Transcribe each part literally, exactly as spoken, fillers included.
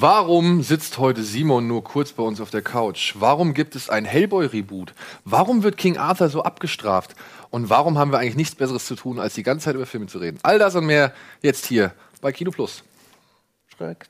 Warum sitzt heute Simon nur kurz bei uns auf der Couch? Warum gibt es ein Hellboy-Reboot? Warum wird King Arthur so abgestraft? Und warum haben wir eigentlich nichts Besseres zu tun, als die ganze Zeit über Filme zu reden? All das und mehr jetzt hier bei Kino Plus. Schreck.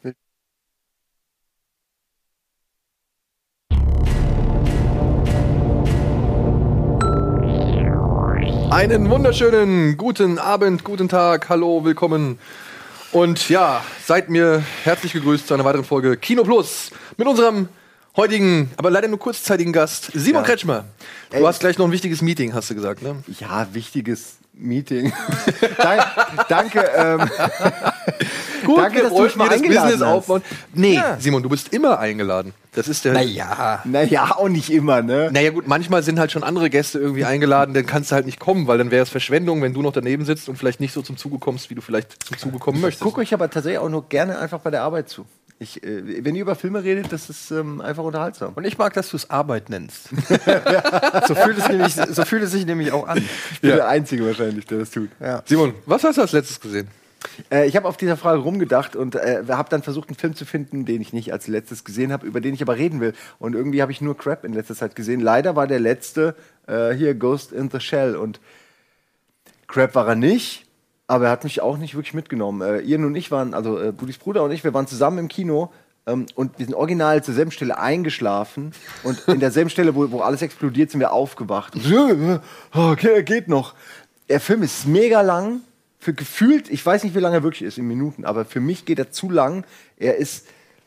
Einen wunderschönen guten Abend, guten Tag, hallo, willkommen. Und ja, seid mir herzlich gegrüßt zu einer weiteren Folge Kino Plus mit unserem heutigen, aber leider nur kurzzeitigen Gast, Simon ja. Kretschmer. Du Ey. hast gleich noch ein wichtiges Meeting, hast du gesagt, ne? Ja, wichtiges Meeting. Dank, danke. Ähm, Gut, danke, wir dass du mich mal das eingeladen Business hast. aufbauen. Nee, ja. Simon, du bist immer eingeladen. Das ist der. Naja. Naja, auch nicht immer, ne? Naja, gut, manchmal sind halt schon andere Gäste irgendwie eingeladen, dann kannst du halt nicht kommen, weil dann wäre es Verschwendung, wenn du noch daneben sitzt und vielleicht nicht so zum Zuge kommst, wie du vielleicht zum Zuge kommen möchtest. Ich gucke euch aber tatsächlich auch nur gerne einfach bei der Arbeit zu. Ich, äh, wenn ihr über Filme redet, das ist ähm, einfach unterhaltsam. Und ich mag, dass du es Arbeit nennst. ja. so, fühlt es nämlich, so fühlt es sich nämlich auch an. Ich bin ja. der Einzige wahrscheinlich, der das tut. Ja. Simon, was hast du als letztes gesehen? Äh, ich habe auf dieser Frage rumgedacht und äh, habe dann versucht, einen Film zu finden, den ich nicht als letztes gesehen habe, über den ich aber reden will. Und irgendwie habe ich nur Crap in letzter Zeit gesehen. Leider war der letzte äh, hier Ghost in the Shell. Und Crap war er nicht. Aber er hat mich auch nicht wirklich mitgenommen. Äh, Ian und ich waren, also äh, Budis Bruder und ich, wir waren zusammen im Kino ähm, und wir sind original zur selben Stelle eingeschlafen. Und in derselben Stelle, wo, wo alles explodiert, sind wir aufgewacht. Und so, okay, geht noch. Der Film ist mega lang. Für gefühlt, ich weiß nicht, wie lange er wirklich ist in Minuten, aber für mich geht er zu lang. Er ist,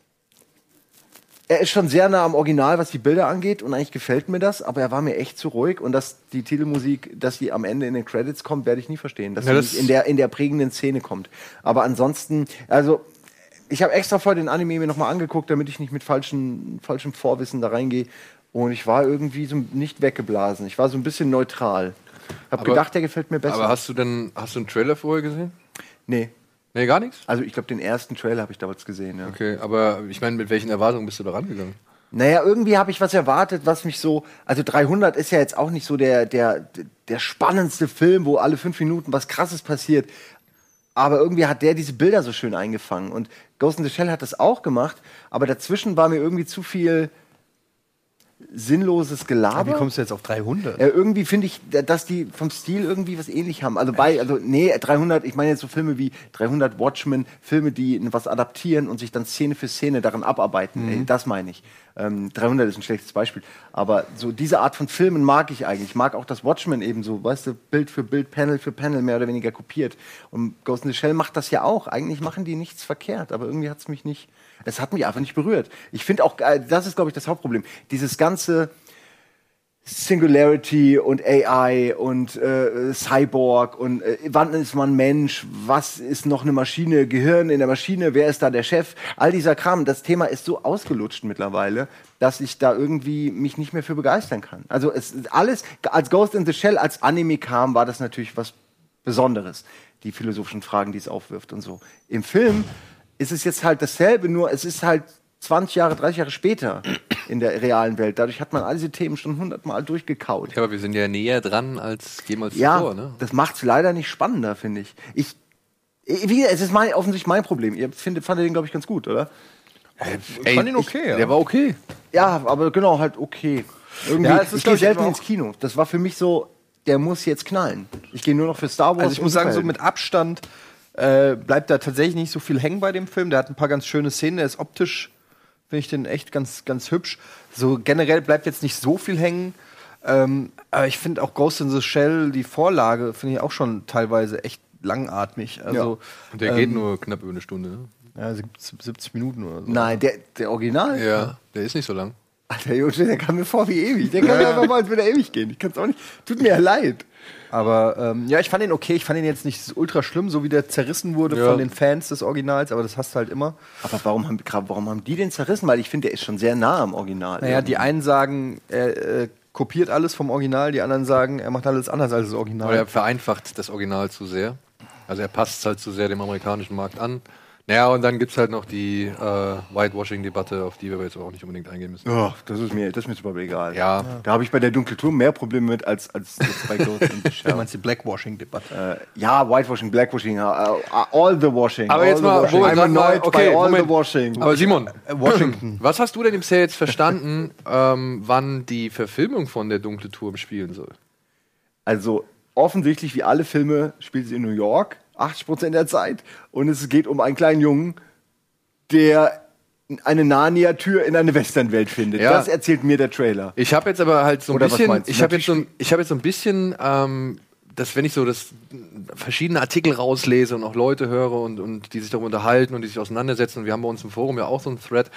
er ist schon sehr nah am Original, was die Bilder angeht. Und eigentlich gefällt mir das, aber er war mir echt zu ruhig. Und dass die Titelmusik, dass die am Ende in den Credits kommt, werde ich nie verstehen. Dass ja, sie das nicht in der, in der prägenden Szene kommt. Aber ansonsten, also, ich habe extra vorher den Anime mir nochmal angeguckt, damit ich nicht mit falschen, falschem Vorwissen da reingehe. Und ich war irgendwie so nicht weggeblasen. Ich war so ein bisschen neutral. Hab aber, gedacht, der gefällt mir besser. Aber hast du denn, hast du einen Trailer vorher gesehen? Nee. Nee, gar nichts? Also ich glaube, den ersten Trailer habe ich damals gesehen, ja. Okay, aber ich meine, mit welchen Erwartungen bist du da rangegangen? Naja, irgendwie habe ich was erwartet, was mich so... Also dreihundert ist ja jetzt auch nicht so der, der, der spannendste Film, wo alle fünf Minuten was Krasses passiert. Aber irgendwie hat der diese Bilder so schön eingefangen. Und Ghost in the Shell hat das auch gemacht, aber dazwischen war mir irgendwie zu viel... sinnloses Gelaber. Wie kommst du jetzt auf dreihundert? Ja, irgendwie finde ich, dass die vom Stil irgendwie was ähnlich haben. Also bei, also nee, dreihundert, ich meine jetzt so Filme wie dreihundert Watchmen, Filme, die was adaptieren und sich dann Szene für Szene daran abarbeiten. Mhm. Das meine ich. Ähm, dreihundert ist ein schlechtes Beispiel. Aber so diese Art von Filmen mag ich eigentlich. Ich mag auch das Watchmen eben so, weißt du, Bild für Bild, Panel für Panel mehr oder weniger kopiert. Und Ghost in the Shell macht das ja auch. Eigentlich machen die nichts verkehrt, aber irgendwie hat es mich nicht... Es hat mich einfach nicht berührt. Ich finde auch, das ist, glaube ich, das Hauptproblem. Dieses ganze Singularity und A I und äh, Cyborg und äh, wann ist man Mensch, was ist noch eine Maschine, Gehirn in der Maschine, wer ist da der Chef? All dieser Kram, das Thema ist so ausgelutscht mittlerweile, dass ich da irgendwie mich nicht mehr für begeistern kann. Also es alles, als Ghost in the Shell als Anime kam, war das natürlich was Besonderes. Die philosophischen Fragen, die es aufwirft und so. Im Film ist es jetzt halt dasselbe, nur es ist halt zwanzig Jahre, dreißig Jahre später in der realen Welt. Dadurch hat man all diese Themen schon hundertmal durchgekaut. Ja, aber wir sind ja näher dran als jemals ja, zuvor, ne? Das macht es leider nicht spannender, finde ich. Ich, wie, es ist mein, offensichtlich mein Problem. Ihr findet, fandet den, glaube ich, ganz gut, oder? Ich fand ihn okay, ich, ja. Der war okay. Ja, aber genau, halt okay. Irgendwie, ja, ich gehe selten ins Kino. Das war für mich so, der muss jetzt knallen. Ich gehe nur noch für Star Wars. Also ich muss sagen, so mit Abstand Äh, bleibt da tatsächlich nicht so viel hängen bei dem Film. Der hat ein paar ganz schöne Szenen. Der ist optisch, finde ich den echt ganz, ganz hübsch. So generell bleibt jetzt nicht so viel hängen. Ähm, aber ich finde auch Ghost in the Shell, die Vorlage, finde ich auch schon teilweise echt langatmig. Also, ja. Und der ähm, geht nur knapp über eine Stunde, ne? Ja, siebzig Minuten oder so. Nein, der, der Original? Ja, der ist nicht so lang. Alter Junge, der kam mir vor wie ewig. Der kann mir einfach mal, als würde er ewig gehen. Ich kann es auch nicht. Tut mir ja leid. Aber ähm, ja, ich fand ihn okay. Ich fand ihn jetzt nicht ultra schlimm, so wie der zerrissen wurde ja. von den Fans des Originals. Aber das hast du halt immer. Aber warum haben, warum haben die den zerrissen? Weil ich finde, der ist schon sehr nah am Original. Naja, irgendwie. Die einen sagen, er äh, kopiert alles vom Original. Die anderen sagen, er macht alles anders als das Original. Aber er vereinfacht das Original zu sehr. Also er passt halt zu sehr dem amerikanischen Markt an. Ja, und dann gibt's halt noch die äh, Whitewashing-Debatte, auf die wir jetzt auch nicht unbedingt eingehen müssen. Oh, das ist mir, das ist mir super egal. Ja. Da habe ich bei der Dunkelturm mehr Probleme mit als, als jetzt bei Ghost in the Shell. Du meinst die Blackwashing-Debatte? Äh, ja, Whitewashing, Blackwashing, uh, all the washing. Aber all jetzt the mal, washing. wo wir I'm grad mal- annoyed okay, by all Moment. the washing. Aber Simon, Washington. was hast du denn bisher jetzt verstanden, ähm, wann die Verfilmung von der Dunkle Turm spielen soll? Also offensichtlich, wie alle Filme, spielt sie in New York, achtzig Prozent der Zeit. Und es geht um einen kleinen Jungen, der eine Narnia-Tür in eine Westernwelt findet. Ja. Das erzählt mir der Trailer. Ich habe jetzt aber halt so ein Oder was bisschen, meinst du? ich habe jetzt, so, ein- ich hab jetzt so ein bisschen, ähm, dass wenn ich so das verschiedene Artikel rauslese und auch Leute höre und, und die sich darüber unterhalten und die sich auseinandersetzen, und wir haben bei uns im Forum ja auch so einen Thread,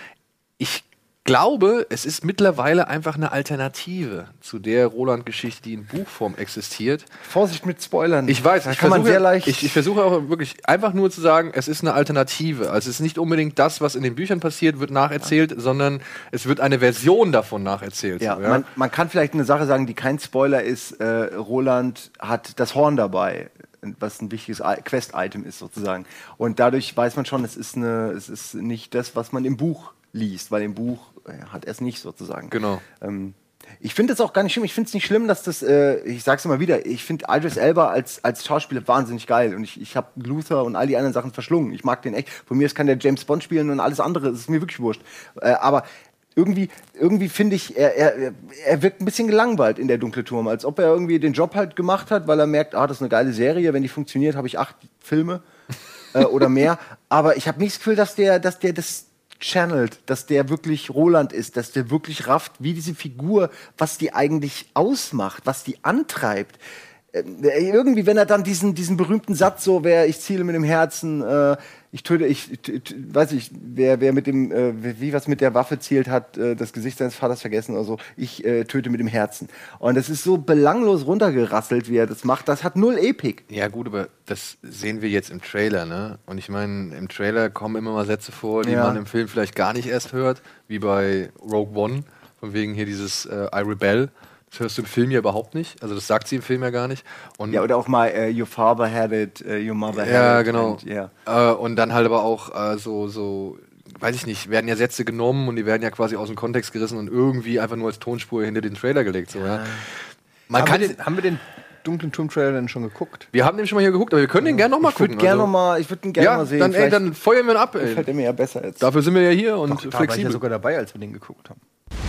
ich glaube, es ist mittlerweile einfach eine Alternative zu der Roland-Geschichte, die in Buchform existiert. Vorsicht mit Spoilern. Ich weiß, da ich kann man versuche, sehr leicht. Ich, ich versuche auch wirklich einfach nur zu sagen, es ist eine Alternative. Also es ist nicht unbedingt das, was in den Büchern passiert, wird nacherzählt, ja. sondern es wird eine Version davon nacherzählt. ja, so, ja? Man, man kann vielleicht eine Sache sagen, die kein Spoiler ist. Äh, Roland hat das Horn dabei, was ein wichtiges I- Quest-Item ist sozusagen. Und dadurch weiß man schon, es ist, eine, es ist nicht das, was man im Buch liest, weil im Buch äh, hat er es nicht sozusagen. Genau. Ähm, ich finde es auch gar nicht schlimm. Ich finde es nicht schlimm, dass das, äh, ich sag's immer wieder, ich finde Idris Elba als, als Schauspieler wahnsinnig geil. Und ich, ich habe Luther und all die anderen Sachen verschlungen. Ich mag den echt. Von mir aus kann der James Bond spielen und alles andere. Das ist mir wirklich wurscht. Äh, aber irgendwie, irgendwie finde ich, er, er, er wirkt ein bisschen gelangweilt in der Dunkle Turm. Als ob er irgendwie den Job halt gemacht hat, weil er merkt, ah, das ist eine geile Serie. Wenn die funktioniert, habe ich acht Filme äh, oder mehr. Aber ich habe nicht das Gefühl, dass der, dass der das channelt, dass der wirklich Roland ist, dass der wirklich rafft, wie diese Figur, was die eigentlich ausmacht, was die antreibt. Äh, irgendwie, wenn er dann diesen, diesen berühmten Satz so, wer ich ziele mit dem Herzen, äh, ich töte, ich, t- t- weiß ich, wer, wer mit dem, äh, wie was mit der Waffe zielt, hat äh, das Gesicht seines Vaters vergessen oder so. Ich äh, töte mit dem Herzen. Und das ist so belanglos runtergerasselt, wie er das macht. Das hat null Epik. Ja gut, aber das sehen wir jetzt im Trailer, ne? Und ich meine, im Trailer kommen immer mal Sätze vor, die Ja. man im Film vielleicht gar nicht erst hört, wie bei Rogue One, von wegen hier dieses äh, I Rebel. Das hörst du im Film ja überhaupt nicht. Also das sagt sie im Film ja gar nicht. Und Ja, oder auch mal äh, Your father had it, uh, your mother had ja, it. genau. Und, ja. Äh, und dann halt aber auch äh, so, so, weiß ich nicht, werden ja Sätze genommen und die werden ja quasi aus dem Kontext gerissen und irgendwie einfach nur als Tonspur hinter den Trailer gelegt. So, ja. Man haben, kann wir den, haben wir den Dunklen Turm-Trailer denn schon geguckt? wir haben den schon mal hier geguckt, aber wir können den gerne noch mal Ich würde gucken. gerne also. noch mal, ich würde ihn gerne Ja, mal sehen. dann, ey, Vielleicht dann feuern wir ihn ab. gefällt Ey. er mir ja besser jetzt. Dafür sind wir ja hier und Da war ich ja flexibel. sogar dabei, als wir den geguckt haben.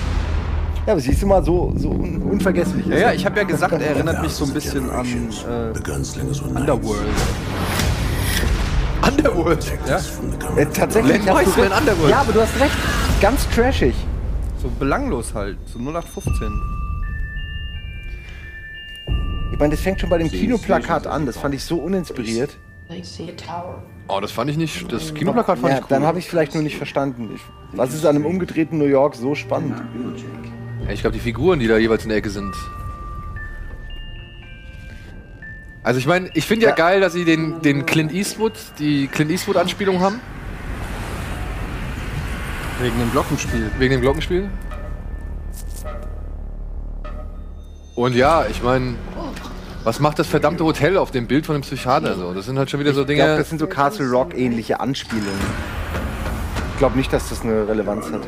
Ja, aber siehst du mal, so, so un unvergesslich. Ja, ja, ich habe ja gesagt, er erinnert mich so ein bisschen an äh, Underworld. Underworld. Ja? Äh, tatsächlich. Len hast du Wiseman, recht. Underworld. Ja, aber du hast recht. Ganz trashig. So belanglos halt, so null acht fünfzehn. Ich meine, das fängt schon bei dem Kinoplakat an. Das fand ich so uninspiriert. They see a tower. Oh, das fand ich nicht. Das Kinoplakat fand Ja, ich cool. dann habe ich es vielleicht nur nicht verstanden. Ich, was ist an einem umgedrehten New York so spannend? Ja, ich glaube, die Figuren, die da jeweils in der Ecke sind. Also ich meine, ich finde ja, Ja. geil, dass sie den, den Clint Eastwood, die Clint Eastwood-Anspielung haben, Wegen dem Glockenspiel. wegen dem Glockenspiel. Und ja, ich meine, was macht das verdammte Hotel auf dem Bild von dem Psychiater so? Das sind halt schon wieder so Ich glaube, Dinge. das sind so Castle Rock ähnliche Anspielungen. Ich glaube nicht, dass das eine Relevanz hat.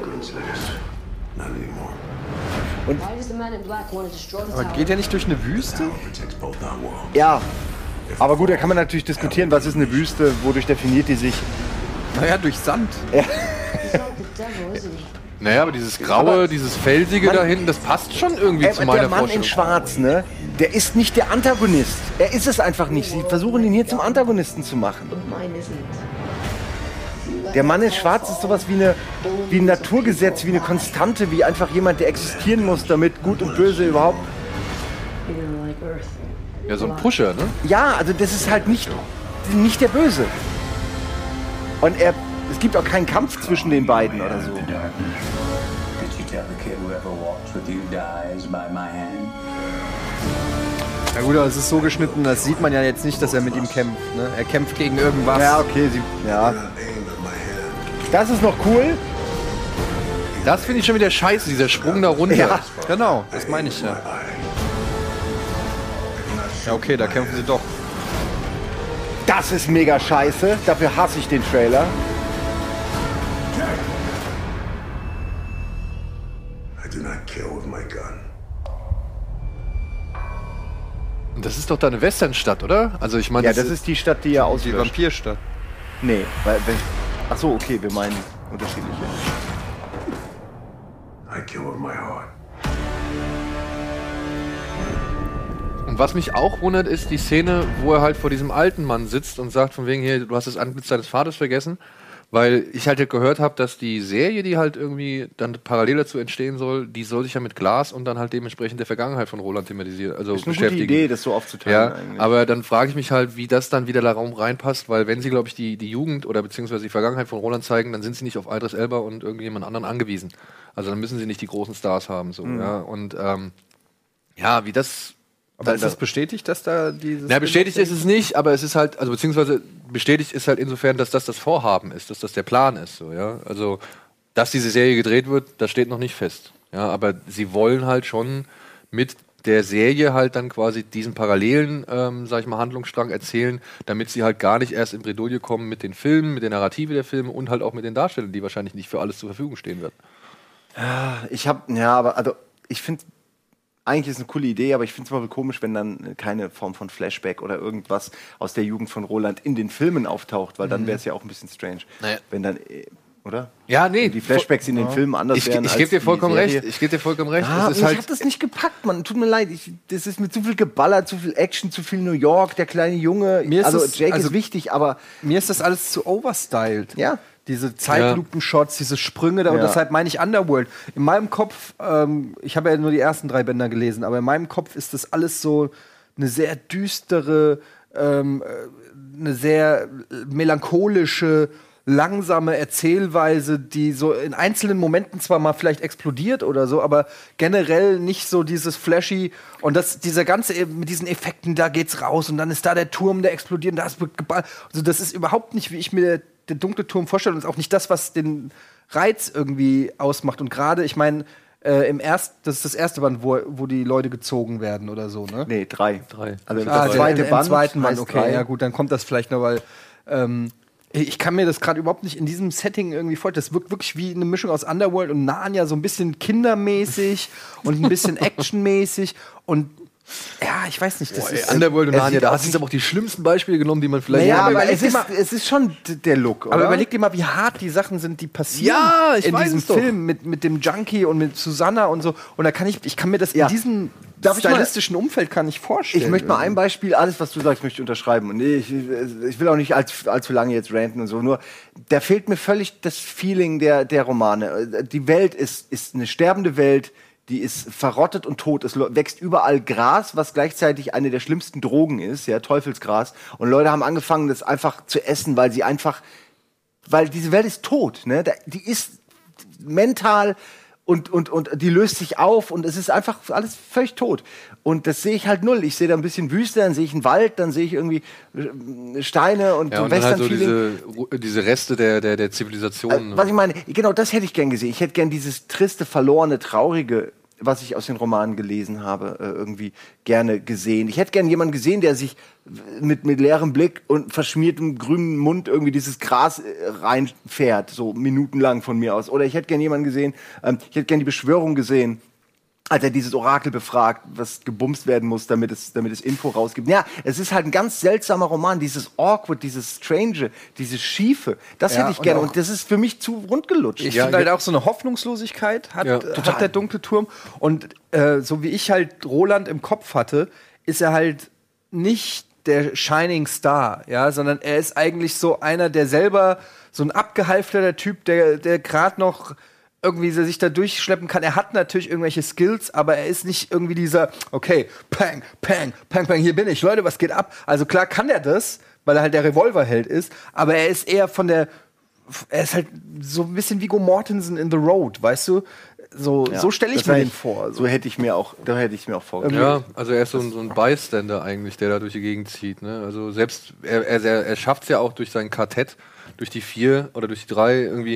Why does the man in black want to destroy the Aber tower? geht er nicht durch eine Wüste? Ja, aber gut, da kann man natürlich diskutieren, was ist eine Wüste, wodurch definiert die sich. Naja, durch Sand. He's not the devil, isn't he? Naja, aber dieses Graue, Aber- dieses Felsige Man- da hinten, das passt schon irgendwie Äh, zu meiner der Mann Vorstellung. in Schwarz, ne? Der ist nicht der Antagonist. Er ist es einfach nicht. Sie versuchen ihn hier zum Antagonisten zu machen. But mine isn't. Der Mann in Schwarz ist sowas wie, eine, wie ein Naturgesetz, wie eine Konstante, wie einfach jemand, der existieren muss, damit Gut und Böse überhaupt. You're like Earth. Ja, so ein Pusher, ne? Ja, also das ist halt nicht, nicht der Böse. Und er, es gibt auch keinen Kampf zwischen den beiden oder so. Did you tell the kid whoever walks with you dies by my hand? Ja gut, aber es ist so geschnitten, das sieht man ja jetzt nicht, dass er mit ihm kämpft. Ne? Er kämpft gegen irgendwas. Ja, okay, sie, ja. Das ist noch cool. Das finde ich schon wieder scheiße, dieser Sprung da runter. Ja. Genau, das meine ich ja. Ja, okay, da kämpfen sie doch. Das ist mega scheiße. Dafür hasse ich den Trailer. I do not kill with my gun. Und das ist doch da eine Westernstadt, oder? Also ich meine, Ja, das ist die Stadt, die er Die auslöscht. Vampirstadt. Nee, weil, weil, ach so, okay, wir meinen unterschiedliche. I kill with my heart. Und was mich auch wundert, ist die Szene, wo er halt vor diesem alten Mann sitzt und sagt von wegen hier, du hast das Antlitz deines Vaters vergessen. Weil ich halt gehört habe, dass die Serie, die halt irgendwie dann parallel dazu entstehen soll, die soll sich ja mit Glas und dann halt dementsprechend der Vergangenheit von Roland thematisieren, also Das ist eine gute beschäftigen. Idee, das so aufzuteilen Ja, eigentlich. aber dann frage ich mich halt, wie das dann wieder da Raum reinpasst, weil wenn sie, glaube ich, die, die Jugend oder beziehungsweise die Vergangenheit von Roland zeigen, dann sind sie nicht auf Idris Elba und irgendjemand anderen angewiesen. Also dann müssen sie nicht die großen Stars haben, so, Mhm. ja. Und ähm, ja, wie das. Aber da- ist das bestätigt, dass da dieses. Na, bestätigt ist es nicht, aber es ist halt, also beziehungsweise bestätigt ist halt insofern, dass das das Vorhaben ist, dass das der Plan ist, so, ja. Also, dass diese Serie gedreht wird, das steht noch nicht fest. Ja, aber sie wollen halt schon mit der Serie halt dann quasi diesen parallelen, ähm, sag ich mal, Handlungsstrang erzählen, damit sie halt gar nicht erst in Bredouille kommen mit den Filmen, mit der Narrative der Filme und halt auch mit den Darstellern, die wahrscheinlich nicht für alles zur Verfügung stehen werden. Ich hab, ja, aber also ich finde, eigentlich ist es eine coole Idee, aber ich finde es mal komisch, wenn dann keine Form von Flashback oder irgendwas aus der Jugend von Roland in den Filmen auftaucht, weil dann wäre es ja auch ein bisschen strange. Naja. Wenn dann, äh, oder? Ja, nee. Wenn die Flashbacks in den Filmen anders Ich, wären. ich als gebe dir die vollkommen Serie. recht. Ich gebe dir vollkommen recht. Ah, es ist ich halt hab das nicht gepackt, Mann. Tut mir leid. Ich, das ist mit zu viel Geballer, zu viel Action, zu viel New York, der kleine Junge. Mir ist also es- Jake also- ist wichtig, aber Mir ist das alles zu overstyled. Ja. Diese Zeitlupen-Shots, diese Sprünge da, und Ja. deshalb meine ich Underworld. In meinem Kopf, ähm, ich habe ja nur die ersten drei Bänder gelesen, aber in meinem Kopf ist das alles so eine sehr düstere, ähm, äh, eine sehr melancholische, langsame Erzählweise, die so in einzelnen Momenten zwar mal vielleicht explodiert oder so, aber generell nicht so dieses flashy und das, dieser ganze, e- mit diesen Effekten, da geht's raus und dann ist da der Turm, der explodiert und da ist geballt. Also das ist überhaupt nicht, wie ich mir der, der dunkle Turm vorstelle und ist auch nicht das, was den Reiz irgendwie ausmacht. Und gerade, ich meine, äh, im ersten, das ist das erste Band, wo, wo die Leute gezogen werden oder so, ne? nee, drei. Drei. Also Ah, das zweite im, Band, im zweiten Band, heißt okay, drei. ja gut, dann kommt das vielleicht noch, weil ähm, ich kann mir das gerade überhaupt nicht in diesem Setting irgendwie vorstellen. Das wirkt wirklich wie eine Mischung aus Underworld und Narnia, so ein bisschen kindermäßig und ein bisschen actionmäßig und ja, ich weiß nicht, das Boah, ey, ist Underworld und es Narnia, sieht da auch hast du jetzt aber auch die schlimmsten Beispiele genommen, die man vielleicht. Naja, Ja, aber aber es überleg ist, dir mal- es ist schon d- der Look, oder? Aber überleg dir mal, wie hart die Sachen sind, die passieren Ja, ich in weiß diesem es doch. Film mit, mit dem Junkie und mit Susanna und so. Und da kann ich, ich kann mir das Ja. in diesem Darf ich mal- stylistischen Umfeld kann ich vorstellen. Ich möchte mal ein Beispiel, alles, was du sagst, möchte ich unterschreiben. Und ich, ich will auch nicht allzu, allzu lange jetzt ranten und so. Nur, da fehlt mir völlig das Feeling der, der Romane. Die Welt ist, ist eine sterbende Welt, die ist verrottet und tot. Es lo- wächst überall Gras, was gleichzeitig eine der schlimmsten Drogen ist, ja, Teufelsgras. Und Leute haben angefangen, das einfach zu essen, weil sie einfach, weil diese Welt ist tot, ne? Da- Die ist mental und, und, und die löst sich auf und es ist einfach alles völlig tot. Und das sehe ich halt null. Ich sehe da ein bisschen Wüste, dann sehe ich einen Wald, dann sehe ich irgendwie äh, Steine und Ja, so und dann halt so Western-Feeling. diese, Ru- diese Reste der, der, der Zivilisation. Äh, was ich meine, genau das hätte ich gern gesehen. Ich hätte gern dieses triste, verlorene, traurige, was ich aus den Romanen gelesen habe, äh, irgendwie gerne gesehen. Ich hätte gern jemanden gesehen, der sich mit, mit leerem Blick und verschmiertem grünen Mund irgendwie dieses Gras äh, reinfährt, so minutenlang von mir aus. Oder ich hätte gern jemanden gesehen, ähm, ich hätte gern die Beschwörung gesehen, als er dieses Orakel befragt, was gebumst werden muss, damit es, damit es Info rausgibt. Ja, es ist halt ein ganz seltsamer Roman, dieses Awkward, dieses Strange, dieses Schiefe. Das Ja, hätte ich und gerne auch- und das ist für mich zu rundgelutscht. Ich Ja, finde halt ge- auch so eine Hoffnungslosigkeit hat, Ja, äh, hat der dunkle Turm. Und äh, so wie ich halt Roland im Kopf hatte, ist er halt nicht der Shining Star, ja, sondern er ist eigentlich so einer, der selber so ein abgehalfterter Typ, der, der gerade noch irgendwie so sich da durchschleppen kann. Er hat natürlich irgendwelche Skills, aber er ist nicht irgendwie dieser, okay, pang, pang, pang, pang, hier bin ich, Leute, was geht ab? Also klar kann er das, weil er halt der Revolverheld ist, aber er ist eher von der, er ist halt so ein bisschen Viggo Mortensen in The Road, weißt du? So, Ja, so stelle ich das mir hätte den vor. So hätte ich mir auch, da hätte ich es mir auch vorgestellt. Ja, also er ist so ein, so ein Bystander eigentlich, der da durch die Gegend zieht. Ne? Also selbst, er, er, er schafft es ja auch durch sein Quartett, durch die vier oder durch die drei irgendwie,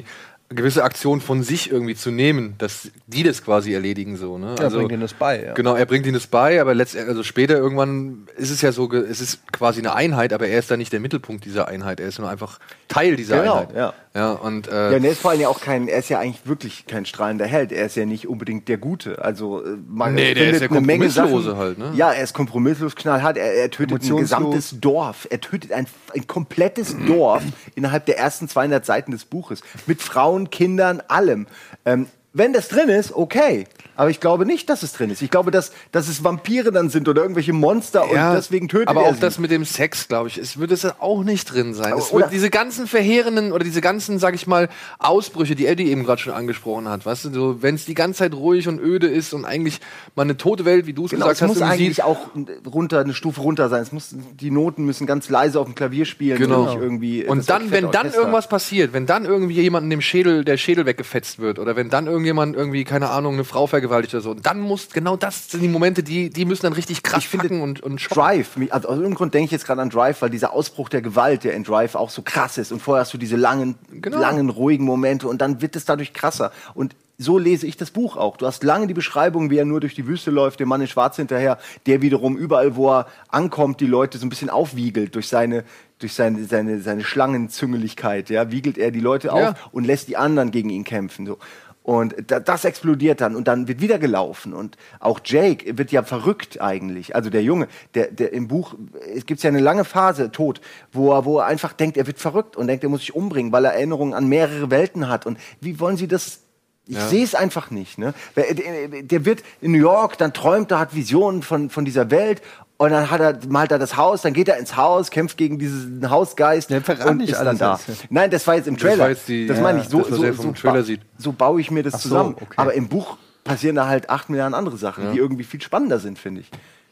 gewisse Aktion von sich irgendwie zu nehmen, dass die das quasi erledigen so, ne? Er bringt ihnen das bei, ja. Genau, er bringt ihnen das bei, aber letztendlich, also später irgendwann ist es ja so, ge- es ist quasi eine Einheit, aber er ist da nicht der Mittelpunkt dieser Einheit, er ist nur einfach Teil dieser Genau, Einheit. ja. Ja, und Ja, äh, und er ist vor allem ja auch kein, er ist ja eigentlich wirklich kein strahlender Held. Er ist ja nicht unbedingt der Gute. Also äh, man Nee, der findet ist der eine Menge Kompromisslose Sachen. halt, ne? Ja, er ist kompromisslos, knallhart. Er, er tötet ein Emotionslos. gesamtes Dorf. Er tötet ein, ein komplettes Dorf innerhalb der ersten zweihundert Seiten des Buches mit Frauen, Kindern, allem. Ähm, wenn das drin ist, okay. Aber ich glaube nicht, dass es drin ist. Ich glaube, dass, dass es Vampire dann sind oder irgendwelche Monster ja, und deswegen tötet aber er auch sie. das mit dem Sex, glaube ich, es wird es auch nicht drin sein. Es Oder- wird diese ganzen verheerenden oder diese ganzen, sag ich mal, Ausbrüche, die Eddie eben gerade schon angesprochen hat, weißt du, so, wenn es die ganze Zeit ruhig und öde ist und eigentlich mal eine tote Welt, wie du es Genau, gesagt es hast, muss irgendwie eigentlich sieht, auch runter, eine Stufe runter sein. Es muss, die Noten müssen ganz leise auf dem Klavier spielen. Genau. Und nicht irgendwie Und das dann, wenn dann Orchester. irgendwas passiert, wenn dann irgendwie jemand dem Schädel, der Schädel weggefetzt wird oder wenn dann irgendjemand irgendwie, keine Ahnung, eine Frau vergewaltigt oder so, dann muss, genau das sind die Momente, die, die müssen dann richtig krass Ich finde, packen und, und schocken. Drive, mich- also aus irgendeinem Grund denke ich jetzt gerade an Drive, weil dieser Ausbruch der Gewalt, der in Drive auch so krass ist. Und vorher hast du diese langen, Genau. langen, ruhigen Momente und dann wird es dadurch krasser. Und so lese ich das Buch auch. Du hast lange die Beschreibung, wie er nur durch die Wüste läuft, dem Mann in Schwarz hinterher, der wiederum überall, wo er ankommt, die Leute so ein bisschen aufwiegelt durch seine durch seine, seine, seine Schlangenzüngeligkeit, ja, wiegelt er die Leute Ja. auf und lässt die anderen gegen ihn kämpfen. So. Und da, das explodiert dann und dann wird wieder gelaufen. Und auch Jake wird ja verrückt eigentlich. Also der Junge, der, der im Buch, es gibt ja eine lange Phase, tot, wo er, wo er einfach denkt, er wird verrückt und denkt, er muss sich umbringen, weil er Erinnerungen an mehrere Welten hat. Und wie wollen sie das? Ich sehe es einfach nicht. Ne? Der, der- der wird in New York, dann träumt er, hat Visionen von, von dieser Welt. Und dann hat er, malt er das Haus, dann geht er ins Haus, kämpft gegen diesen Hausgeist Der verrat und nicht ist dann alles da. jetzt. Nein, das war jetzt im Das Trailer. war jetzt die- das ja, meine ich. So, das, was so, er vom so, Trailer ba- sieht. so baue ich mir das Ach so, zusammen. okay. Aber im Buch passieren da halt acht Milliarden andere Sachen, die irgendwie viel spannender sind, finde ich.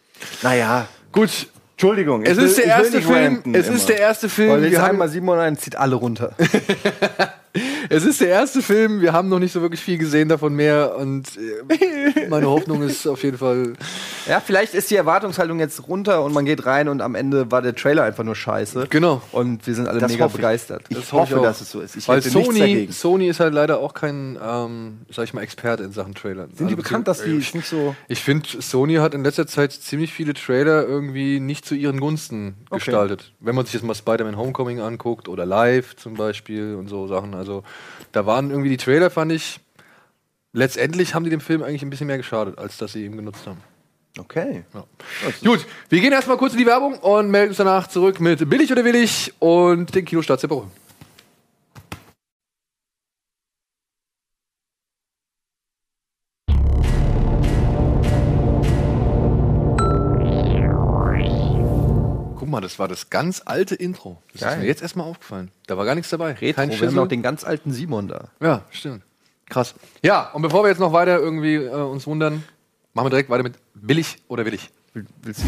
Naja, Gut, Entschuldigung. es ich will- ist der ich will erste nicht Film, ranten es immer. ist der erste Film, Weil jetzt wir haben, einmal Simon ein zieht alle runter. es ist der erste Film, wir haben noch nicht so wirklich viel gesehen davon mehr und äh, meine Hoffnung ist auf jeden Fall, Ja, vielleicht ist die Erwartungshaltung jetzt runter und man geht rein und am Ende war der Trailer einfach nur scheiße. Genau. Und wir sind alle Das mega hoffe ich. begeistert. Ich Das hoffe ich hoffe, auch. dass es so ist. Ich weil hätte nichts Sony, dagegen. Sony ist halt leider auch kein, ähm, sag ich mal, Experte in Sachen Trailern. Sind die bekannt, dass die nicht so... Ich finde, Sony hat in letzter Zeit ziemlich viele Trailer irgendwie nicht zu ihren Gunsten gestaltet. Wenn man sich jetzt mal Spider-Man Homecoming anguckt oder Live zum Beispiel und so Sachen. Also da waren irgendwie die Trailer, fand ich, letztendlich haben die dem Film eigentlich ein bisschen mehr geschadet, als dass sie ihm genutzt haben. Okay. Gut, wir gehen erstmal kurz in die Werbung und melden uns danach zurück mit Billig oder Willig und den Kinostarts der Woche. Guck mal, das war das ganz alte Intro. Das ist Geil. mir jetzt erstmal aufgefallen. Da war gar nichts dabei. Retro, Kein wir haben Schüssel. noch den ganz alten Simon da. Ja, stimmt. Krass. Ja, und bevor wir jetzt noch weiter irgendwie äh, uns wundern, machen wir direkt weiter mit Billig oder Willig. Will- Willst du?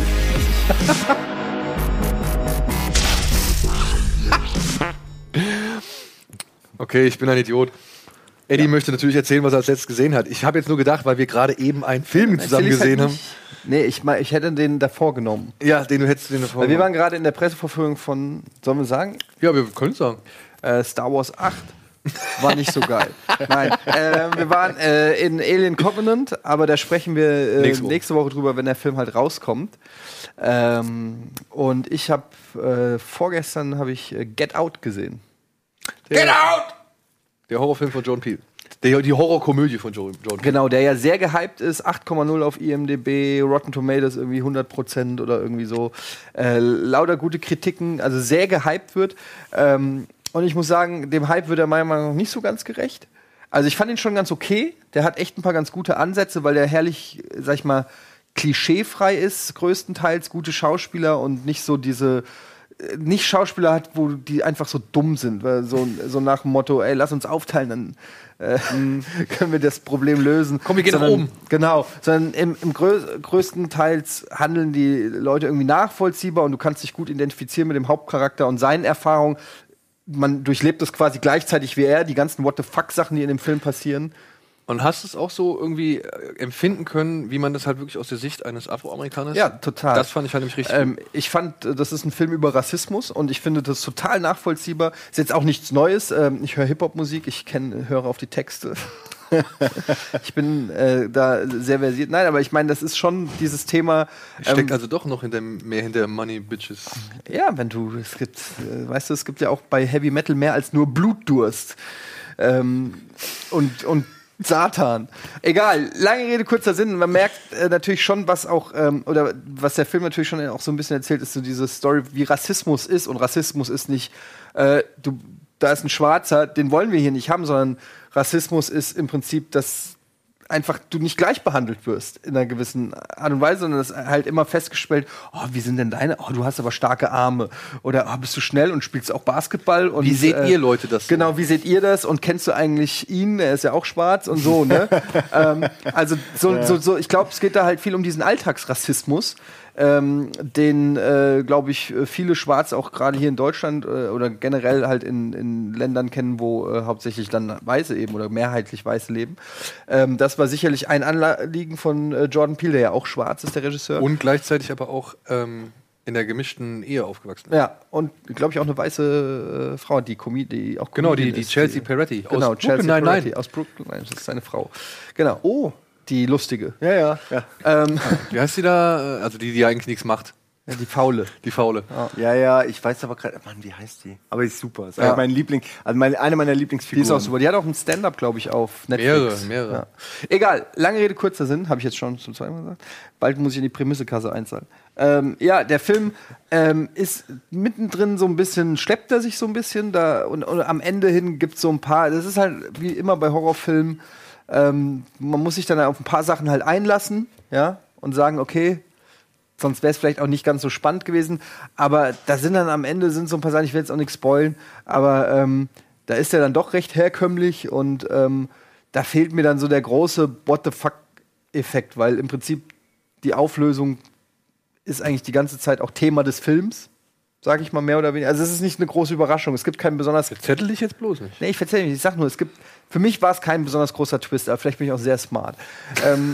Okay, ich bin ein Idiot. Eddie möchte natürlich erzählen, was er als letztes gesehen hat. Ich habe jetzt nur gedacht, weil wir gerade eben einen Film zusammen Erzähl ich's halt gesehen haben. nicht. Nee, ich, mein, ich hätte den davor genommen. Ja, den du hättest den davor. Weil wir waren gerade in der Presseverführung von, sollen wir sagen, ja, wir können sagen. äh, Star Wars acht. War nicht so geil. Nein, äh, wir waren äh, in Alien Covenant, aber da sprechen wir äh, Nächste nächste, Woche. Woche drüber, wenn der Film halt rauskommt. Ähm, und ich habe äh, vorgestern habe ich äh, Get Out gesehen. Get out! Der Horrorfilm von John Peel. Der, die Horrorkomödie von John, John Peel. Genau, der ja sehr gehypt ist, acht Komma null auf I M D B, Rotten Tomatoes irgendwie hundert Prozent oder irgendwie so. Äh, lauter gute Kritiken, also sehr gehypt wird. Ähm, und ich muss sagen, dem Hype wird er meiner Meinung nach nicht so ganz gerecht. Also ich fand ihn schon ganz okay. Der hat echt ein paar ganz gute Ansätze, weil der herrlich, sag ich mal, klischeefrei ist, größtenteils, gute Schauspieler und nicht so diese nicht Schauspieler hat, wo die einfach so dumm sind, weil so, so nach dem Motto, ey, lass uns aufteilen, dann äh, können wir das Problem lösen. Komm, wir gehen nach Sondern- oben. Genau, sondern im, im grö größtenteils handeln die Leute irgendwie nachvollziehbar und du kannst dich gut identifizieren mit dem Hauptcharakter und seinen Erfahrungen. Man durchlebt das quasi gleichzeitig wie er, die ganzen What the fuck Sachen, die in dem Film passieren. Und hast du es auch so irgendwie äh, empfinden können, wie man das halt wirklich aus der Sicht eines Afroamerikaners? Ja, total. Das fand ich halt nämlich richtig. Ähm, ich fand, äh, das ist ein Film über Rassismus und ich finde das total nachvollziehbar. Ist jetzt auch nichts Neues. Ähm, ich höre Hip-Hop-Musik, ich kenn, höre auf die Texte. Ich bin äh, da sehr versiert. Nein, aber ich meine, das ist schon dieses Thema. Steckt ähm, also doch noch hinter, mehr hinter Money, Bitches. Ja, wenn du, es gibt, äh, weißt du, es gibt ja auch bei Heavy Metal mehr als nur Blutdurst. Ähm, und, und Satan. Egal, lange Rede, kurzer Sinn. Man merkt äh, natürlich schon, was auch, ähm, oder was der Film natürlich schon auch so ein bisschen erzählt, ist so diese Story, wie Rassismus ist. Und Rassismus ist nicht, äh, du, da ist ein Schwarzer, den wollen wir hier nicht haben, sondern Rassismus ist im Prinzip, dass einfach du nicht gleich behandelt wirst in einer gewissen Art und Weise, sondern es halt immer festgestellt, oh, wie sind denn deine, oh, du hast aber starke Arme oder oh, bist du schnell und spielst auch Basketball und Wie seht ihr Leute das so? Genau, wie seht ihr das und kennst du eigentlich ihn, er ist ja auch schwarz und so, ne? ähm, also so, Ja. so, so, ich glaube, es geht da halt viel um diesen Alltagsrassismus, ähm, den, äh, glaube ich, viele Schwarze auch gerade hier in Deutschland äh, oder generell halt in, in Ländern kennen, wo äh, hauptsächlich dann Weiße eben oder mehrheitlich Weiße leben. Ähm, das war sicherlich ein Anliegen von äh, Jordan Peele, der ja auch schwarz ist, der Regisseur. Und gleichzeitig aber auch ähm, in der gemischten Ehe aufgewachsen ist. ja, und glaube ich auch eine weiße äh, Frau, die, Comi die auch Genau, die, Comedian die ist, Chelsea Peretti. Genau, aus Chelsea Brooklyn Nine-Nine. Peretti aus Brooklyn, nein, das ist seine Frau. Genau. Oh, die lustige. Ja, ja, ja. Ähm, Wie heißt die da? Äh, Also die, die eigentlich nichts macht. ja, die Faule. Die Faule. Ja, ja, ich weiß aber gerade, Mann, wie heißt die? Aber die ist super. Ist Ja. eigentlich mein Liebling, also meine, eine meiner Die Lieblingsfiguren. ist auch super. Die hat auch ein Stand-up, glaube ich, auf Netflix. Mehrere, mehrere. Ja. Egal, lange Rede, kurzer Sinn, habe ich jetzt schon zum zweiten Mal gesagt. Bald muss ich in die Prämissekasse einzahlen. Ähm, ja, der Film ähm, ist mittendrin so ein bisschen, schleppt er sich so ein bisschen da und, und am Ende hin gibt es so ein paar, das ist halt wie immer bei Horrorfilmen, ähm, man muss sich dann auf ein paar Sachen halt einlassen, ja, und sagen, okay, sonst wäre es vielleicht auch nicht ganz so spannend gewesen. Aber da sind dann am Ende sind so ein paar Sachen, ich will jetzt auch nichts spoilen, aber ähm, da ist er dann doch recht herkömmlich und ähm, da fehlt mir dann so der große What the fuck-Effekt, weil im Prinzip die Auflösung ist eigentlich die ganze Zeit auch Thema des Films, sage ich mal mehr oder weniger. Also es ist nicht eine große Überraschung. Es gibt keinen besonders. Zettel dich jetzt bloß nicht. Nee, ich erzähle nicht. Ich sag nur, es gibt. Für mich war es kein besonders großer Twist, aber vielleicht bin ich auch sehr smart. ähm,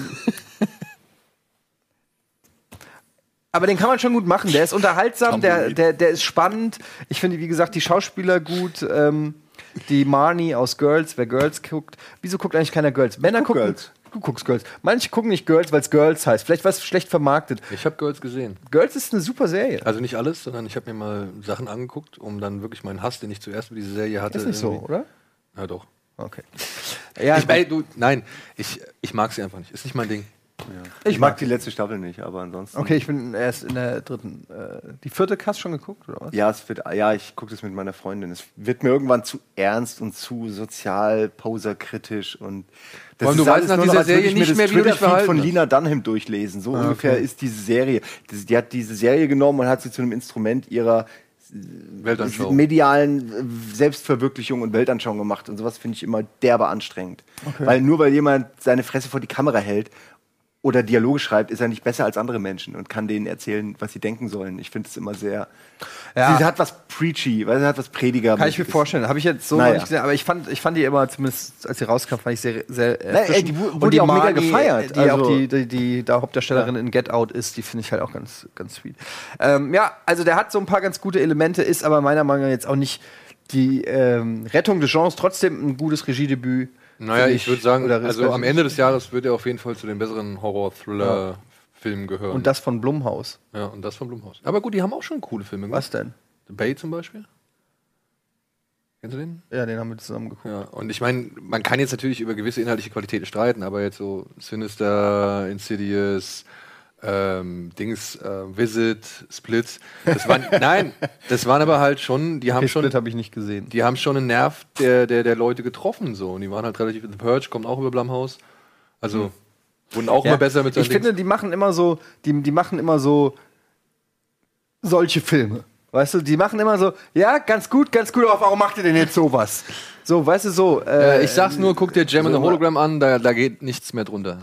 aber den kann man schon gut machen. Der ist unterhaltsam, der, der, der ist spannend. Ich finde, wie gesagt, die Schauspieler gut. Ähm, die Marnie aus Girls, wer Girls guckt. Wieso guckt eigentlich keiner Girls? Männer guck gucken. Girls. Du guckst Girls. Manche gucken nicht Girls, weil es Girls heißt. Vielleicht war es schlecht vermarktet. Ich habe Girls gesehen. Girls ist eine super Serie. Also nicht alles, sondern ich habe mir mal Sachen angeguckt, um dann wirklich meinen Hass, den ich zuerst über diese Serie hatte. Ist nicht so, irgendwie- oder? Ja, doch. Okay. Ja, Ich, ey, du, nein, ich, ich mag sie einfach nicht. Ist nicht mein Ding. Ich mag die letzte Staffel nicht, aber ansonsten. Okay, ich bin erst in der dritten. Äh, die vierte hast du schon geguckt, oder was? Ja, es wird, ja, ich gucke das mit meiner Freundin. Es wird mir irgendwann zu ernst und zu sozial, poserkritisch und das Vor allem, du ist alles weißt nach nur dieser noch, als würde Serie ich mir nicht das mehr, wie du dich Twitter-Feed verhalten von hast. Lina Dunham durchlesen. So ungefähr ist diese Serie. Das, die hat diese Serie genommen und hat sie zu einem Instrument ihrer Weltanschauung. medialen äh, Selbstverwirklichung und Weltanschauung gemacht. Und sowas finde ich immer derbe anstrengend. Weil nur weil jemand seine Fresse vor die Kamera hält oder Dialoge schreibt, ist er nicht besser als andere Menschen und kann denen erzählen, was sie denken sollen. Ich finde es immer sehr. Ja. Sie hat was preachy, weil sie hat was Prediger. Kann ich mir vorstellen. Habe ich jetzt so Naja. noch nicht gesehen, aber ich fand, ich fand die immer, zumindest als sie rauskam, fand ich sehr, sehr Nein, ey, erfrischend. die wu- Und wurde auch mega Marnie, gefeiert. Die Also- auch die, die, die da Hauptdarstellerin in Get Out ist, die finde ich halt auch ganz, ganz sweet. Ähm, ja, also der hat so ein paar ganz gute Elemente, ist aber meiner Meinung nach jetzt auch nicht die ähm, Rettung des Genres, trotzdem ein gutes Regiedebüt. Naja, Finde ich würde sagen, oder also am Ende des Jahres wird er auf jeden Fall zu den besseren Horror-Thriller-Filmen gehören. Und das von Blumhaus. ja, und das von Blumhaus. Aber gut, die haben auch schon coole Filme gemacht. Was denn? The Bay zum Beispiel. Kennst du den? Ja, den haben wir zusammen geguckt. Ja, und ich meine, man kann jetzt natürlich über gewisse inhaltliche Qualitäten streiten, aber jetzt so Sinister, Insidious, ähm, Dings, äh, Visit, Split, das waren, nein, das waren aber halt schon, die haben Okay, schon, Split habe ich nicht gesehen. die haben schon einen Nerv der, der, der Leute getroffen, so, und die waren halt relativ, The Purge kommt auch über Blumhouse, also, wurden auch Ja, immer besser mit seinen ich finde, die machen immer so, die, die machen immer so solche Filme. Weißt du, die machen immer so, ja, ganz gut, ganz gut, aber warum macht ihr denn jetzt sowas? So, weißt du, so. Äh, Äh, ich sag's nur, guck dir Gem and so the Hologram an, da, da geht nichts mehr drunter.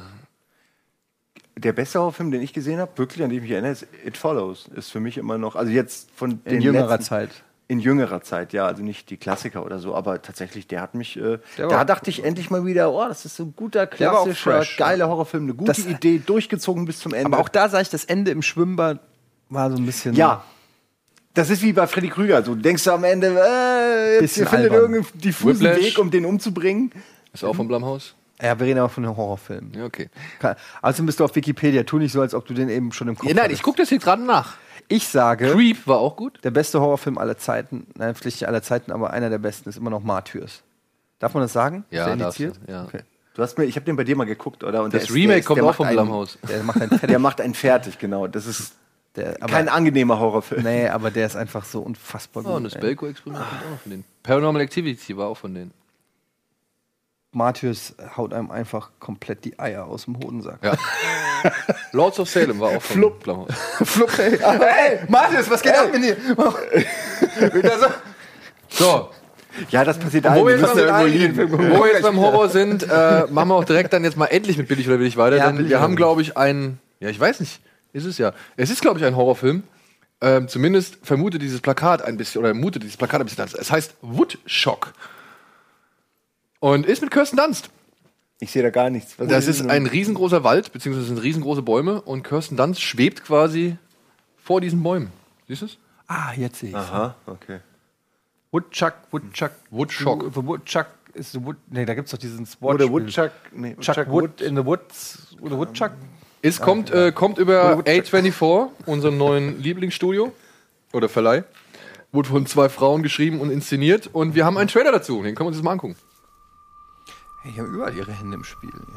Der beste Horrorfilm, den ich gesehen habe, wirklich, an den ich mich erinnere, ist It Follows. Ist für mich immer noch, also jetzt von den in jüngerer letzten, Zeit. In jüngerer Zeit, ja, also nicht die Klassiker oder so, aber tatsächlich, der hat mich, äh, Der da war- dachte ich endlich mal wieder, oh, das ist so ein guter, Der war auch klassischer, fresh, geiler Horrorfilm, eine gute Das- Idee, durchgezogen bis zum Ende. Aber auch da sah ich das Ende im Schwimmbad war so ein bisschen. ja, das ist wie bei Freddy Krüger, so, du denkst du am Ende, äh, jetzt Bisschen ihr findet albern. irgendeinen diffusen Whiplash. Weg, um den umzubringen. Ist auch vom Blumhouse? Ja, wir reden aber von einem Horrorfilm. Ja, okay. Also bist du auf Wikipedia. Tu nicht so, als ob du den eben schon im Kopf Ja, nein, hattest. ich gucke das hier gerade nach. Ich sage, Creep war auch gut. der beste Horrorfilm aller Zeiten, nein, vielleicht nicht aller Zeiten, aber einer der besten ist immer noch Martyrs. Darf man das sagen? Ja, ist der darfst du, indiziert? ja. Okay. Du hast mir, ich habe den bei dir mal geguckt, oder? Und Das der ist- Remake der ist- kommt der auch macht vom einen- Blumhouse. Der macht einen fertig. Der macht einen fertig, genau. Das ist Der, aber, kein angenehmer Horrorfilm. nee, aber der ist einfach so unfassbar Oh, und das ey. Belko-Experiment kommt auch noch von denen. Paranormal Activity war auch von denen. Martyrs haut einem einfach komplett die Eier aus dem Hodensack. Ja. Lords of Salem war auch von Flupp. Blumhouse. Flupp, ey. Ey, Martyrs, was geht ab mit dir? Wieder so. So, Ja, das passiert wo allen. wir Wir jetzt, müssen ja beim, irgendwo liegen. wo wir jetzt beim Horror sind, äh, machen wir auch direkt dann jetzt mal endlich mit Billig oder Willig weiter. Ja, denn Billig wir oder haben, Willig. glaube ich, einen, ja, ich weiß nicht, ist es ja. Es ist, glaube ich, ein Horrorfilm. Ähm, zumindest vermutet dieses Plakat ein bisschen, oder mutet dieses Plakat ein bisschen. Es heißt Woodshock. Und ist mit Kirsten Dunst. Ich sehe da gar nichts. Was Das es ist denn? ein riesengroßer Wald, beziehungsweise sind riesengroße Bäume und Kirsten Dunst schwebt quasi vor diesen Bäumen. Siehst du es? Ah, jetzt sehe ich Aha, okay. Woodchuck, Woodchuck. Woodshock. The Woodchuck ist the Wood. Nee, da gibt's doch diesen Sport. Oder Woodchuck. Nee, Chuck Wood in the Woods. Oder Woodchuck. Es kommt, äh, kommt über A vierundzwanzig, unserem neuen Lieblingsstudio oder Verleih. Wurde von zwei Frauen geschrieben und inszeniert. Und wir haben einen Trailer dazu. Den können wir uns jetzt mal angucken. Hey, die haben überall ihre Hände im Spiel. Ja.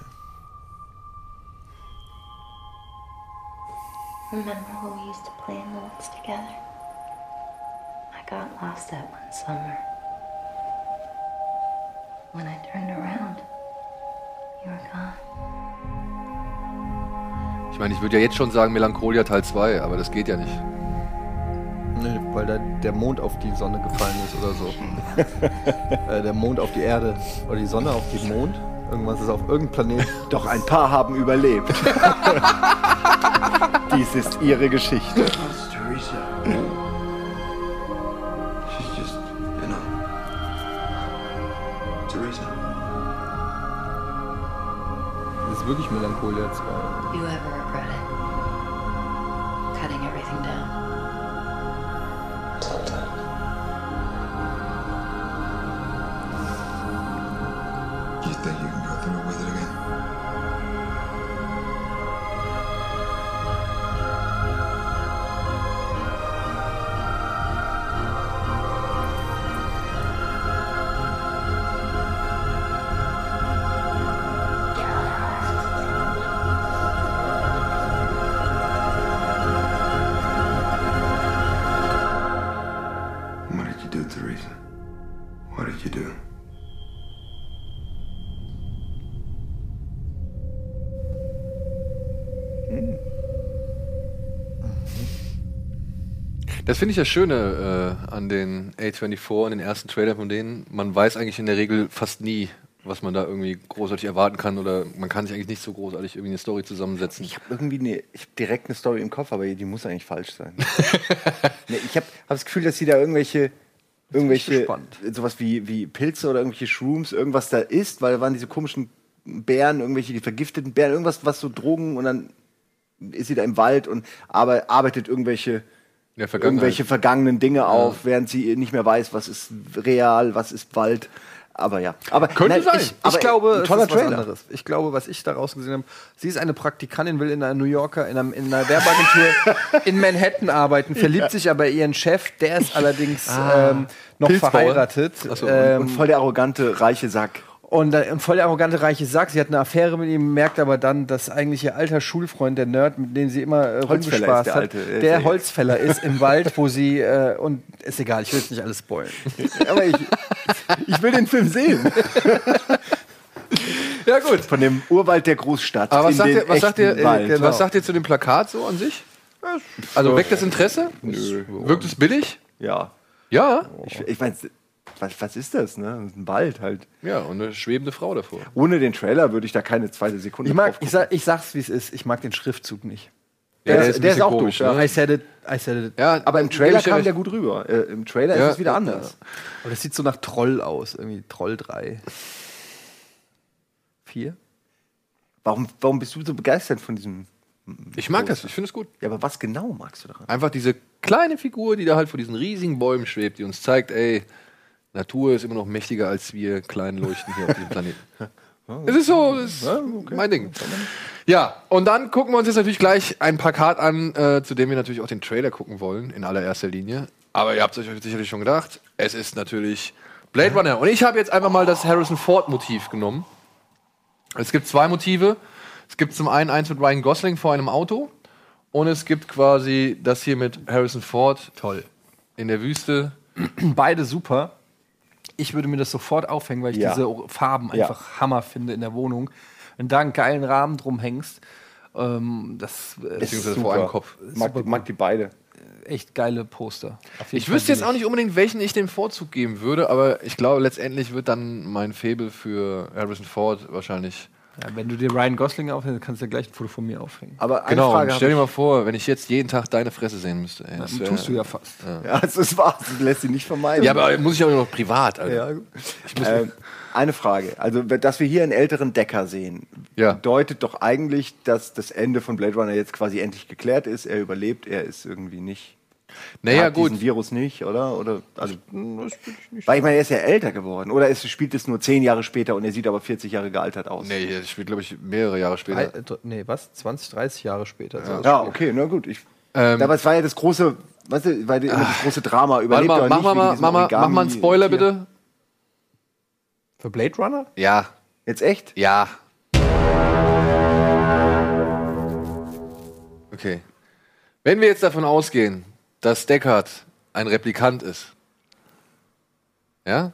Remember when we used to play in the woods together? I got lost that one summer. When I turned around, you were gone. Ich meine, ich würde ja jetzt schon sagen Melancholia Teil zwei, aber das geht ja nicht. Nee, weil da der Mond auf die Sonne gefallen ist oder so. äh, der Mond auf die Erde. Oder die Sonne auf den Mond. Irgendwas ist auf irgendeinem Planet. Doch ein paar haben überlebt. Dies ist ihre Geschichte. It's Teresa. She's just, you know. Teresa. Das ist wirklich Melancholia zwei. You ever regret it? Cutting everything down? Sometimes. You think you can go through with it again? What did you do, Teresa? What did you do? Das finde ich das Schöne äh, an den A vierundzwanzig und den ersten Trailer von denen. Man weiß eigentlich in der Regel fast nie, was man da irgendwie großartig erwarten kann, oder man kann sich eigentlich nicht so großartig irgendwie eine Story zusammensetzen. Ich habe irgendwie eine, ich hab direkt eine Story im Kopf, aber die muss eigentlich falsch sein. Nee, ich habe hab das Gefühl, dass sie da irgendwelche, irgendwelche gespannt. sowas wie, wie Pilze oder irgendwelche Shrooms, irgendwas da ist, weil da waren diese komischen Bären, irgendwelche die vergifteten Bären, irgendwas, was so Drogen, und dann ist sie da im Wald und aber, arbeitet irgendwelche In der Vergangenheit. irgendwelche vergangenen Dinge auf, während sie nicht mehr weiß, was ist real, was ist Wald. Aber ja, aber Könnte sein. Ich, aber ich glaube, ein es toller ist was Trailer. anderes. Ich glaube, was ich daraus gesehen habe, sie ist eine Praktikantin, will in einer New Yorker, in, einem, in einer Werbeagentur in Manhattan arbeiten, verliebt sich aber ihren Chef, der ist allerdings ähm, noch Pilzbauer. verheiratet. Ach so, ähm, Und voll der arrogante, reiche Sack. Und äh, ein voll der arrogante reiche Sack. Sie hat eine Affäre mit ihm, merkt aber dann, dass eigentlich ihr alter Schulfreund, der Nerd, mit dem sie immer äh, Holzfäller rumgespaßt ist der hat, Alte. Er ist der ja- Holzfäller ist im Wald, wo sie äh, und ist egal, ich will jetzt nicht alles spoilen. Aber ich, ich will den Film sehen. Ja, gut. Von dem Urwald der Großstadt. Aber was in sagt, den ihr, was, sagt ihr, echten äh, Wald. genau. was sagt ihr zu dem Plakat so an sich? Also weckt das Interesse? Nö. Wirkt es billig? Ja. Ja. Ich, ich meine, was, was ist das? Ne? Das ist ein Wald halt. Ja, und eine schwebende Frau davor. Ohne den Trailer würde ich da keine zweite Sekunde Ich mag, drauf ich, sag, ich sag's wie es ist, ich mag den Schriftzug nicht. Ja, der, der ist, ist ein der ist bisschen auch komisch, doof. Ja. I said it, I said it. Ja, Aber im geb Trailer ich dir kam recht. der gut rüber. Äh, Im Trailer Ja, ist es wieder ja, anders. Aber das sieht so nach Troll aus, irgendwie Troll drei. vier? Warum, warum bist du so begeistert von diesem? Ich mag das, ich finde es gut. Ja, aber was genau magst du daran? Einfach diese kleine Figur, die da halt vor diesen riesigen Bäumen schwebt, die uns zeigt, ey, Natur ist immer noch mächtiger als wir kleinen Leuchten hier auf diesem Planeten. Es ist so, es ist mein Ding. Ja, und dann gucken wir uns jetzt natürlich gleich ein Plakat an, äh, zu dem wir natürlich auch den Trailer gucken wollen, in allererster Linie. Aber ihr habt es euch sicherlich schon gedacht, es ist natürlich Blade Runner. Und ich habe jetzt einfach mal das Harrison Ford-Motiv genommen. Es gibt zwei Motive. Es gibt zum einen eins mit Ryan Gosling vor einem Auto. Und es gibt quasi das hier mit Harrison Ford. Toll. In der Wüste. Beide super. Ich würde mir das sofort aufhängen, weil ich Ja. diese Farben Ja. einfach Hammer finde in der Wohnung. Wenn du da einen geilen Rahmen drum hängst, ähm, das äh, Beziehungsweise Super. vor einem Kopf. Mag, die- mag die beide. echt geile Poster. Auf jeden Ich Fall wüsste jetzt will auch nicht unbedingt, welchen ich dem Vorzug geben würde, aber ich glaube, letztendlich wird dann mein Faible für Harrison Ford wahrscheinlich. Ja, wenn du dir Ryan Gosling aufhängst, kannst du ja gleich ein Foto von mir aufhängen. Aber eine Genau, Frage und hab stell dir ich- mal vor, wenn ich jetzt jeden Tag deine Fresse sehen müsste. Ey, das Das wär- tust du ja fast. Ja, das ist wahr. Das lässt sich nicht vermeiden. Ja, aber muss ich auch noch privat, Alter. Ja, gut. Ähm, eine Frage. Also, dass wir hier einen älteren Decker sehen, Ja. bedeutet doch eigentlich, dass das Ende von Blade Runner jetzt quasi endlich geklärt ist. Er überlebt, er ist irgendwie nicht. Er Naja, hat gut. diesen Virus nicht, oder? Oder also, weil ich meine, er ist ja älter geworden. Oder es spielt es nur zehn Jahre später und er sieht aber vierzig Jahre gealtert aus. Nee, das spielt, glaube ich, mehrere Jahre später. Drei, äh, nee, was? zwanzig, dreißig Jahre später. Ja. Ja, okay, na gut. Ich, Ähm, aber es war ja das große, weißt du, war immer das große Drama. Warte Überlebt mal, er mach nicht mal, wegen mal, diesem mach mal, mach mal einen Spoiler Origami- bitte. Für Blade Runner? Ja, Jetzt echt? ja. Okay. Wenn wir jetzt davon ausgehen, dass Deckard ein Replikant ist. Ja?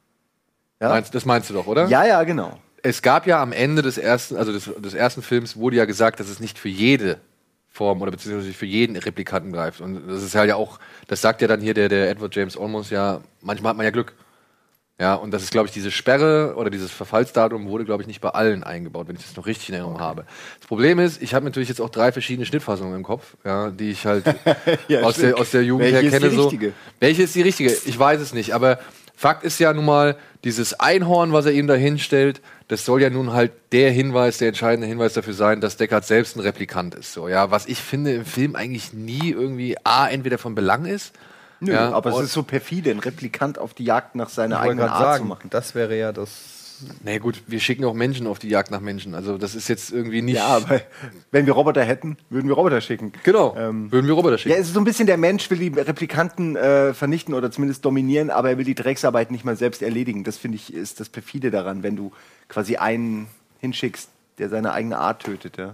Ja, Meinst, das meinst du doch, oder? ja, ja, genau. Es gab ja am Ende des ersten, also des, des ersten Films wurde ja gesagt, dass es nicht für jede Form oder beziehungsweise für jeden Replikanten greift. Und das ist halt ja auch, das sagt ja dann hier der, der Edward James Olmos ja, manchmal hat man ja Glück. Ja, und das ist, glaube ich, diese Sperre oder dieses Verfallsdatum wurde, glaube ich, nicht bei allen eingebaut, wenn ich das noch richtig in Erinnerung habe. Das Problem ist, ich habe natürlich jetzt auch drei verschiedene Schnittfassungen im Kopf, ja, die ich halt Ja, aus, stimmt. der, aus der Jugend Welche her ist die kenne. So. richtige? Welche ist die richtige? Ich weiß es nicht, aber Fakt ist ja nun mal, dieses Einhorn, was er ihm da hinstellt, das soll ja nun halt der Hinweis, der entscheidende Hinweis dafür sein, dass Deckard selbst ein Replikant ist. So, ja, was ich finde im Film eigentlich nie irgendwie A, entweder von Belang ist. Nö, ja, aber es und- ist so perfide, ein Replikant auf die Jagd nach seiner Ich wollte eigenen gerade Art sagen, zu machen. das wäre ja das. Na gut, wir schicken auch Menschen auf die Jagd nach Menschen. Also das ist jetzt irgendwie nicht. Ja, aber wenn wir Roboter hätten, würden wir Roboter schicken. Genau. Ähm, Würden wir Roboter schicken. Ja, es ist so ein bisschen, der Mensch will die Replikanten äh, vernichten oder zumindest dominieren, aber er will die Drecksarbeit nicht mal selbst erledigen. Das finde ich ist das perfide daran, wenn du quasi einen hinschickst, der seine eigene Art tötet. Ja.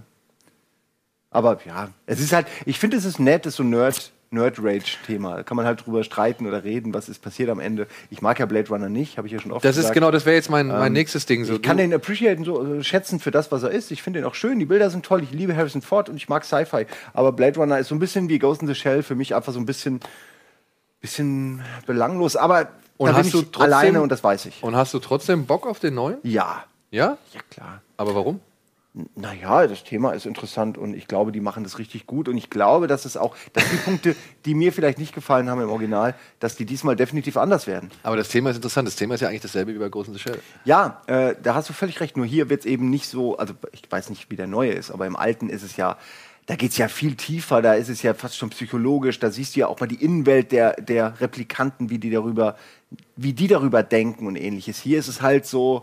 Aber ja, es ist halt, ich finde, es ist nett, es ist so Nerd, Nerd-Rage-Thema. Da kann man halt drüber streiten oder reden, was ist passiert am Ende. Ich mag ja Blade Runner nicht, habe ich ja schon oft das gesagt. ist genau, das wäre jetzt mein, mein Ähm, nächstes Ding. So, Ich kann du- den appreciaten, so äh, schätzen für das, was er ist. Ich finde ihn auch schön. Die Bilder sind toll. Ich liebe Harrison Ford und ich mag Sci-Fi. Aber Blade Runner ist so ein bisschen wie Ghost in the Shell für mich einfach so ein bisschen, bisschen belanglos. Aber Und da bin hast du ich trotzdem- alleine und das weiß ich. Und hast du trotzdem Bock auf den neuen? Ja, Ja? ja klar. Aber warum? Naja, das Thema ist interessant und ich glaube, die machen das richtig gut. Und ich glaube, dass es auch, dass die Punkte, die mir vielleicht nicht gefallen haben im Original, dass die diesmal definitiv anders werden. Aber das Thema ist interessant. Das Thema ist ja eigentlich dasselbe wie bei Ghost in the Shell. Ja, äh, da hast du völlig recht. Nur hier wird es eben nicht so, also ich weiß nicht, wie der neue ist, aber im alten ist es ja, da geht es ja viel tiefer, da ist es ja fast schon psychologisch, da siehst du ja auch mal die Innenwelt der, der Replikanten, wie die darüber, wie die darüber denken und ähnliches. Hier ist es halt so,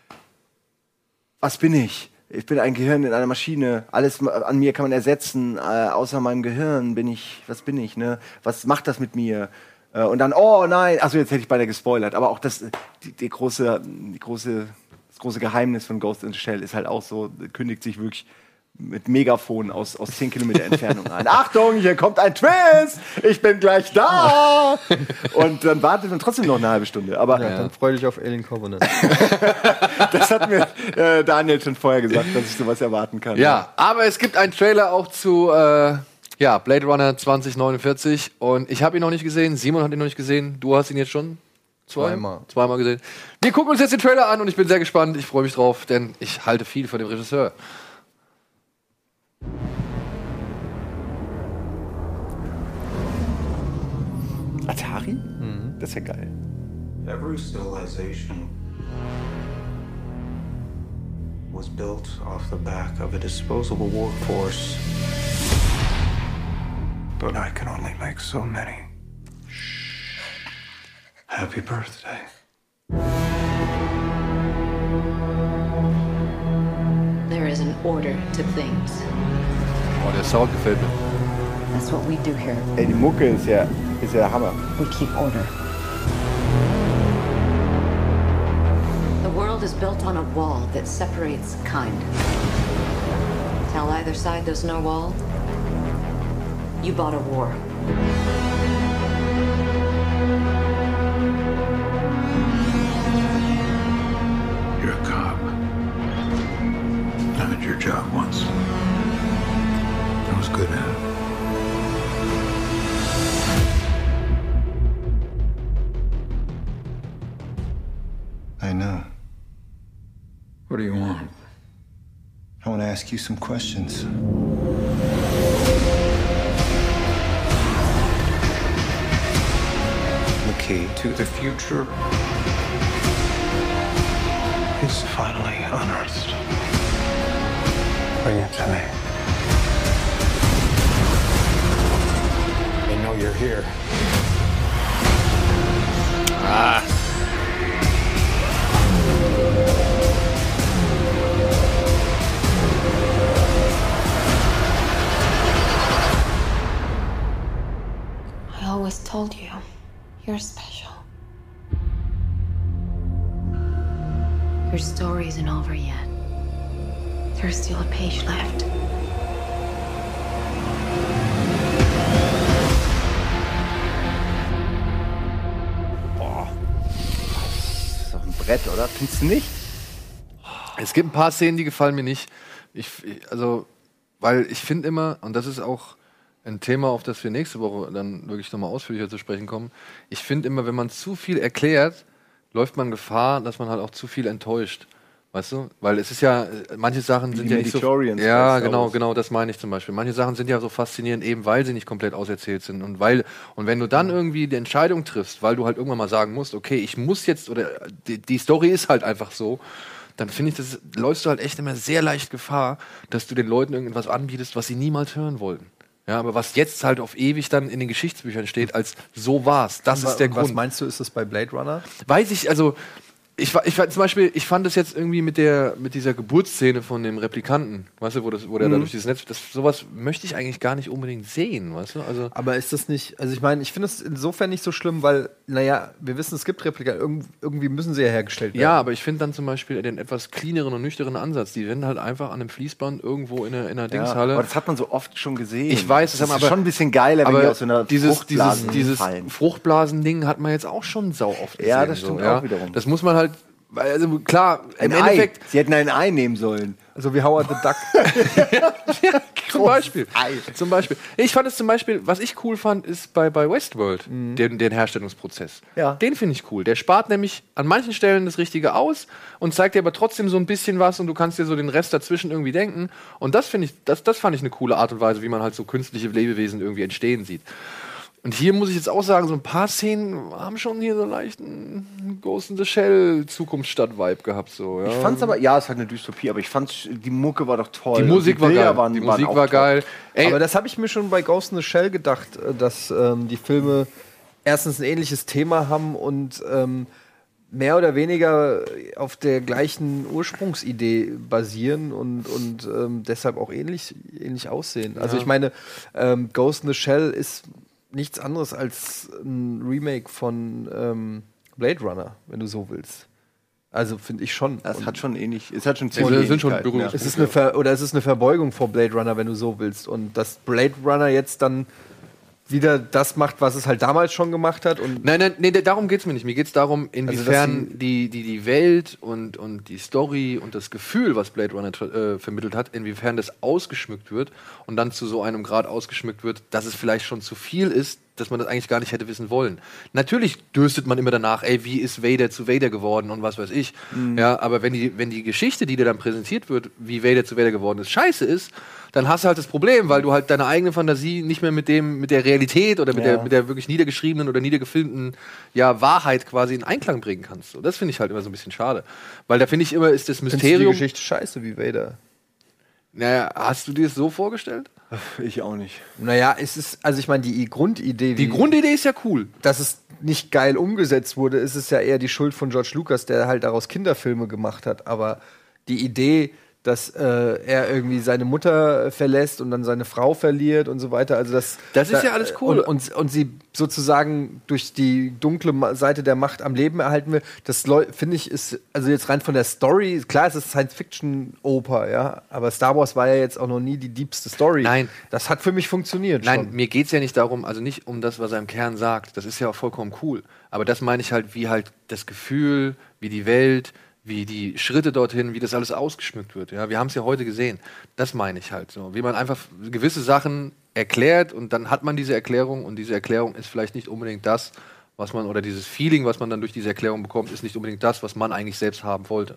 was bin ich? Ich bin ein Gehirn in einer Maschine. Alles ma- an mir kann man ersetzen. Äh, außer meinem Gehirn bin ich, was bin ich, ne? Was macht das mit mir? Äh, und dann, oh nein, achso, jetzt hätte ich beinahe gespoilert. Aber auch das, die, die große, die große, das große Geheimnis von Ghost in the Shell ist halt auch so, kündigt sich wirklich mit Megafon aus, aus zehn Kilometer Entfernung an. Achtung, hier kommt ein Twist! Ich bin gleich da! Und dann wartet man trotzdem noch eine halbe Stunde. Aber Ja, dann freu dich auf Alien Covenant. das hat mir äh, Daniel schon vorher gesagt, dass ich sowas erwarten kann. Ja, aber es gibt einen Trailer auch zu äh, ja, Blade Runner zwanzig neunundvierzig und ich habe ihn noch nicht gesehen. Simon hat ihn noch nicht gesehen. Du hast ihn jetzt schon zwei? Zweimal. Zweimal gesehen. Wir gucken uns jetzt den Trailer an und ich bin sehr gespannt. Ich freue mich drauf, denn ich halte viel von dem Regisseur. Atari? Mhm. Das ist ja geil. Every civilization was built off the back of a disposable workforce. But I can only make so many. Happy birthday. There is an order to things. Oh, der Sound gefällt mir. That's what we do here. Ey, die Mucke ist ja, ist ja der Hammer. We keep order. The world is built on a wall that separates kind. Tell either side there's no wall. You bought a war. You're a cop. I did your job once. I was good at it. I know. What do you want? I want to ask you some questions. The key to the future is finally unearthed. Bring it to me. They know you're here. Ah. I always told you, you're special. Your story isn't over yet. There's still a page left. Das ist doch ein Brett, oder? Findest du nicht? Es gibt ein paar Szenen, die gefallen mir nicht. Ich, ich- also, weil ich finde immer, und das ist auch ein Thema, auf das wir nächste Woche dann wirklich nochmal ausführlicher zu sprechen kommen. Ich finde immer, wenn man zu viel erklärt, läuft man Gefahr, dass man halt auch zu viel enttäuscht. Weißt du? Weil es ist ja, äh, manche Sachen Wie sind die ja nicht so. Medichlorians bei Ja, Star genau, Wars. genau, das meine ich zum Beispiel. Manche Sachen sind ja so faszinierend, eben weil sie nicht komplett auserzählt sind. Und weil, und wenn du dann irgendwie die Entscheidung triffst, weil du halt irgendwann mal sagen musst, okay, ich muss jetzt, oder die, die Story ist halt einfach so, dann finde ich, das läufst du halt echt immer sehr leicht Gefahr, dass du den Leuten irgendwas anbietest, was sie niemals hören wollten. Ja, aber was jetzt halt auf ewig dann in den Geschichtsbüchern steht, als so war's. Das ist der Was Grund. meinst du, ist das bei Blade Runner? Weiß ich, also ich, war- ich war zum Beispiel, ich fand es jetzt irgendwie mit der mit dieser Geburtsszene von dem Replikanten, weißt du, wo, das, wo der da durch dieses Netz, das, sowas möchte ich eigentlich gar nicht unbedingt sehen, weißt du? Also Aber ist das nicht, also ich meine, ich finde es insofern nicht so schlimm, weil, naja, wir wissen, es gibt Replika, Irgend, irgendwie müssen sie ja hergestellt werden. ja, aber ich finde dann zum Beispiel den etwas cleaneren und nüchternen Ansatz. Die rennen halt einfach an einem Fließband irgendwo in einer, in einer Dingshalle. aber das hat man so oft schon gesehen. Ich weiß, das das ist haben aber- schon ein bisschen geiler, wenn die aber aus so einer dieses, dieses, Fruchtblase dieses fallen. Fruchtblasending hat man jetzt auch schon sau oft gesehen. Ja, das stimmt so, auch wiederum. Das muss man halt, weil, also klar, Ein im Ei. Endeffekt, Sie hätten ein Ei nehmen sollen. Also wie Howard the Duck. zum Beispiel. Ei. Zum Beispiel. Ich fand es zum Beispiel, was ich cool fand, ist bei, bei Westworld, den, den Herstellungsprozess. Ja. Den finde ich cool. Der spart nämlich an manchen Stellen das Richtige aus und zeigt dir aber trotzdem so ein bisschen was und du kannst dir so den Rest dazwischen irgendwie denken. Und das finde ich, das, das fand ich eine coole Art und Weise, wie man halt so künstliche Lebewesen irgendwie entstehen sieht. Und hier muss ich jetzt auch sagen, so ein paar Szenen haben schon hier so leicht einen Ghost in the Shell Zukunftsstadt-Vibe gehabt. So, ja. Ich fand's aber, ja, es ist halt eine Dystopie, aber ich fand's, die Mucke war doch toll. Die Musik Und war Bilder geil. Waren, die waren Musik auch war top. geil. Ey, Aber das habe ich mir schon bei Ghost in the Shell gedacht, äh, dass ähm, die Filme erstens ein ähnliches Thema haben und ähm, mehr oder weniger auf der gleichen Ursprungsidee basieren und, und ähm, deshalb auch ähnlich, ähnlich aussehen. Also ich meine, ähm, Ghost in the Shell ist nichts anderes als ein Remake von ähm, Blade Runner, wenn du so willst. Also finde ich schon. Das Und hat schon ähnlich, es hat schon Ja, das sind schon Ähnlichkeiten, Berührungs- es ist eine Ver oder es ist eine Verbeugung vor Blade Runner, wenn du so willst. Und dass Blade Runner jetzt dann wieder das macht, was es halt damals schon gemacht hat. Und Nein, nein, nee, darum geht's mir nicht. Mir geht's darum, Also, inwiefern dass die, die, die Welt und, und die Story und das Gefühl, was Blade Runner äh, vermittelt hat, inwiefern das ausgeschmückt wird und dann zu so einem Grad ausgeschmückt wird, dass es vielleicht schon zu viel ist, dass man das eigentlich gar nicht hätte wissen wollen. Natürlich dürstet man immer danach, ey, wie ist Vader zu Vader geworden und was weiß ich. Mhm. Ja, aber wenn die, wenn die Geschichte, die dir dann präsentiert wird, wie Vader zu Vader geworden ist, scheiße ist, dann hast du halt das Problem, weil du halt deine eigene Fantasie nicht mehr mit dem, mit der Realität oder mit, ja. der, mit der wirklich niedergeschriebenen oder niedergefilmten ja, Wahrheit quasi in Einklang bringen kannst. Und das finde ich halt immer so ein bisschen schade. Weil da finde ich immer, ist das Mysterium. Findest du die Geschichte scheiße wie Vader? Naja, hast du dir das so vorgestellt? Ich auch nicht. Naja, es ist, also ich meine, die Grundidee. Die Grundidee ist ja cool. Dass es nicht geil umgesetzt wurde, ist es ja eher die Schuld von George Lucas, der halt daraus Kinderfilme gemacht hat. Aber die Idee, dass äh, er irgendwie seine Mutter verlässt und dann seine Frau verliert und so weiter. Also das, das ist da, ja alles cool. Und, und, und sie sozusagen durch die dunkle Seite der Macht am Leben erhalten will. Das finde ich ist, also jetzt rein von der Story, klar, es ist Science-Fiction-Oper, ja, aber Star Wars war ja jetzt auch noch nie die diebste Story. Nein. Das hat für mich funktioniert Nein, schon. Mir geht's ja nicht darum, also nicht um das, was er im Kern sagt. Das ist ja auch vollkommen cool. Aber das meine ich halt, wie halt das Gefühl, wie die Welt, wie die Schritte dorthin, wie das alles ausgeschmückt wird. Ja, wir haben es ja heute gesehen. Das meine ich halt so. Wie man einfach gewisse Sachen erklärt und dann hat man diese Erklärung und diese Erklärung ist vielleicht nicht unbedingt das, was man, oder dieses Feeling, was man dann durch diese Erklärung bekommt, ist nicht unbedingt das, was man eigentlich selbst haben wollte.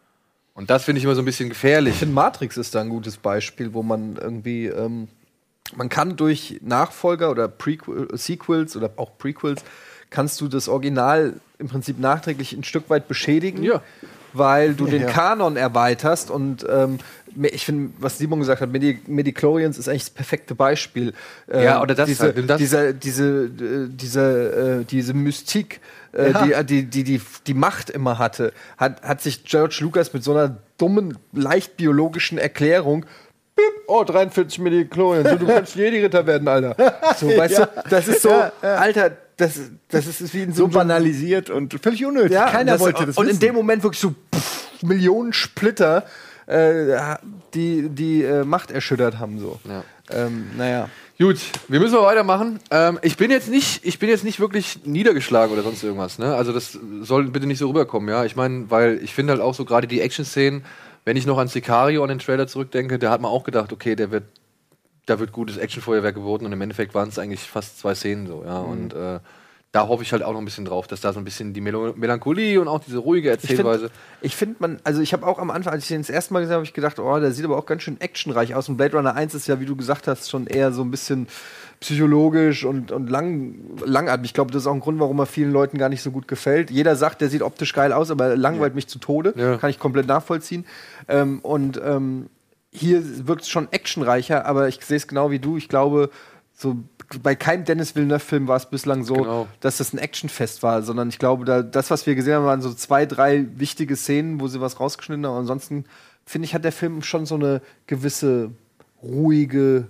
Und das finde ich immer so ein bisschen gefährlich. Ich finde, Matrix ist da ein gutes Beispiel, wo man irgendwie, ähm, man kann durch Nachfolger oder Prequel, Sequels oder auch Prequels, kannst du das Original im Prinzip nachträglich ein Stück weit beschädigen, ja. weil du ja, den ja. Kanon erweiterst. Und ähm, ich finde, was Simon gesagt hat, Midi- Midichlorians ist eigentlich das perfekte Beispiel. Ähm, Ja, oder das diese, halt, das diese, diese, äh, diese, äh, diese Mystik, äh, Ja. die, die, die, die die Macht immer hatte, hat, hat sich George Lucas mit so einer dummen, leicht biologischen Erklärung oh, dreiundvierzig Midichlorians, so, du kannst Jedi-Ritter werden, Alter. So, weißt Ja. du, das ist so, Ja, ja. Alter, das, das ist wie in so, So banalisiert und völlig unnötig. ja, Keiner das, wollte das und wissen. in dem Moment wirklich so pff, Millionen Splitter, äh, die die äh, Macht erschüttert haben. So. Ja. Ähm, naja. Gut, wir müssen mal weitermachen. Ähm, ich bin jetzt nicht, ich bin jetzt nicht wirklich niedergeschlagen oder sonst irgendwas. Ne? Also das soll bitte nicht so rüberkommen, ja. Ich meine, weil ich finde halt auch so gerade die Action-Szenen, wenn ich noch an Sicario, an den Trailer zurückdenke, da hat man auch gedacht, okay, der wird, da wird gutes Actionfeuerwerk geboten und im Endeffekt waren es eigentlich fast zwei Szenen so, ja. Mhm. Und äh, da hoffe ich halt auch noch ein bisschen drauf, dass da so ein bisschen die Melo- Melancholie und auch diese ruhige Erzählweise. Ich finde, find man, also ich habe auch am Anfang, als ich den das erste Mal gesehen habe, habe ich gedacht, oh, der sieht aber auch ganz schön actionreich aus. Und Blade Runner eins ist ja, wie du gesagt hast, schon eher so ein bisschen psychologisch und, und lang, langatmig. Ich glaube, das ist auch ein Grund, warum er vielen Leuten gar nicht so gut gefällt. Jeder sagt, der sieht optisch geil aus, aber er langweilt ja. mich zu Tode. Ja. Kann ich komplett nachvollziehen. Ähm, und ähm, hier wirkt es schon actionreicher, aber ich sehe es genau wie du. Ich glaube, so bei keinem Dennis Villeneuve-Film war es bislang so, genau. dass das ein Actionfest war, sondern ich glaube, da, das, was wir gesehen haben, waren so zwei, drei wichtige Szenen, wo sie was rausgeschnitten haben. Ansonsten, finde ich, hat der Film schon so eine gewisse ruhige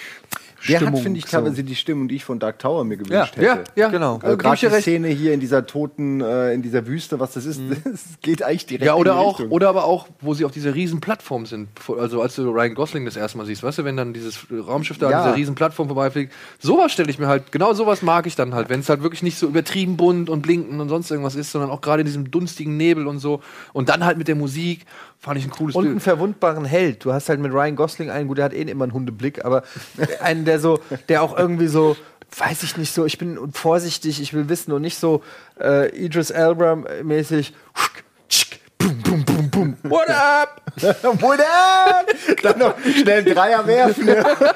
Der Stimmung, hat, finde ich, so. teilweise die Stimmung, die ich von Dark Tower mir gewünscht Ja, hätte. Ja, ja, genau. Also Geb gerade ich dir die recht. Szene hier in dieser toten, äh, in dieser Wüste, was das ist, das geht eigentlich direkt Ja, oder in die auch, Richtung. oder aber auch, wo sie auf dieser riesen Plattform sind. Also als du Ryan Gosling das erste Mal siehst, weißt du, wenn dann dieses Raumschiff da Ja. an dieser riesen Plattform vorbeifliegt. Sowas stelle ich mir halt, genau sowas mag ich dann halt, wenn es halt wirklich nicht so übertrieben bunt und blinkend und sonst irgendwas ist, sondern auch gerade in diesem dunstigen Nebel und so. Und dann halt mit der Musik, fand ich ein cooles Und einen Bild. verwundbaren Held. Du hast halt mit Ryan Gosling einen, gut, der hat eh immer einen Hundeblick, aber einen, der so, der auch irgendwie so, weiß ich nicht so, ich bin vorsichtig, ich will wissen und nicht so äh, Idris Elba-mäßig. Bum, bum, bum, bum. What up? What up? Dann noch schnell einen Dreier werfen.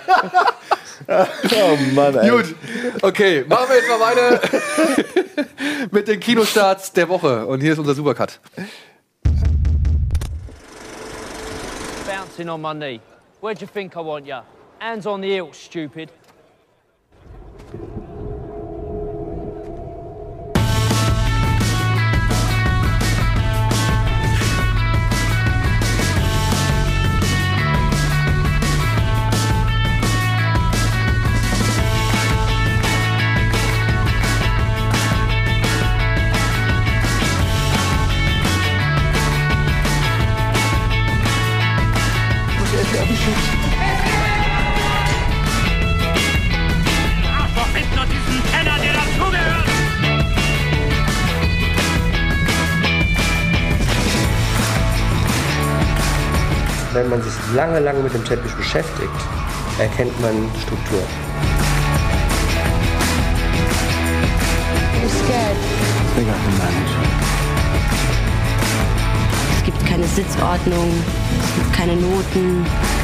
Oh Mann, ey. Gut, okay, machen wir jetzt mal weiter mit den Kinostarts der Woche. Und hier ist unser Supercut. Bouncing on my knee. Where'd you think I want ya? Hands on the hilt, stupid. Wenn man sich lange, lange mit dem Teppich beschäftigt, erkennt man Struktur. scared. They got the manager. Es gibt keine Sitzordnung, es gibt keine Noten.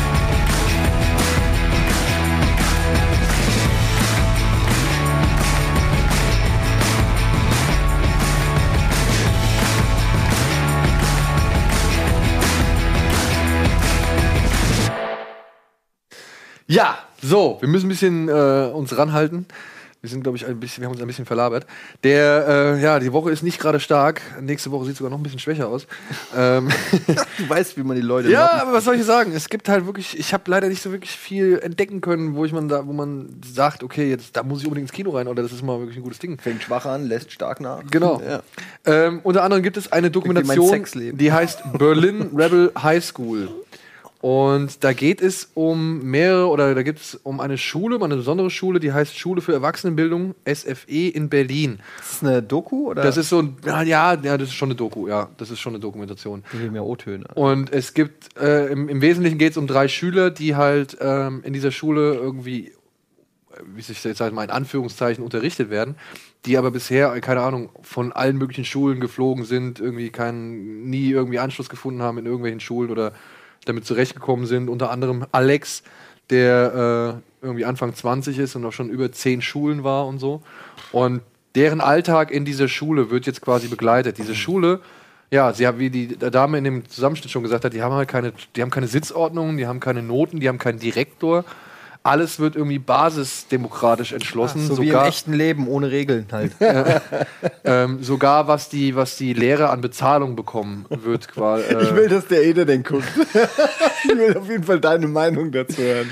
Ja, so, wir müssen ein bisschen äh, uns ranhalten. Wir sind, glaube ich, ein bisschen, wir haben uns ein bisschen verlabert. Der, äh, ja, die Woche ist nicht gerade stark. Nächste Woche sieht sogar noch ein bisschen schwächer aus. ähm, du weißt, wie man die Leute Ja, locken. aber was soll ich sagen? Es gibt halt wirklich, ich habe leider nicht so wirklich viel entdecken können, wo ich man da, wo man sagt, okay, jetzt da muss ich unbedingt ins Kino rein oder das ist mal wirklich ein gutes Ding. Fängt schwach an, lässt stark nach. Genau. Ja. Ähm, unter anderem gibt es eine Dokumentation, die heißt Berlin Rebel High School. Und da geht es um mehrere, oder da gibt es um eine Schule, eine besondere Schule, die heißt Schule für Erwachsenenbildung, S F E in Berlin. Ist das eine Doku? Oder? Das ist so ein, ja, ja, ja, das ist schon eine Doku, ja, das ist schon eine Dokumentation. Ich will mehr O-Töne. Und es gibt, äh, im, im Wesentlichen geht es um drei Schüler, die halt ähm, in dieser Schule irgendwie, wie sich jetzt halt mal in Anführungszeichen unterrichtet werden, die aber bisher, keine Ahnung, von allen möglichen Schulen geflogen sind, irgendwie keinen, nie irgendwie Anschluss gefunden haben in irgendwelchen Schulen oder damit zurechtgekommen sind. Unter anderem Alex, der äh, irgendwie Anfang zwanzig ist und auch schon über zehn Schulen war und so. Und deren Alltag in dieser Schule wird jetzt quasi begleitet. Diese Schule, ja, sie haben, wie die Dame in dem Zusammenschnitt schon gesagt hat, die haben halt keine, die haben keine Sitzordnung, die haben keine Noten, die haben keinen Direktor. Alles wird irgendwie basisdemokratisch entschlossen. Ach, so sogar, wie im echten Leben, ohne Regeln halt. äh, ähm, sogar was die, was die Lehrer an Bezahlung bekommen, wird quasi. Äh, ich will, dass der Ede den guckt. Ich will auf jeden Fall deine Meinung dazu hören.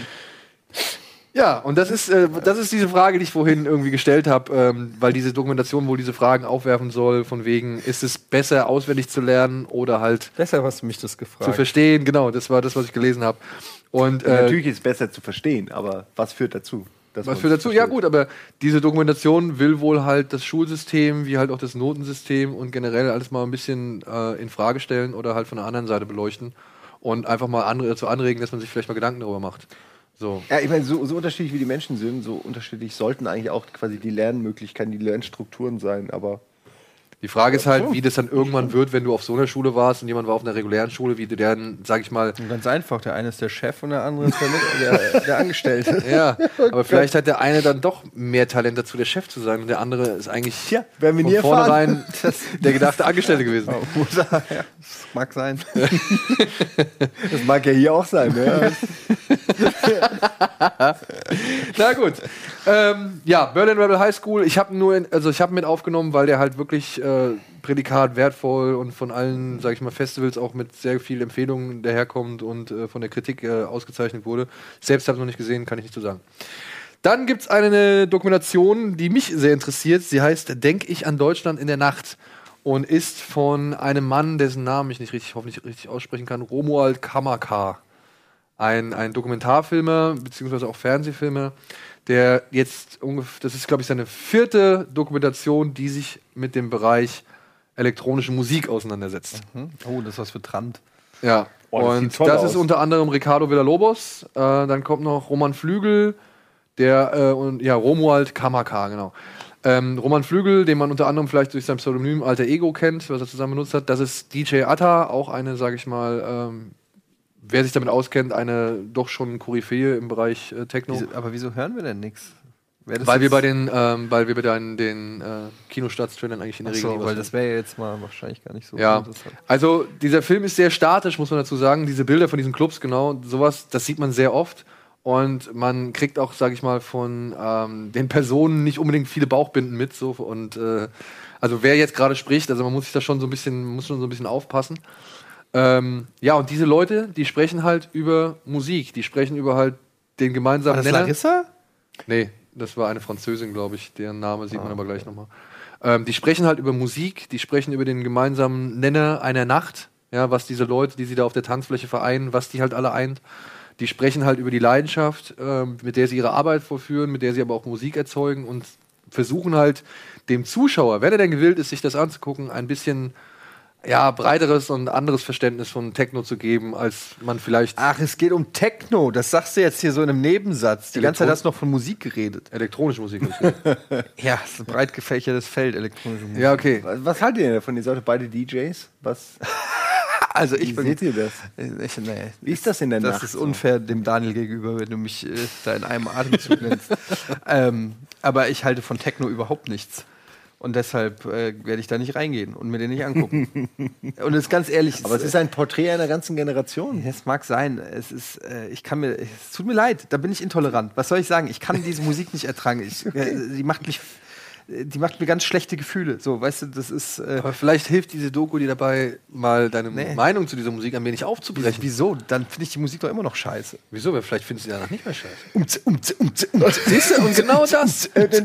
Ja, und das ist, äh, das ist diese Frage, die ich vorhin irgendwie gestellt habe, ähm, weil diese Dokumentation wohl diese Fragen aufwerfen soll, von wegen, ist es besser auswendig zu lernen oder halt Deshalb hast du mich das gefragt. zu verstehen. Genau, das war das, was ich gelesen habe. Und äh, Natürlich ist es besser zu verstehen, aber was führt dazu? dass was man führt es dazu? versteht? Ja gut, aber diese Dokumentation will wohl halt das Schulsystem, wie halt auch das Notensystem und generell alles mal ein bisschen äh, in Frage stellen oder halt von der anderen Seite beleuchten und einfach mal andere dazu anregen, dass man sich vielleicht mal Gedanken darüber macht. So. Ja, ich meine, so, so unterschiedlich wie die Menschen sind, so unterschiedlich sollten eigentlich auch quasi die Lernmöglichkeiten, die Lernstrukturen sein, aber Die Frage ist halt, wie das dann irgendwann wird, wenn du auf so einer Schule warst und jemand war auf einer regulären Schule, wie du dann, sag ich mal. Ganz einfach, der eine ist der Chef und der andere ist der, Mit- der, der Angestellte. Ja, aber vielleicht hat der eine dann doch mehr Talent dazu, der Chef zu sein und der andere ist eigentlich ja, werden wir von nie erfahren. vornherein der gedachte Angestellte gewesen. Oh, ja, das mag sein. Das mag ja hier auch sein, ne? Na gut. Ähm, ja, Berlin Rebel High School. Ich habe nur, in, also ich habe mit aufgenommen, weil der halt wirklich äh, Prädikat wertvoll und von allen, sag ich mal, Festivals auch mit sehr vielen Empfehlungen daherkommt und äh, von der Kritik äh, ausgezeichnet wurde. Selbst habe ich noch nicht gesehen, kann ich nicht so sagen. Dann gibt es eine Dokumentation, die mich sehr interessiert. Sie heißt Denk ich an Deutschland in der Nacht und ist von einem Mann, dessen Namen ich nicht richtig, hoffentlich richtig aussprechen kann, Romuald Kamakar. Ein, ein Dokumentarfilmer, beziehungsweise auch Fernsehfilmer, der jetzt ungefähr, das ist, glaube ich, seine vierte Dokumentation, die sich mit dem Bereich elektronische Musik auseinandersetzt. Mhm. Oh, das ist was für Trant. Ja, Oh, das und sieht toll das aus. ist unter anderem Ricardo Villalobos, äh, dann kommt noch Roman Flügel, der, äh, und ja, Romuald Kamakar, genau. Ähm, Roman Flügel, den man unter anderem vielleicht durch sein Pseudonym Alter Ego kennt, was er zusammen benutzt hat, das ist D J Atta, auch eine, sage ich mal, ähm, wer sich damit auskennt, eine doch schon Koryphäe im Bereich äh, Techno. Wieso, aber wieso hören wir denn nichts? Weil wir bei den, ähm, weil wir bei den, den äh, Kinostarts-Trailern eigentlich in der Ach Regel so, nie was weil hören. das wäre ja jetzt mal wahrscheinlich gar nicht so Ja, interessant. also dieser Film ist sehr statisch, muss man dazu sagen. Diese Bilder von diesen Clubs, genau, sowas, das sieht man sehr oft. Und man kriegt auch, sag ich mal, von ähm, den Personen nicht unbedingt viele Bauchbinden mit. So. Und äh, also wer jetzt gerade spricht, also man muss sich da schon so ein bisschen, muss schon so ein bisschen aufpassen. Ähm, ja, und diese Leute, die sprechen halt über Musik, die sprechen über halt den gemeinsamen War das Nenner. Larissa? Nee, das war eine Französin, glaube ich. Deren Name sieht man aber gleich nochmal. Ähm, die sprechen halt über Musik, die sprechen über den gemeinsamen Nenner einer Nacht. Ja, was diese Leute, die sie da auf der Tanzfläche vereinen, was die halt alle eint. Die sprechen halt über die Leidenschaft, ähm, mit der sie ihre Arbeit vollführen, mit der sie aber auch Musik erzeugen und versuchen halt dem Zuschauer, wenn er denn gewillt ist, sich das anzugucken, ein bisschen ja, breiteres und anderes Verständnis von Techno zu geben, als man vielleicht. Ach, es geht um Techno. Das sagst du jetzt hier so in einem Nebensatz. Die ganze Zeit hast du noch von Musik geredet. Elektronische Musik. Ja, das ist ein breit gefächertes Feld, elektronische Musik. Ja, okay. Was, was haltet ihr davon? Ihr seid beide D Js? Was? Also ich Wie bin, seht ihr das? Ich, nee, Wie ist das in der das Nacht? Das ist unfair dem Daniel gegenüber, wenn du mich äh, da in einem Atemzug nennst. ähm, aber ich halte von Techno überhaupt nichts. Und deshalb äh, werde ich da nicht reingehen und mir den nicht angucken. Und es ist ganz ehrlich. Aber es ist ein Porträt einer ganzen Generation. Es mag sein. Es ist, äh, ich kann mir, es tut mir leid. Da bin ich intolerant. Was soll ich sagen? Ich kann diese Musik nicht ertragen. Ich, äh, die macht mich, die macht mir ganz schlechte Gefühle. So, weißt du, das ist. Äh, Aber vielleicht hilft diese Doku dir dabei, mal deine Nee. Meinung zu dieser Musik ein wenig aufzubrechen. Wieso? Dann finde ich die Musik doch immer noch scheiße. Wieso? Weil vielleicht findest du sie danach nicht mehr scheiße. Umz, umz, umz, umz. Siehst du? Und genau das.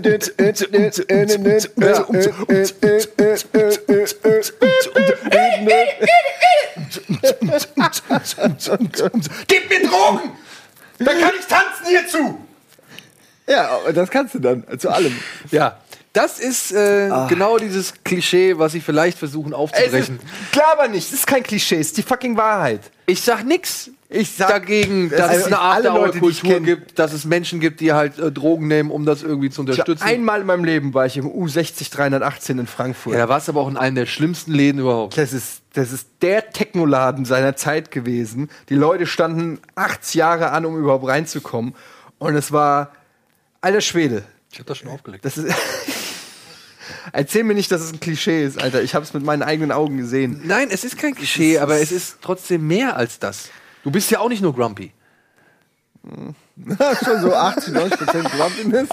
Gib mir Drogen! Dann kann ich tanzen hierzu! Ja, das kannst du dann, zu allem. Ja, das ist äh, genau dieses Klischee, was sie vielleicht versuchen aufzubrechen. Klar aber nicht, das ist kein Klischee, es ist die fucking Wahrheit. Ich sag nix Ich sag dagegen, dass also es eine alle Leute, die ich After-Hour-Kultur kenn- gibt, dass es Menschen gibt, die halt äh, Drogen nehmen, um das irgendwie zu unterstützen. Einmal in meinem Leben war ich im U sechzig dreihundertachtzehn in Frankfurt. Ja, da war es aber auch in einem der schlimmsten Läden überhaupt. Das ist, das ist der Technoladen seiner Zeit gewesen. Die Leute standen achtzig Jahre an, um überhaupt reinzukommen. Und es war, alter Schwede. Ich hab das schon aufgelegt. Das ist Erzähl mir nicht, dass es ein Klischee ist, Alter. Ich habe es mit meinen eigenen Augen gesehen. Nein, es ist kein Klischee, aber es ist trotzdem mehr als das. Du bist ja auch nicht nur grumpy. Schon so achtzig, neunzig Prozent Grumpiness.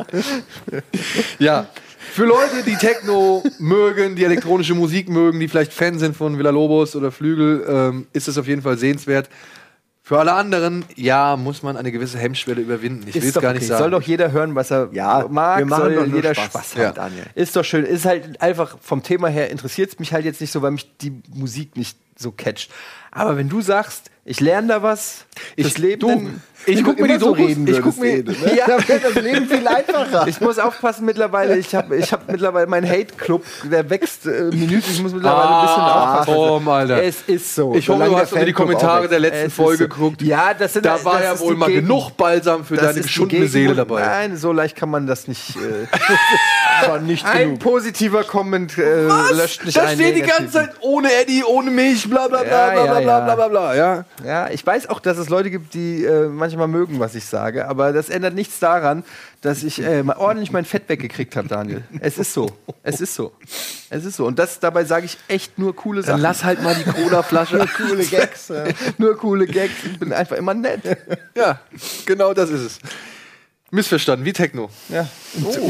Ja. Für Leute, die Techno mögen, die elektronische Musik mögen, die vielleicht Fan sind von Villa-Lobos oder Flügel, ähm, ist es auf jeden Fall sehenswert. Für alle anderen, ja, muss man eine gewisse Hemmschwelle überwinden. Ich will es doch gar nicht okay. sagen. Soll doch jeder hören, was er Ja, mag. wir machen soll doch nur jeder Spaß, Spaß, ja. haben, Daniel. Ist doch schön. Ist halt einfach vom Thema her interessiert es mich halt jetzt nicht so, weil mich die Musik nicht so catcht. Aber wenn du sagst, ich lerne da was, Ich- das Leben, du, dann- ich guck mir die so Dokus, reden ich guck würdest, mir, Ede, ne? Ja. Da wird das Leben viel einfacher. ich muss aufpassen mittlerweile. Ich habe ich hab mittlerweile meinen Hate-Club, der wächst äh, minütlich. Ich muss mittlerweile ein bisschen Ah, aufpassen. Tom, Alter. Es ist so. Ich hoffe, Solange du der hast unter die Fanclub Kommentare auch der letzten Es ist Folge so. geguckt. Ja, das sind Da war das ja ist wohl die mal Gegen- genug Balsam für Das deine ist die geschundene Seele Gegenmod- dabei. Nein, so leicht kann man das nicht. Äh, Aber nicht ein genug. positiver Comment äh, löscht nicht Da einen steht die negativen. ganze Zeit ohne Eddie, ohne mich, bla bla bla Ja, bla ja, bla bla ja. bla bla bla. Ja. Ja, ich weiß auch, dass es Leute gibt, die äh, manchmal mögen, was ich sage, aber das ändert nichts daran, dass ich äh, mal ordentlich mein Fett weggekriegt habe, Daniel. Es ist so. Es ist so. Es ist so. Und das dabei sage ich echt nur coole Dann Sachen. lass halt mal die Cola-Flasche. Coole Gags. Ja. nur coole Gags. Ich bin einfach immer nett. Ja, genau das ist es. Missverstanden, wie Techno. Ja. Oh.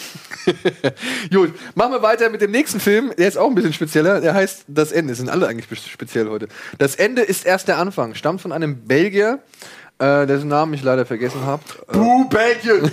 Gut, machen wir weiter mit dem nächsten Film. Der ist auch ein bisschen spezieller. Der heißt Das Ende. Sind alle eigentlich speziell heute. Das Ende ist erst der Anfang. Stammt von einem Belgier, äh, dessen Namen ich leider vergessen habe. Buh, Belgien!